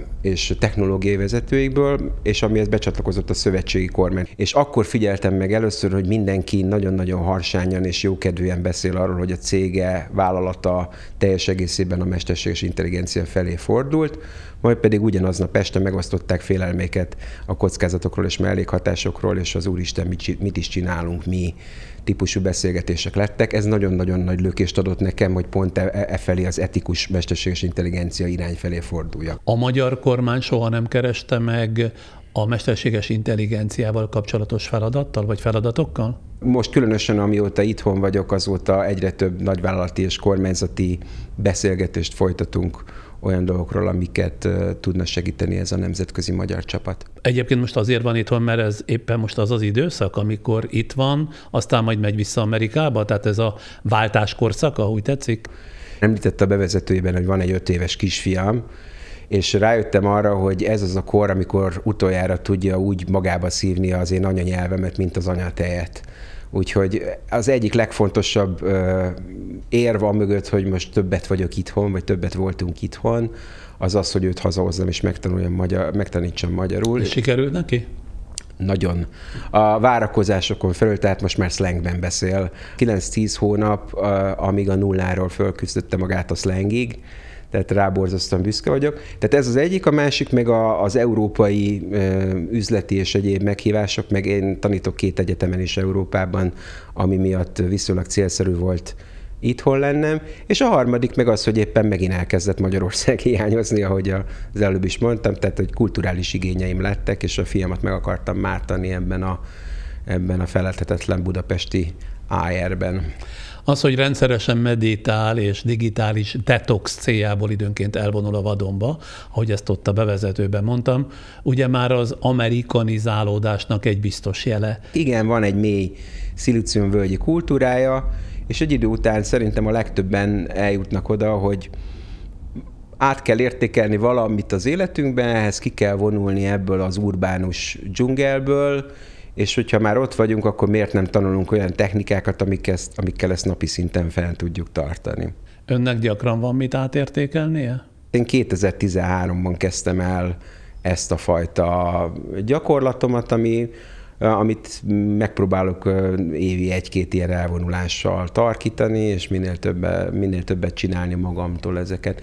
és technológiai vezetőikből, és amihez becsatlakozott a szövetségi kormány. És akkor figyeltem meg először, hogy mindenki nagyon-nagyon harsányan és jókedvűen beszél arról, hogy a cége, vállalata teljes egészében a mesterséges intelligencia felé fordult, majd pedig ugyanaznap este megosztották félelméket a kockázatokról és mellékhatásokról, és az úristen, mit, mit is csinálunk mi típusú beszélgetések lettek. Ez nagyon-nagyon nagy lökést adott nekem, hogy pont e, e felé az etikus mesterséges intelligencia irány felé forduljak. A magyar kormány soha nem kereste meg a mesterséges intelligenciával kapcsolatos feladattal, vagy feladatokkal? Most különösen, amióta itthon vagyok, azóta egyre több nagyvállalati és kormányzati beszélgetést folytatunk olyan dolgokról, amiket uh, tudna segíteni ez a nemzetközi magyar csapat. Egyébként most azért van itthon, mert ez éppen most az az időszak, amikor itt van, aztán majd megy vissza Amerikába, tehát ez a váltás korszaka, úgy tetszik? Említette a bevezetőjében, hogy van egy öt éves kisfiam, és rájöttem arra, hogy ez az a kor, amikor utoljára tudja úgy magába szívni az én anyanyelvemet, mint az anyatejet. Úgyhogy az egyik legfontosabb uh, érv amögött, hogy most többet vagyok itthon, vagy többet voltunk itthon, az az, hogy őt hazahozzam és megtanuljam magyar, megtanítsam magyarul. És sikerült neki? Nagyon. A várakozásokon felül, tehát most már szlengben beszél. kilenc-tíz hónap, uh, amíg a nulláról fölküzdötte magát a szlengig, tehát ráborzasztóan büszke vagyok. Tehát ez az egyik, a másik meg a, az európai ö, üzleti és egyéb meghívások, meg én tanítok két egyetemen is Európában, ami miatt viszonylag célszerű volt itthon lennem, és a harmadik meg az, hogy éppen megint elkezdett Magyarország hiányozni, ahogy az előbb is mondtam, tehát hogy kulturális igényeim lettek, és a fiamat meg akartam mártani ebben a, ebben a felelthetetlen budapesti á er-ben. Az, hogy rendszeresen meditál és digitális detox céljából időnként elvonul a vadonba, ahogy ezt ott a bevezetőben mondtam, ugye már az amerikanizálódásnak egy biztos jele. Igen, van egy mély szilíciumvölgyi kultúrája, és egy idő után szerintem a legtöbben eljutnak oda, hogy át kell értékelni valamit az életünkben, ehhez ki kell vonulni ebből az urbánus dzsungelből, és hogyha már ott vagyunk, akkor miért nem tanulunk olyan technikákat, amik ezt, amikkel ezt napi szinten fel tudjuk tartani. Önnek gyakran van mit átértékelnie? Én kétezer-tizenháromban kezdtem el ezt a fajta gyakorlatomat, ami, amit megpróbálok évi egy-két ilyen elvonulással tarkítani, és minél többet, minél többet csinálni magamtól ezeket.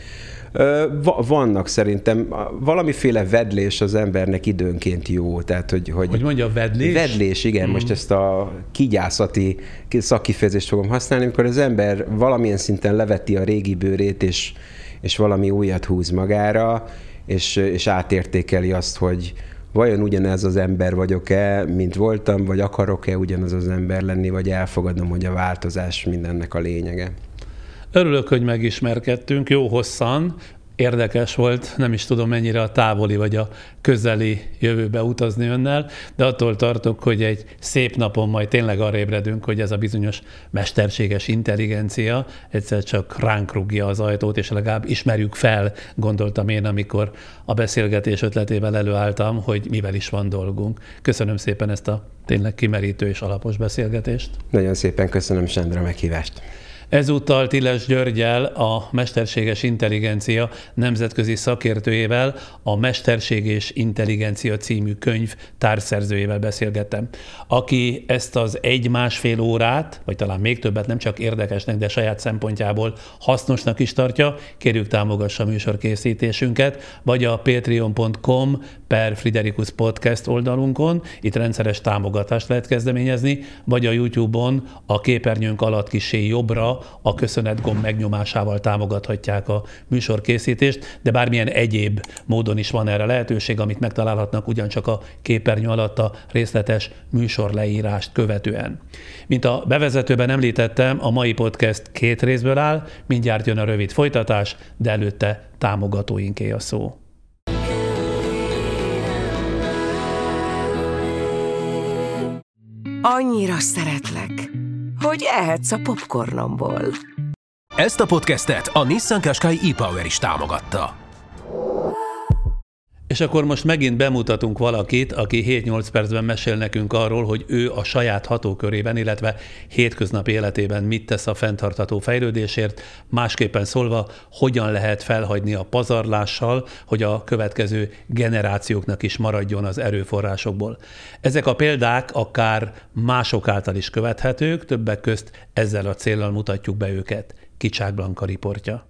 Vannak szerintem, valamiféle vedlés az embernek időnként jó. Tehát, hogy, hogy, hogy mondja, vedlés? Vedlés, igen. Mm. Most ezt a kigyászati szakkifejezést fogom használni, amikor az ember valamilyen szinten leveti a régi bőrét, és, és valami újat húz magára, és, és átértékeli azt, hogy vajon ugyanez az ember vagyok-e, mint voltam, vagy akarok-e ugyanaz az ember lenni, vagy elfogadom, hogy a változás mindennek a lényege. Örülök, hogy megismerkedtünk, jó hosszan, érdekes volt, nem is tudom mennyire a távoli vagy a közeli jövőbe utazni önnel, de attól tartok, hogy egy szép napon majd tényleg arra ébredünk, hogy ez a bizonyos mesterséges intelligencia egyszer csak ránk rúgja az ajtót, és legalább ismerjük fel, gondoltam én, amikor a beszélgetés ötletével előálltam, hogy mivel is van dolgunk. Köszönöm szépen ezt a tényleg kimerítő és alapos beszélgetést. Nagyon szépen köszönöm, Sándor, a meghívást. Ezúttal Tiles Györggyel, a Mesterséges Intelligencia nemzetközi szakértőjével, a Mesterség és Intelligencia című könyv társszerzőjével beszélgettem. Aki ezt az egy-másfél órát, vagy talán még többet nem csak érdekesnek, de saját szempontjából hasznosnak is tartja, kérjük támogassa a műsorkészítésünket, vagy a patreon pont com per Friderikus Podcast oldalunkon, itt rendszeres támogatást lehet kezdeményezni, vagy a YouTube-on a képernyőnk alatt kissé jobbra a köszönet gomb megnyomásával támogathatják a műsorkészítést, de bármilyen egyéb módon is van erre lehetőség, amit megtalálhatnak ugyancsak a képernyő alatt a részletes műsorleírást követően. Mint a bevezetőben említettem, a mai podcast két részből áll, mindjárt jön a rövid folytatás, de előtte támogatóinké a szó. Annyira szeretlek, hogy ehetsz a popcornomból. Ezt a podcastet a Nissan Qashqai e-Power is támogatta. És akkor most megint bemutatunk valakit, aki hét-nyolc percben mesél nekünk arról, hogy ő a saját hatókörében, illetve hétköznapi életében mit tesz a fenntartható fejlődésért, másképpen szólva, hogyan lehet felhagyni a pazarlással, hogy a következő generációknak is maradjon az erőforrásokból. Ezek a példák akár mások által is követhetők, többek közt ezzel a céllal mutatjuk be őket. Kicsák Blanka riportja.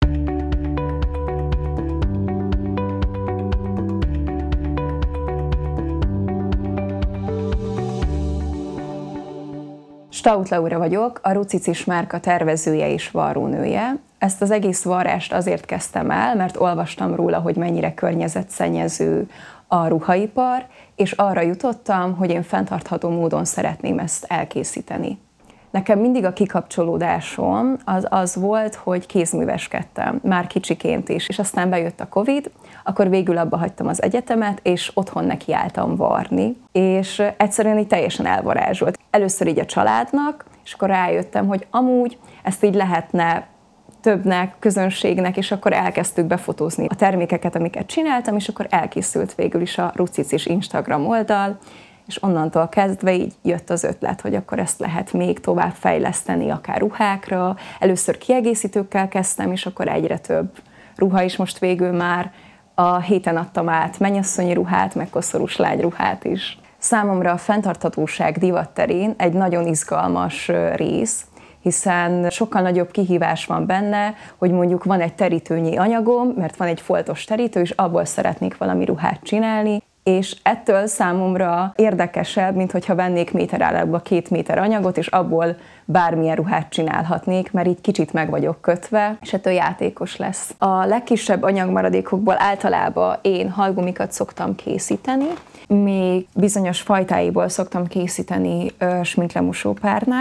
Stauth Laura vagyok, a Rucicis márka tervezője és varrónője. Ezt az egész varrást azért kezdtem el, mert olvastam róla, hogy mennyire környezetszennyező a ruhaipar, és arra jutottam, hogy én fenntartható módon szeretném ezt elkészíteni. Nekem mindig a kikapcsolódásom az, az volt, hogy kézműveskedtem, már kicsiként is, és aztán bejött a Covid, akkor végül abba hagytam az egyetemet, és otthon nekiálltam varni, és egyszerűen így teljesen elvarázsolt. Először így a családnak, és akkor rájöttem, hogy amúgy ezt így lehetne többnek, közönségnek, és akkor elkezdtük befotózni a termékeket, amiket csináltam, és akkor elkészült végül is a Rucicis Instagram oldal, és onnantól kezdve így jött az ötlet, hogy akkor ezt lehet még tovább fejleszteni, akár ruhákra. Először kiegészítőkkel kezdtem, és akkor egyre több ruha is, most végül már a héten adtam át mennyasszonyi ruhát, meg koszorús lágyruhát is. Számomra a fenntarthatóság divatterén egy nagyon izgalmas rész, hiszen sokkal nagyobb kihívás van benne, hogy mondjuk van egy terítőnyi anyagom, mert van egy foltos terítő, és abból szeretnék valami ruhát csinálni, és ettől számomra érdekesebb, mint hogyha vennék méterállagba két méter anyagot, és abból bármilyen ruhát csinálhatnék, mert így kicsit meg vagyok kötve, és ettől játékos lesz. A legkisebb anyagmaradékokból általában én hallgumikat szoktam készíteni, még bizonyos fajtáiból szoktam készíteni sminklemosópárnát.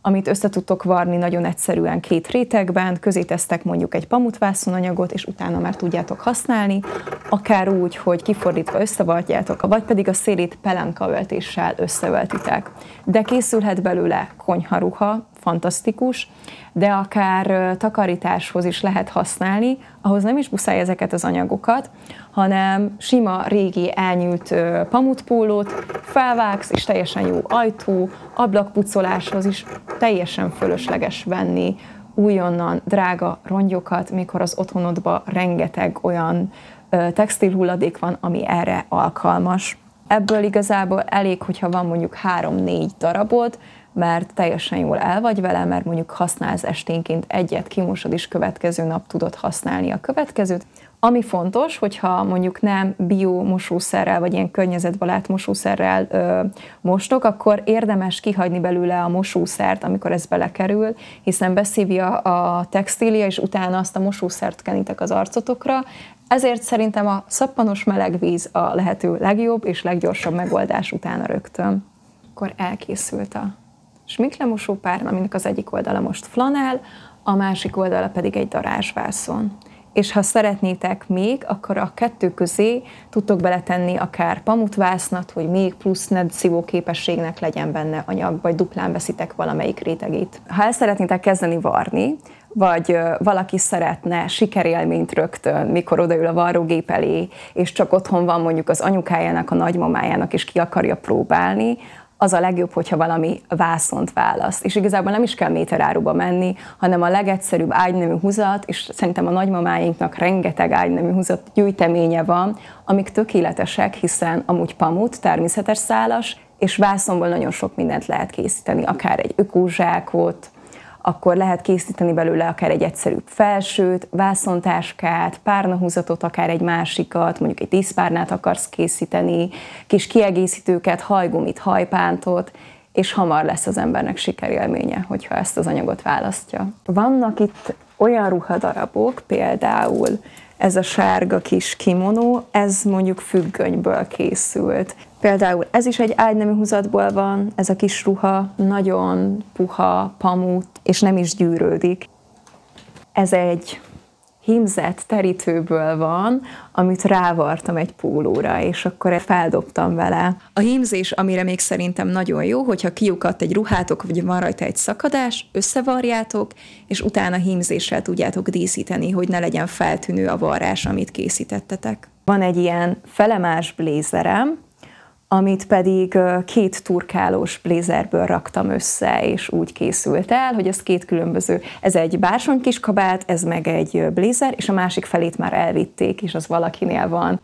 amit össze tudtok varni nagyon egyszerűen két rétegben, közé tesztek mondjuk egy pamutvászonanyagot, és utána már tudjátok használni, akár úgy, hogy kifordítva összevartjátok, vagy pedig a szélét pelenkaöltéssel összeöltitek. De készülhet belőle konyharuha, fantasztikus, de akár takarításhoz is lehet használni, ahhoz nem is muszáj ezeket az anyagokat, hanem sima, régi, elnyúlt pamutpólót felvágsz, és teljesen jó ajtó, ablakpucoláshoz is teljesen fölösleges venni újonnan drága rongyokat, mikor az otthonodban rengeteg olyan textilhulladék van, ami erre alkalmas. Ebből igazából elég, hogyha van mondjuk három-négy darabod, mert teljesen jól el vagy vele, mert mondjuk használsz esténként egyet, kimosod is, következő nap tudod használni a következőt. Ami fontos, hogyha mondjuk nem bio mosószerrel, vagy ilyen környezetbarát mosószerrel ö, mostok, akkor érdemes kihagyni belőle a mosószert, amikor ez belekerül, hiszen beszívja a textília, és utána azt a mosószert kenitek az arcotokra. Ezért szerintem a szappanos meleg víz a lehető legjobb és leggyorsabb megoldás utána rögtön. Akkor elkészült a sminklemosó párna, aminek az egyik oldala most flanell, a másik oldala pedig egy darázsvászon. És ha szeretnétek még, akkor a kettő közé tudtok beletenni akár pamutvásznat, hogy még plusz nedszívó képességnek legyen benne anyag, vagy duplán veszitek valamelyik rétegét. Ha el szeretnétek kezdeni varni, vagy valaki szeretne sikerélményt rögtön, mikor odaül a varrógép elé, és csak otthon van mondjuk az anyukájának, a nagymamájának, és ki akarja próbálni, az a legjobb, hogyha valami vászont választ. És igazából nem is kell méteráruba menni, hanem a legegyszerűbb ágynemű húzat, és szerintem a nagymamáinknak rengeteg ágynemű húzat gyűjteménye van, amik tökéletesek, hiszen amúgy pamut, természetes szálas, és vászonból nagyon sok mindent lehet készíteni, akár egy ökózsákot, akkor lehet készíteni belőle akár egy egyszerűbb felsőt, vászontáskát, párnahúzatot, akár egy másikat, mondjuk egy díszpárnát akarsz készíteni, kis kiegészítőket, hajgumit, hajpántot, és hamar lesz az embernek sikerélménye, hogyha ezt az anyagot választja. Vannak itt olyan ruhadarabok, például ez a sárga kis kimonó, ez mondjuk függönyből készült. Például ez is egy ágynemű húzatból van, ez a kis ruha nagyon puha, pamut, és nem is gyűrődik. Ez egy hímzett terítőből van, amit rávartam egy pólóra, és akkor feldobtam vele. A hímzés, amire még szerintem nagyon jó, hogyha kiukadt egy ruhátok, vagy van rajta egy szakadás, összevarjátok, és utána hímzéssel tudjátok díszíteni, hogy ne legyen feltűnő a varrás, amit készítettetek. Van egy ilyen felemás blézerem, amit pedig két turkálós blézerből raktam össze, és úgy készült el, hogy ez két különböző, ez egy bársony kis kabát, ez meg egy blézer, és a másik felét már elvitték, és az valakinél van.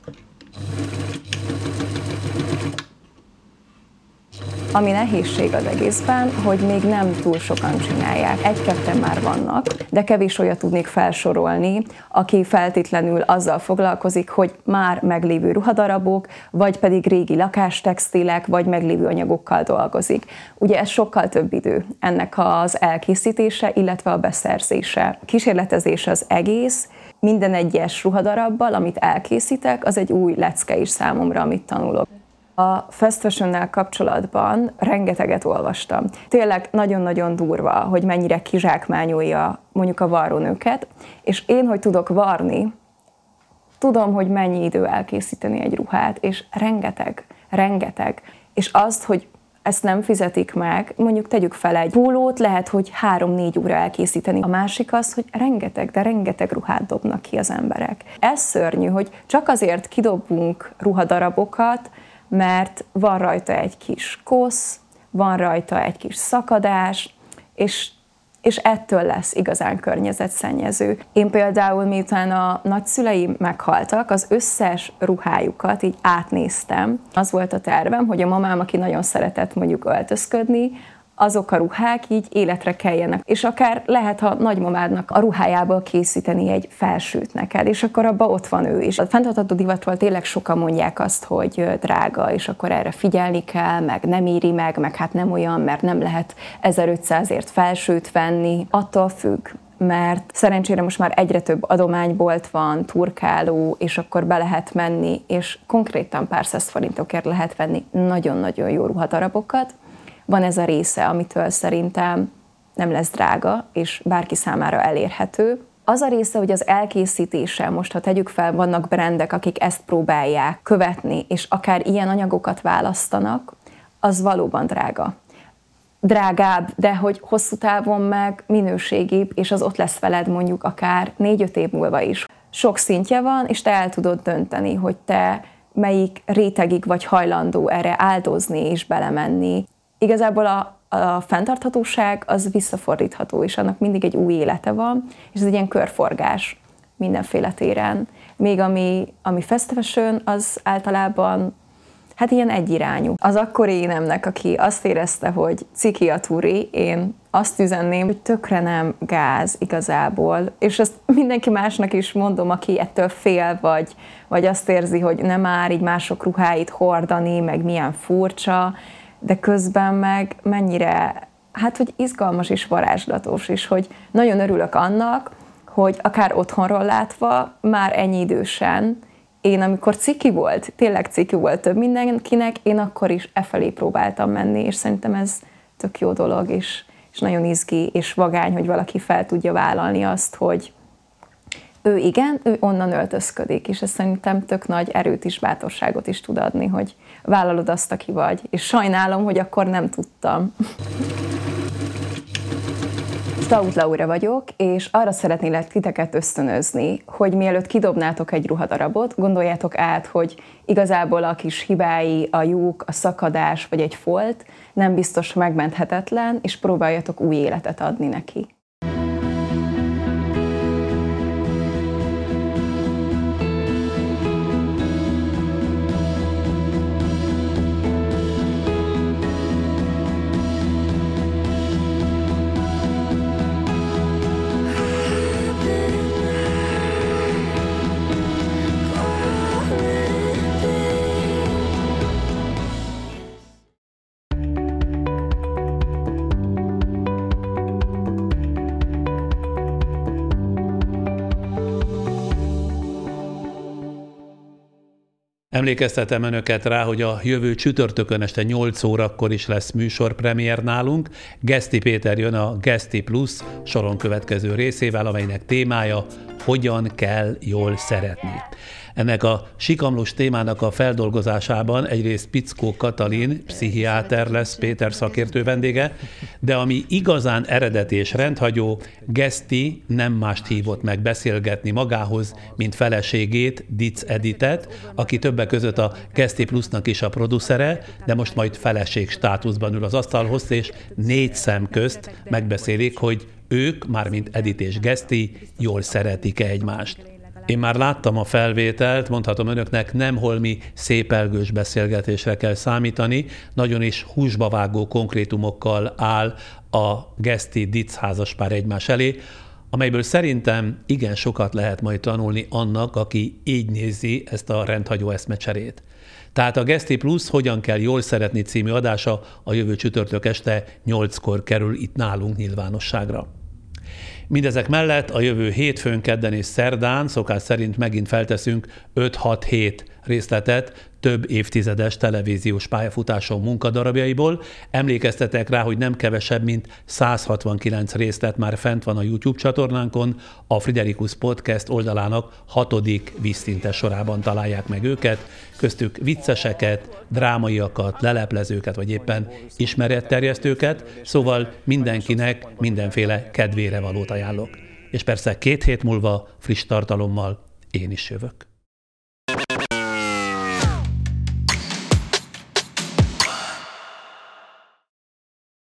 Ami nehézség az egészben, hogy még nem túl sokan csinálják. Egy-ketten már vannak, de kevés olyat tudnék felsorolni, aki feltétlenül azzal foglalkozik, hogy már meglévő ruhadarabok, vagy pedig régi lakástextilek, vagy meglévő anyagokkal dolgozik. Ugye ez sokkal több idő, ennek az elkészítése, illetve a beszerzése. Kísérletezés az egész, minden egyes ruhadarabbal, amit elkészítek, az egy új lecke is számomra, amit tanulok. A fast fashionnel kapcsolatban rengeteget olvastam. Tényleg nagyon-nagyon durva, hogy mennyire kizsákmányolja mondjuk a varrónőket, és én, hogy tudok varni, tudom, hogy mennyi idő elkészíteni egy ruhát, és rengeteg, rengeteg. És azt, hogy ezt nem fizetik meg, mondjuk tegyük fel egy pólót, lehet, hogy három-négy óra elkészíteni. A másik az, hogy rengeteg, de rengeteg ruhát dobnak ki az emberek. Ez szörnyű, hogy csak azért kidobunk ruhadarabokat, mert van rajta egy kis kosz, van rajta egy kis szakadás, és, és ettől lesz igazán környezetszennyező. Én például, miután a nagyszüleim meghaltak, az összes ruhájukat így átnéztem. Az volt a tervem, hogy a mamám, aki nagyon szeretett mondjuk öltözködni, azok a ruhák így életre keljenek. És akár lehet a nagymamádnak a ruhájából készíteni egy felsőt neked, és akkor abban ott van ő is. A fenntartható divatról tényleg sokan mondják azt, hogy drága, és akkor erre figyelni kell, meg nem éri meg, meg hát nem olyan, mert nem lehet ezerötszázért felsőt venni. Attól függ, mert szerencsére most már egyre több adománybolt van, turkáló, és akkor be lehet menni, és konkrétan pár száz forintokért lehet venni nagyon-nagyon jó ruhadarabokat. van ez a része, amitől szerintem nem lesz drága, és bárki számára elérhető. Az a része, hogy az elkészítése, most ha tegyük fel, vannak brandek, akik ezt próbálják követni, és akár ilyen anyagokat választanak, az valóban drága. Drágább, de hogy hosszú távon meg minőségibb, és az ott lesz veled mondjuk akár négy-öt év múlva is. Sok szintje van, és te el tudod dönteni, hogy te melyik rétegig vagy hajlandó erre áldozni és belemenni. Igazából a A fenntarthatóság az visszafordítható, és annak mindig egy új élete van, és ez egy ilyen körforgás mindenféle téren. Még ami, ami fast fashion, az általában hát ilyen egyirányú. Az akkori énemnek, aki azt érezte, hogy ciki a turi, én azt üzenném, hogy tökre nem gáz igazából, és ezt mindenki másnak is mondom, aki ettől fél, vagy, vagy azt érzi, hogy nem már így mások ruháit hordani, meg milyen furcsa, de közben meg mennyire, hát hogy izgalmas és varázslatos, és hogy nagyon örülök annak, hogy akár otthonról látva, már ennyi idősen, én amikor ciki volt, tényleg ciki volt több mindenkinek, én akkor is e felé próbáltam menni, és szerintem ez tök jó dolog, és, és nagyon izgi és vagány, hogy valaki fel tudja vállalni azt, hogy ő igen, ő onnan öltözködik, és ez szerintem tök nagy erőt is, bátorságot is tud adni, hogy vállalod azt, aki vagy. És sajnálom, hogy akkor nem tudtam. Stauth Laura vagyok, és arra szeretnélek titeket ösztönözni, hogy mielőtt kidobnátok egy ruhadarabot, gondoljátok át, hogy igazából a kis hibái, a lyuk, a szakadás vagy egy folt nem biztos megmenthetetlen, és próbáljatok új életet adni neki. Emlékeztetem önöket rá, hogy a jövő csütörtökön este nyolc órakor is lesz műsorpremiér nálunk. Geszti Péter jön a Geszti Plus soron következő részével, amelynek témája hogyan kell jól szeretni. Ennek a sikamlós témának a feldolgozásában egyrészt Pickó Katalin, pszichiáter lesz Péter szakértő vendége, de ami igazán eredeti és rendhagyó, Geszti nem mást hívott meg beszélgetni magához, mint feleségét, Dic Editet, aki többek között a Geszti Plusnak is a producere, de most majd feleség státuszban ül az asztalhoz, és négy szem közt megbeszélik, hogy ők, mármint Edit és Geszti, jól szeretik-e egymást. Én már láttam a felvételt, mondhatom önöknek, nem holmi szépelgős beszélgetésre kell számítani, nagyon is húsba vágó konkrétumokkal áll a Geszti-Dic házaspár egymás elé, amelyből szerintem igen sokat lehet majd tanulni annak, aki így nézi ezt a rendhagyó eszmecserét. Tehát a Geszti Plus hogyan kell jól szeretni című adása a jövő csütörtök este nyolckor kerül itt nálunk nyilvánosságra. Mindezek mellett a jövő hétfőn, kedden és szerdán szokás szerint megint felteszünk öt-hat-hét részletet több évtizedes televíziós pályafutásom munkadarabjaiból. Emlékeztetek rá, hogy nem kevesebb, mint száz hatvankilenc részlet már fent van a YouTube csatornánkon, a Friderikus Podcast oldalának hatodik vízszintes sorában találják meg őket, köztük vicceseket, drámaiakat, leleplezőket, vagy éppen ismeretterjesztőket, szóval mindenkinek mindenféle kedvére valót ajánlok. És persze két hét múlva friss tartalommal én is jövök.